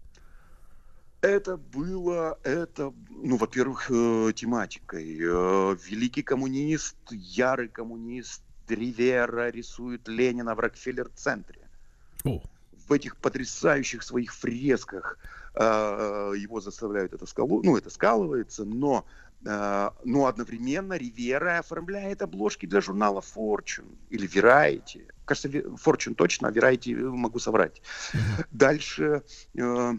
Это было, это, ну, во-первых, э, тематикой. Э, великий коммунист, ярый коммунист Ривера рисует Ленина в Рокфеллер-центре. О. В этих потрясающих своих фресках э, его заставляют это скалу, ну, это скалывается, но, э, но одновременно Ривера оформляет обложки для журнала Fortune или Variety. Кажется, Fortune точно, а Variety могу соврать. Mm-hmm. Дальше... Э,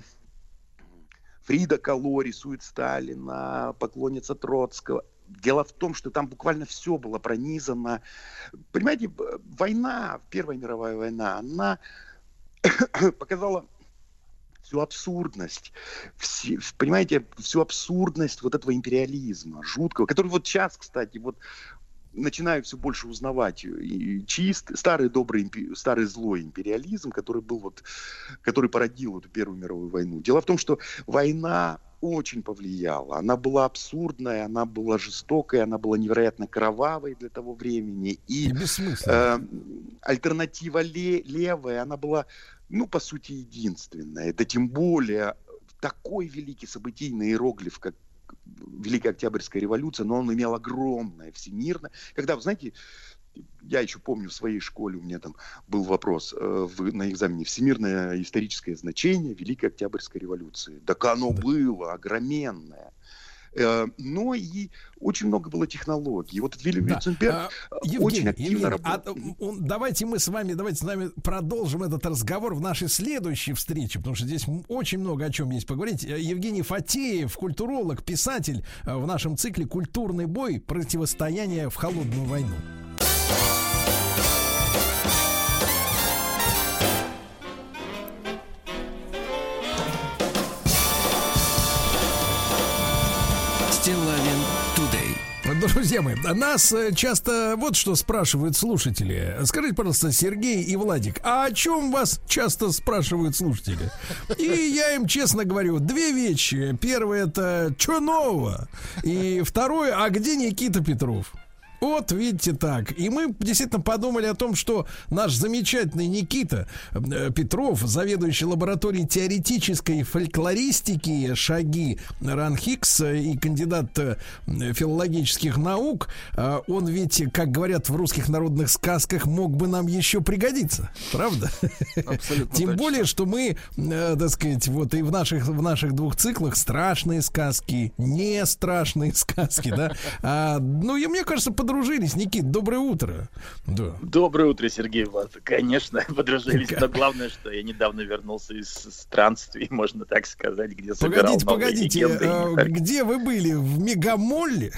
Фрида Кало рисует Сталина, поклонница Троцкого. Дело в том, что там буквально все было пронизано. Понимаете, война, Первая мировая война, она показала всю абсурдность, все, понимаете, всю абсурдность вот этого империализма жуткого, который вот сейчас, кстати, вот начинаю все больше узнавать и чист, старый добрый, старый злой империализм, который был вот, который породил эту Первую мировую войну. Дело в том, что война очень повлияла. Она была абсурдная, она была жестокой, она была невероятно кровавой для того времени. И, и э, альтернатива ле- левая, она была, ну, по сути, единственная. Это тем более такой великий событийный иероглиф, как Великая Октябрьская революция, но он имел огромное, всемирное. Когда, вы знаете, я еще помню в своей школе, у меня там был вопрос э, в, на экзамене: всемирное историческое значение Великой Октябрьской революции. Так оно да. было огроменное. Э, но и очень много было технологий. Вот Вильям да. Виттенберг а, очень Евгений, активно Евгений, работал. А, он, давайте мы с вами, давайте с вами продолжим этот разговор в нашей следующей встрече, потому что здесь очень много о чем есть поговорить. Евгений Фатеев, культуролог, писатель, в нашем цикле «Культурный бой. Противостояние в холодную войну». Друзья мои, нас часто вот что спрашивают слушатели. Скажите, пожалуйста, Сергей и Владик, а о чем вас часто спрашивают слушатели? И я им честно говорю, две вещи. Первое — это что нового? И второе — а где Никита Петров? Вот, видите, так. И мы действительно подумали о том, что наш замечательный Никита э, Петров, заведующий лабораторией теоретической фольклористики «Шаги» РАНХИКС и кандидат э, филологических наук, э, он ведь, как говорят в русских народных сказках, мог бы нам еще пригодиться. Правда? Абсолютно. Тем точно. Более, что мы, э, так сказать, вот и в наших, в наших двух циклах страшные сказки, не страшные сказки, да. А, ну, и мне кажется, под подружились. Никит, доброе утро. Да. Доброе утро, Сергей, Влад. Конечно, подружились. Но главное, что я недавно вернулся из странствий, можно так сказать, где собирал Погодите, погодите. А, где вы были? В Мегамолле?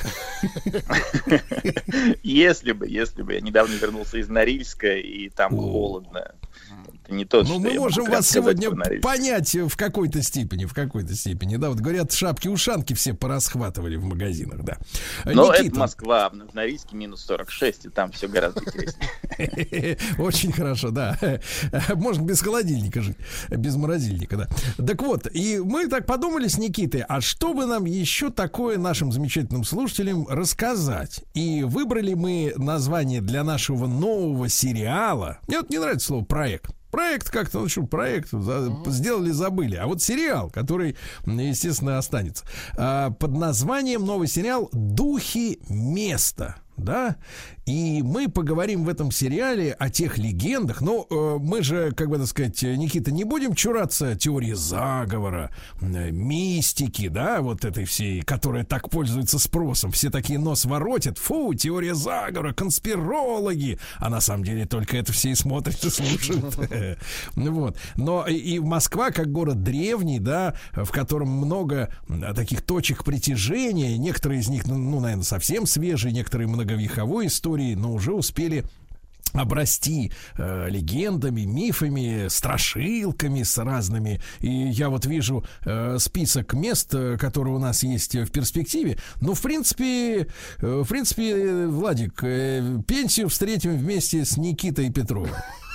Если бы, если бы. Я недавно вернулся из Норильска, и там холодно. Это не то, ну, мы можем вас сегодня понять в какой-то степени, в какой-то степени, да, вот говорят, шапки-ушанки все порасхватывали в магазинах, да. Но Никита. Это Москва, в Норильске минус сорок шесть, и там все гораздо интереснее. Очень хорошо, да. Можно без холодильника жить, без морозильника, да. Так вот, и мы так подумали с Никитой, а что бы нам еще такое нашим замечательным слушателям рассказать? И выбрали мы название для нашего нового сериала. Мне вот не нравится слово «проект». Проект как-то, ну что, проект за, сделали, забыли. А вот сериал, который, естественно, останется. А, под названием новый сериал «Духи места». Да, и мы поговорим в этом сериале о тех легендах. Но э, мы же, как бы так сказать, Никита, не будем чураться теории заговора, э, мистики, да, вот этой всей, которая так пользуется спросом. Все такие нос воротят. Фу, теория заговора, конспирологи. А на самом деле только это все и смотрят и слушают. Вот. Но и Москва, как город древний, да, в котором много таких точек притяжения. Некоторые из них, ну, наверное, совсем свежие, некоторые много многовековой истории, но уже успели обрасти э, легендами, мифами, страшилками с разными. И я вот вижу э, список мест, которые у нас есть в перспективе. Ну, в принципе, э, в принципе, Владик, э, пенсию встретим вместе с Никитой Петровым.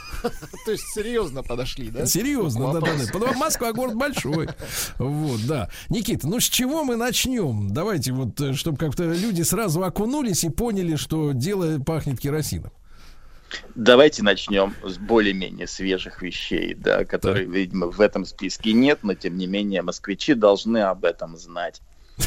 То есть серьезно подошли, да? Серьезно, да, да, да. Москва город большой. Вот, да. Никита, ну с чего мы начнем? Давайте вот, чтобы как-то люди сразу окунулись и поняли, что дело пахнет керосином. Давайте начнем с более-менее свежих вещей, да, которые, да. видимо, в этом списке нет, но тем не менее москвичи должны об этом знать.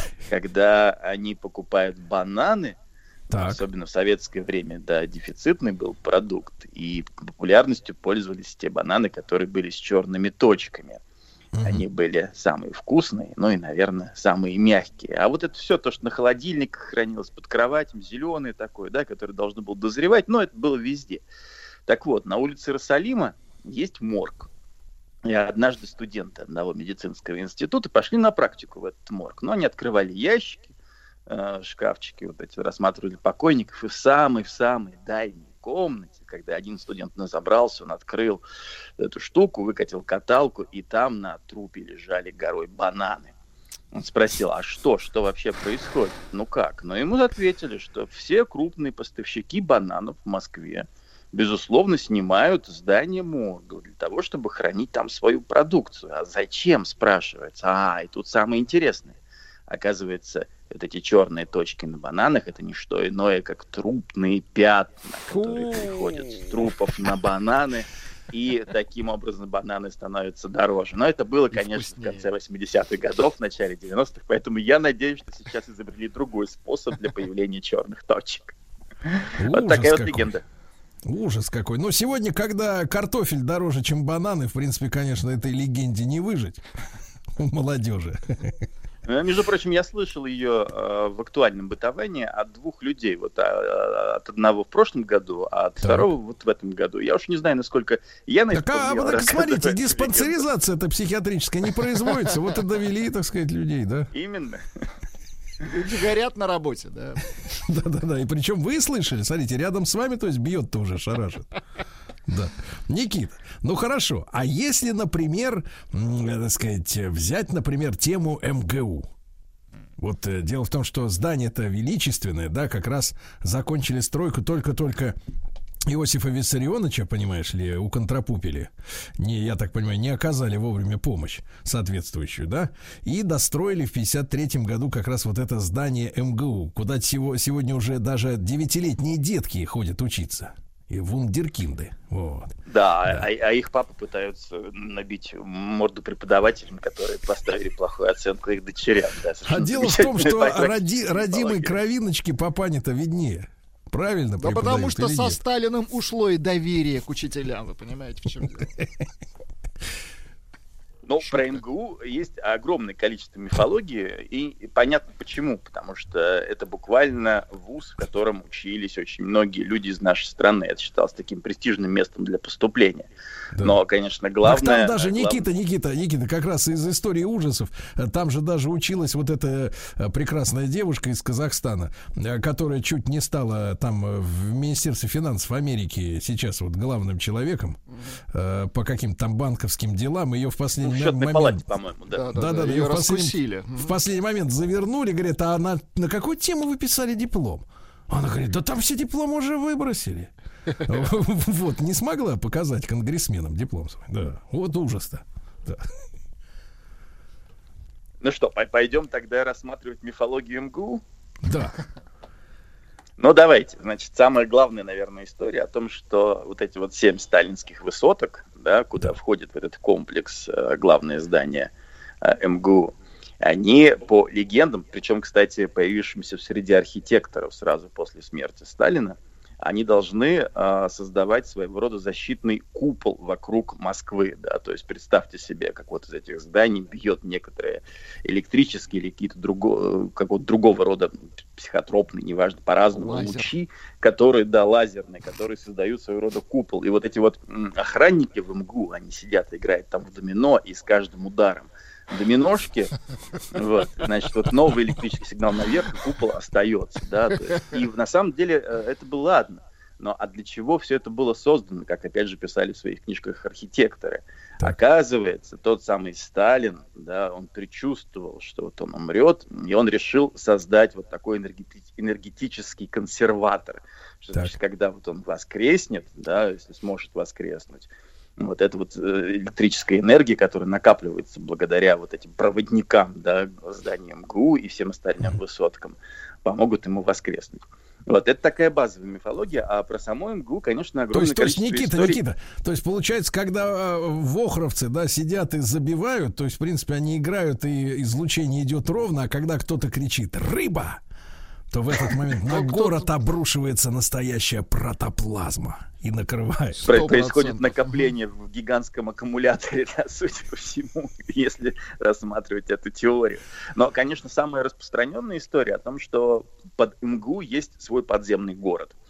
Когда они покупают бананы, так. особенно в советское время, да, дефицитный был продукт, и популярностью пользовались те бананы, которые были с черными точками. Mm-hmm. Они были самые вкусные, ну и, наверное, самые мягкие. А вот это все, то, что на холодильниках хранилось под кроватью, зеленое такое, да, которое должно было дозревать, но это было везде. Так вот, на улице Иерусалима есть морг. И однажды студенты одного медицинского института пошли на практику в этот морг. Но они открывали ящики, шкафчики вот эти, рассматривали покойников, и в самый-в самый дальний, комнате, когда один студент забрался, он открыл эту штуку, выкатил каталку, и там на трупе лежали горой бананы. Он спросил, а что, что вообще происходит? Ну как? Но ему ответили, что все крупные поставщики бананов в Москве, безусловно, снимают здание морга для того, чтобы хранить там свою продукцию. А зачем, спрашивается? А, и тут самое интересное. Оказывается, вот эти черные точки на бананах — это не что иное, как трупные пятна, которые приходят с трупов на бананы, и таким образом бананы становятся дороже. Но это было, конечно, в конце восьмидесятых годов, в начале девяностых, поэтому я надеюсь, что сейчас изобрели другой способ для появления черных точек. Вот такая вот легенда. Ужас какой. Но сегодня, когда картофель дороже, чем бананы, в принципе, конечно, этой легенде не выжить молодежи. Между прочим, я слышал ее э, в актуальном бытовании от двух людей. Вот а, от одного в прошлом году, а от так. второго вот в этом году. Я уж не знаю, насколько я на так, а, а, так смотрите, диспансеризация-то психиатрическая не производится. Вот и довели, так сказать, людей, да? Именно. Люди горят на работе, да. Да-да-да, и причем вы слышали, смотрите, рядом с вами, то есть бьет-то уже, шарашит. Да. Никита, ну хорошо, а если, например, так сказать, взять, например, тему эм гэ у. Вот э, дело в том, что здание-то величественное, да, как раз закончили стройку только-только Иосифа Виссарионовича, понимаешь ли, уконтрапупили. Не, я так понимаю, не оказали вовремя помощь соответствующую, да, и достроили в пятьдесят третьем году как раз вот это здание эм гэ у, куда сего, сегодня уже даже девятилетние детки ходят учиться. И вундеркинды. Вот. Да, да. А, а их папы пытаются набить морду преподавателям, которые поставили плохую оценку их дочерям. Да, а дело в том, что роди, родимой кровиночки папане-то виднее. Правильно? Да потому что со нет? Сталиным ушло и доверие к учителям, вы понимаете, в чем дело. Но про эм гэ у есть огромное количество мифологии, и понятно почему, потому что это буквально вуз, в котором учились очень многие люди из нашей страны. Это считалось таким престижным местом для поступления. Да. Но, конечно, главное... Так там даже, главное... Никита, Никита, Никита, как раз из истории ужасов, там же даже училась вот эта прекрасная девушка из Казахстана, которая чуть не стала там в Министерстве финансов Америки сейчас вот главным человеком mm-hmm. по каким-то там банковским делам. Ее в последний В счетной палате, по-моему, да. Да, да, да, ее в последний, в последний момент завернули, говорят, а на, на какую тему вы писали диплом? Она говорит, да там все дипломы уже выбросили. Вот, не смогла показать конгрессменам диплом свой. Да, вот ужас-то. Ну что, пойдем тогда рассматривать мифологию эм гэ у? Да. Ну, давайте. Значит, самая главная, наверное, история о том, что вот эти вот семь сталинских высоток, да, куда да. входит в этот комплекс э, главное здание э, эм гэ у, они по легендам, причем, кстати, появившимся в среде архитекторов сразу после смерти Сталина, они должны э, создавать своего рода защитный купол вокруг Москвы, да, то есть представьте себе, как вот из этих зданий бьет некоторые электрические или какие-то друго, какого-то другого рода психотропные, неважно, по-разному, Лазер. лучи, которые, да, лазерные, которые создают своего рода купол. И вот эти вот м, охранники в эм гэ у, они сидят, играют там в домино, и с каждым ударом доминошки, вот, значит, вот новый электрический сигнал наверх, и купол остается, да, то есть, и на самом деле это было ладно, но а для чего все это было создано, как опять же писали в своих книжках архитекторы? Так. Оказывается, тот самый Сталин, да, он предчувствовал, что вот он умрет, и он решил создать вот такой энергети- энергетический консерватор, что, значит, когда вот он воскреснет, да, если сможет воскреснуть, вот эта вот электрическая энергия, которая накапливается благодаря вот этим проводникам, да, зданию эм гэ у и всем остальным высоткам, помогут ему воскреснуть. Вот, это такая базовая мифология, а про саму эм гэ у, конечно, огромное то есть, количество то есть, Никита, историй. Никита, то есть, получается, когда э, вохровцы, да, сидят и забивают, то есть, в принципе, они играют, и излучение идет ровно, а когда кто-то кричит «рыба», то в этот момент на город обрушивается настоящая протоплазма и накрывает. Про- происходит накопление в гигантском аккумуляторе, да, судя по всему, если рассматривать эту теорию. Но, конечно, самая распространенная история о том, что под эм гэ у есть свой подземный город.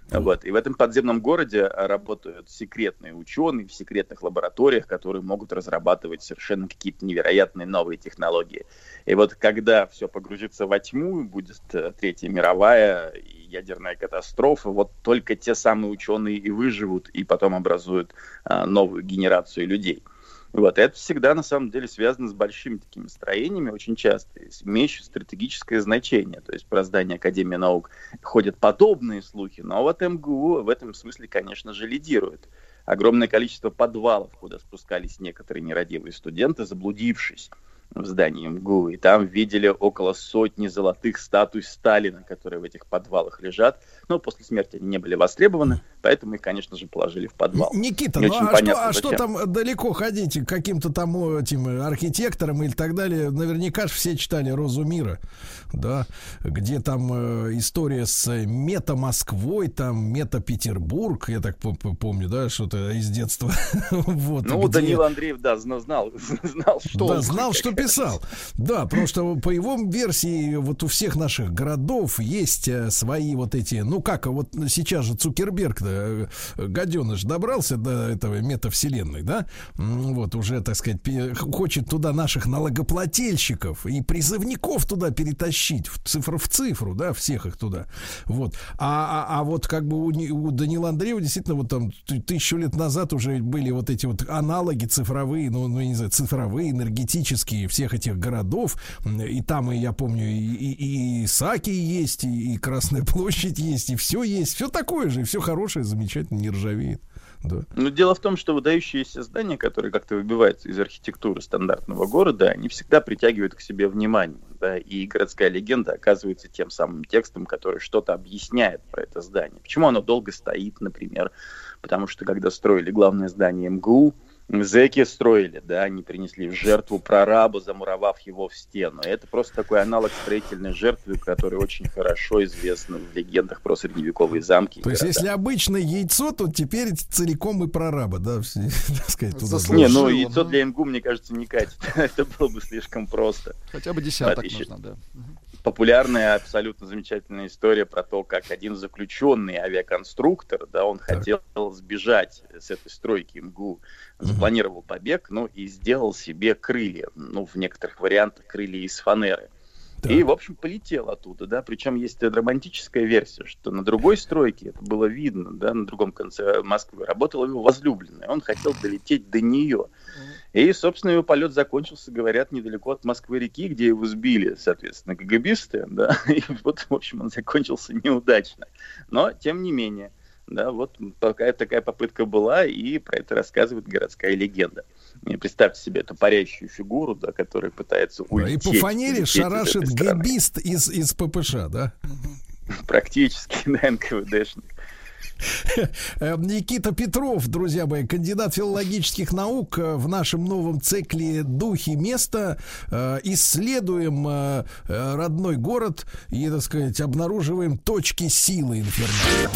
Вот. И в этом подземном городе работают секретные ученые в секретных лабораториях, которые могут разрабатывать совершенно какие-то невероятные новые технологии. И вот когда все погрузится во тьму, будет Третья мировая и ядерная катастрофа, вот только те самые ученые и выживут, и потом образуют а, новую генерацию людей. Вот. Это всегда, на самом деле, связано с большими такими строениями, очень часто, имеющими стратегическое значение. То есть про здание Академии наук ходят подобные слухи, но вот эм гэ у в этом смысле, конечно же, лидирует. Огромное количество подвалов, куда спускались некоторые нерадивые студенты, заблудившись в здании эм гэ у, и там видели около сотни золотых статуй Сталина, которые в этих подвалах лежат. Но после смерти они не были востребованы, поэтому их, конечно же, положили в подвал. Никита, ну а, понятно, что, а что там далеко ходить к каким-то там этим архитекторам или так далее? Наверняка же все читали «Розу мира», да, где там э, история с мета-Москвой, там мета-Петербург, я так помню, да, что-то из детства. Вот, ну, где... Данил Андреев, да, знал, знал, что... Да, знал, что писал. Да, потому что по его версии вот у всех наших городов есть свои вот эти, ну как, вот сейчас же Цукерберг, да, гаденыш, добрался до этого метавселенной, да, вот уже, так сказать, хочет туда наших налогоплательщиков и призывников туда перетащить в цифру в цифру, да, всех их туда, вот. А, а, а вот как бы у, у Данила Андреева действительно вот там тысячу лет назад уже были вот эти вот аналоги цифровые, ну, ну не знаю, цифровые, энергетические всех этих городов, и там, и я помню, и, и, и Исаакий есть, и, и Красная площадь есть, и все есть, все такое же, и все хорошее, замечательно, не ржавеет. Да. Но дело в том, что выдающиеся здания, которые как-то выбиваются из архитектуры стандартного города, они всегда притягивают к себе внимание. Да, и городская легенда оказывается тем самым текстом, который что-то объясняет про это здание. Почему оно долго стоит, например? Потому что когда строили главное здание эм гэ у, зэки строили, да, они принесли в жертву прораба, замуровав его в стену. И это просто такой аналог строительной жертвы, который очень хорошо известен в легендах про средневековые замки. То есть, если обычное яйцо, то теперь целиком и прораба, да, все, так сказать, туда. Не, ну яйцо для эм гэ у, мне кажется, не катит. Это было бы слишком просто. Хотя бы десяток нужно, да. Популярная, абсолютно замечательная история про то, как один заключенный авиаконструктор, да, он так. хотел сбежать с этой стройки эм гэ у, запланировал побег, ну и сделал себе крылья, ну в некоторых вариантах крылья из фанеры. Так. И, в общем, полетел оттуда, да, причем есть романтическая версия, что на другой стройке, это было видно, да, на другом конце Москвы, работала его возлюбленная, он хотел долететь до нее. И, собственно, его полет закончился, говорят, недалеко от Москвы-реки, где его сбили, соответственно, КГБисты, да, и вот, в общем, он закончился неудачно. Но, тем не менее, да, вот такая, такая попытка была, и про это рассказывает городская легенда. И представьте себе эту парящую фигуру, да, которая пытается улететь. И по фанере шарашит гэбист из, из пэ пэ ша, да? Практически, да, эн ка вэ дэшник. Никита Петров, друзья мои, кандидат филологических наук, в нашем новом цикле «Духи места» исследуем родной город и, так сказать, обнаруживаем точки силы инфернальной.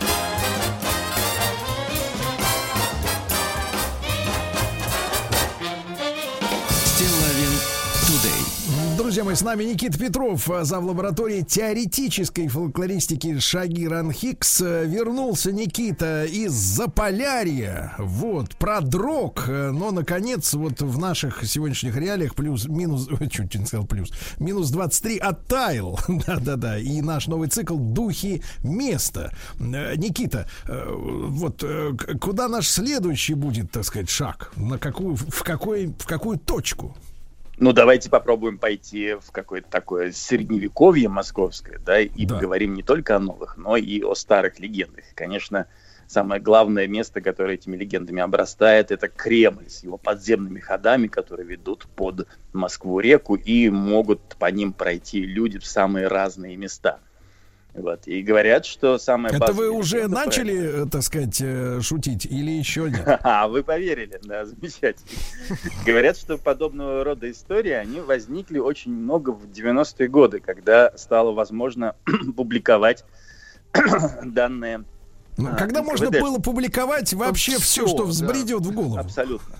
Друзья мои, с нами Никита Петров, зав. Лаборатории теоретической фольклористики Шагир Анхикс. Вернулся Никита из Заполярья. Вот, продрог. Но, наконец, вот в наших сегодняшних реалиях плюс, минус, чуть не сказал плюс, минус двадцать три оттаял. Да-да-да. И наш новый цикл «Духи места». Никита, вот куда наш следующий будет, так сказать, шаг? На какую, в, какой, в какую точку? Ну, давайте попробуем пойти в какое-то такое средневековье московское, да, и да. поговорим не только о новых, но и о старых легендах. И, конечно, самое главное место, которое этими легендами обрастает, это Кремль с его подземными ходами, которые ведут под Москву-реку и могут по ним пройти люди в самые разные места. Вот. И говорят, что самое... Это вы уже начали, правильно. так сказать, шутить или еще нет? А, вы поверили, да, замечательно. Говорят, что подобного рода истории, они возникли очень много в девяностые годы, когда стало возможно публиковать данные... Когда а, можно было публиковать вообще все, что взбредет да. в голову. Абсолютно.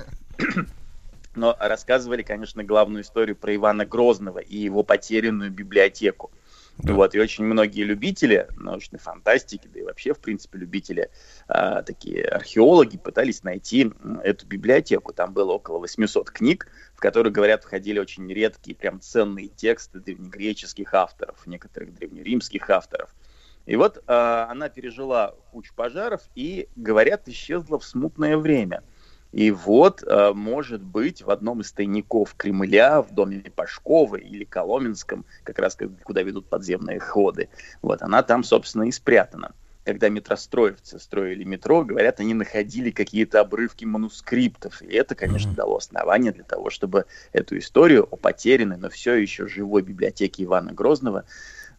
Но рассказывали, конечно, главную историю про Ивана Грозного и его потерянную библиотеку. Да. Вот, и очень многие любители научной фантастики, да и вообще, в принципе, любители, а, такие археологи, пытались найти эту библиотеку. Там было около восемьсот книг, в которые, говорят, входили очень редкие, прям ценные тексты древнегреческих авторов, некоторых древнеримских авторов. И вот а, она пережила кучу пожаров и, говорят, исчезла в смутное время. И вот, может быть, в одном из тайников Кремля, в доме Пашковой или Коломенском, как раз куда ведут подземные ходы, вот она там, собственно, и спрятана. Когда метростроевцы строили метро, говорят, они находили какие-то обрывки манускриптов. И это, конечно, mm-hmm. дало основание для того, чтобы эту историю о потерянной, но все еще живой библиотеке Ивана Грозного,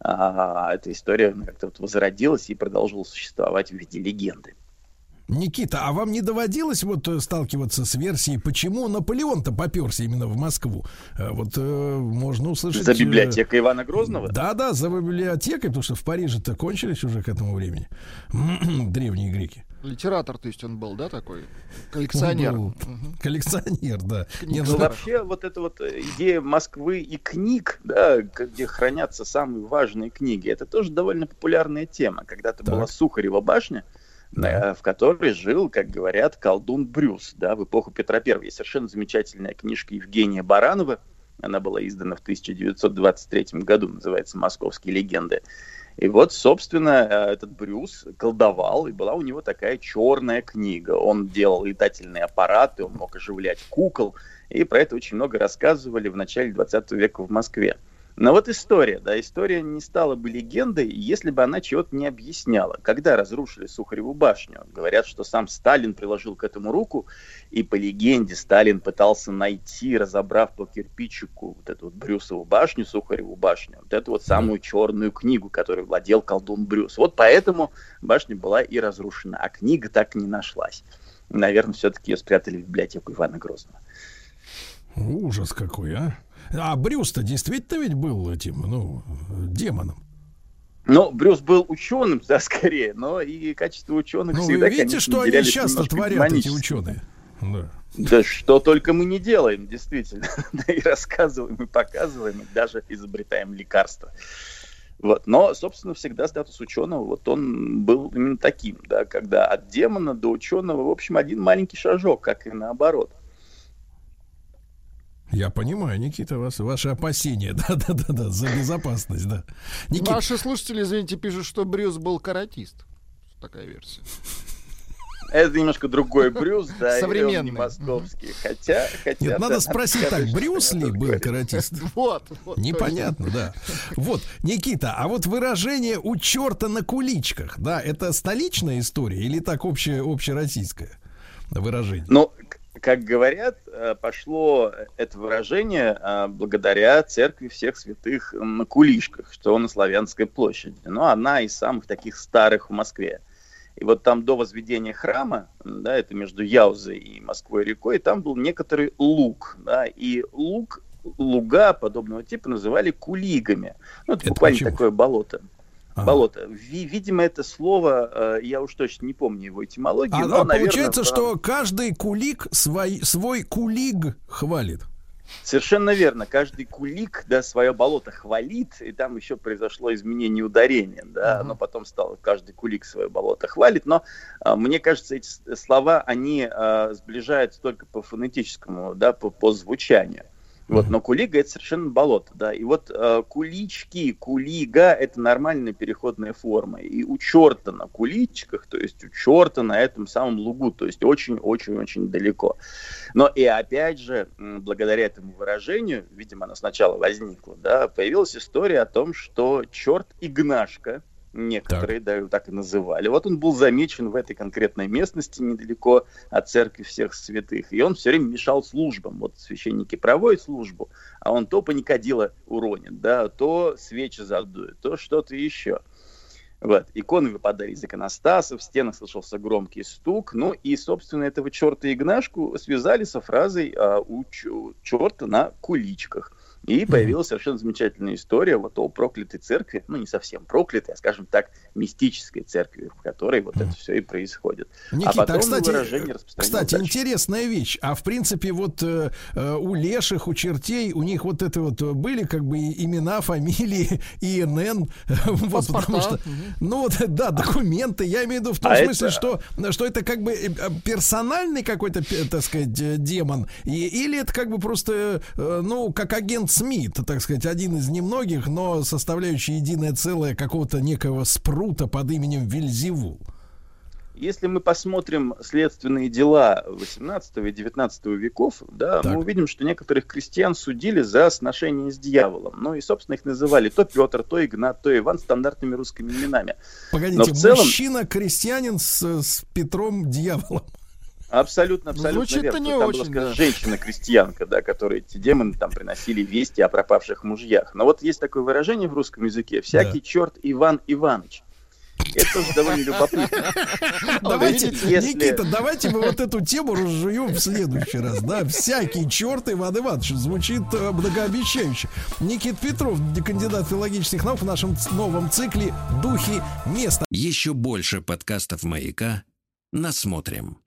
а, эта история как-то вот возродилась и продолжила существовать в виде легенды. Никита, а вам не доводилось вот сталкиваться с версией, почему Наполеон-то попёрся именно в Москву? Вот э, можно услышать... За библиотекой Ивана Грозного? Да-да, за библиотекой, потому что в Париже-то кончились уже к этому времени древние греки. Литератор, то есть он был, да, такой? Коллекционер. Угу. Коллекционер, да. Нет, ну, вообще вот эта вот идея Москвы и книг, да, где хранятся самые важные книги, это тоже довольно популярная тема. Когда-то так. была Сухарева башня, да. в которой жил, как говорят, колдун Брюс, да, в эпоху Петра Первого. Есть совершенно замечательная книжка Евгения Баранова, она была издана в тысяча девятьсот двадцать третьем году, называется «Московские легенды». И вот, собственно, этот Брюс колдовал, и была у него такая черная книга. Он делал летательные аппараты, он мог оживлять кукол, и про это очень много рассказывали в начале двадцатого века в Москве. Но вот история, да, история не стала бы легендой, если бы она чего-то не объясняла. Когда разрушили Сухареву башню, говорят, что сам Сталин приложил к этому руку, и по легенде Сталин пытался найти, разобрав по кирпичику вот эту вот Брюсову башню, Сухареву башню, вот эту вот самую черную книгу, которой владел колдун Брюс. Вот поэтому башня была и разрушена, а книга так и не нашлась. Наверное, все-таки ее спрятали в библиотеку Ивана Грозного. Ужас какой, а! А Брюс-то действительно ведь был этим, ну, демоном. Ну, Брюс был ученым, да, скорее, но и качество ученых ну, всегда, вы видите, конечно, что они часто творят, эти ученые? Да. Да что только мы не делаем, действительно. Да и рассказываем, и показываем, и даже изобретаем лекарства. Вот. Но, собственно, всегда статус ученого, вот он был именно таким, да, когда от демона до ученого, в общем, один маленький шажок, как и наоборот. Я понимаю, Никита, вас, ваши опасения, да-да-да, за безопасность, да. Никит... Наши слушатели, извините, пишут, что Брюс был каратист. Такая версия. Это немножко другой Брюс, да, современный, не московский. Хотя, хотя. Нет, надо спросить так, Брюс ли был каратист? Вот, вот. Непонятно, да. Вот, Никита, а вот выражение «у черта на куличках», да, это столичная история или так обще, общероссийское выражение? Ну, как говорят, пошло это выражение благодаря церкви всех святых на Куличках, что на Славянской площади. Но она из самых таких старых в Москве. И вот там до возведения храма, да, это между Яузой и Москвой-рекой, там был некоторый луг, да, и луг, луга подобного типа называли кулигами. Ну, это, это буквально почему? Такое болото. А. Болото. Видимо, это слово, я уж точно не помню его этимологию. А, но, а наверное, получается, что каждый кулик свой, свой кулиг хвалит. Совершенно верно. Каждый кулик, да, свое болото хвалит, и там еще произошло изменение ударения, да, uh-huh. но потом стало каждый кулик свое болото хвалит. Но а, мне кажется, эти слова, они а, сближаются только по фонетическому, да, по, по звучанию. Вот, но кулига — это совершенно болото, да, и вот э, кулички, кулига — это нормальная переходная форма, и у черта на куличках, то есть у черта на этом самом лугу, то есть очень-очень-очень далеко. Но и опять же, благодаря этому выражению, видимо, оно сначала возникло, да, появилась история о том, что черт Игнашка, некоторые, так. да, его так и называли. Вот он был замечен в этой конкретной местности, недалеко от церкви всех святых. И он все время мешал службам. Вот священники проводят службу, а он то паникадило уронит, да, то свечи задует, то что-то еще. Вот. Иконы выпадали из иконостаса, в стенах слышался громкий стук. Ну и, собственно, этого черта Игнашку связали со фразой а, «у черта на куличках». И появилась совершенно замечательная история вот о проклятой церкви, ну не совсем проклятой, а, скажем так, мистической церкви, в которой вот это все и происходит. Никита, а потом а кстати, выражение распространилось кстати, дальше. интересная вещь. А в принципе, вот э, у леших, у чертей, у них вот это вот были как бы имена, фамилии, ИНН. Вот, потому что, ну вот, да, документы. Я имею в виду в том а смысле, это... что, что это как бы персональный какой-то, так сказать, демон, и, или это как бы просто, ну, как агент Смит, так сказать, один из немногих, но составляющий единое целое какого-то некого спрута под именем Вельзевул. Если мы посмотрим следственные дела восемнадцатого и девятнадцатого веков, да, так. мы увидим, что некоторых крестьян судили за сношение с дьяволом. Ну и, собственно, их называли то Петр, то Игнат, то Иван стандартными русскими именами. Погодите, Но в целом... мужчина-крестьянин с, с Петром дьяволом. Абсолютно, абсолютно Звучит-то верно. не Там очень, была, скажем, да. женщина-крестьянка, да, которой эти демоны там приносили вести о пропавших мужьях. Но вот есть такое выражение в русском языке: всякий да. черт Иван Иваныч. Это тоже довольно любопытно. Давайте, Никита, давайте мы вот эту тему разжуем в следующий раз. Да, всякий черт Иван Иванович. Звучит многообещающе. Никита Петров, кандидат филологических наук, в нашем новом цикле «Духи места». Еще больше подкастов «Маяка» насмотрим.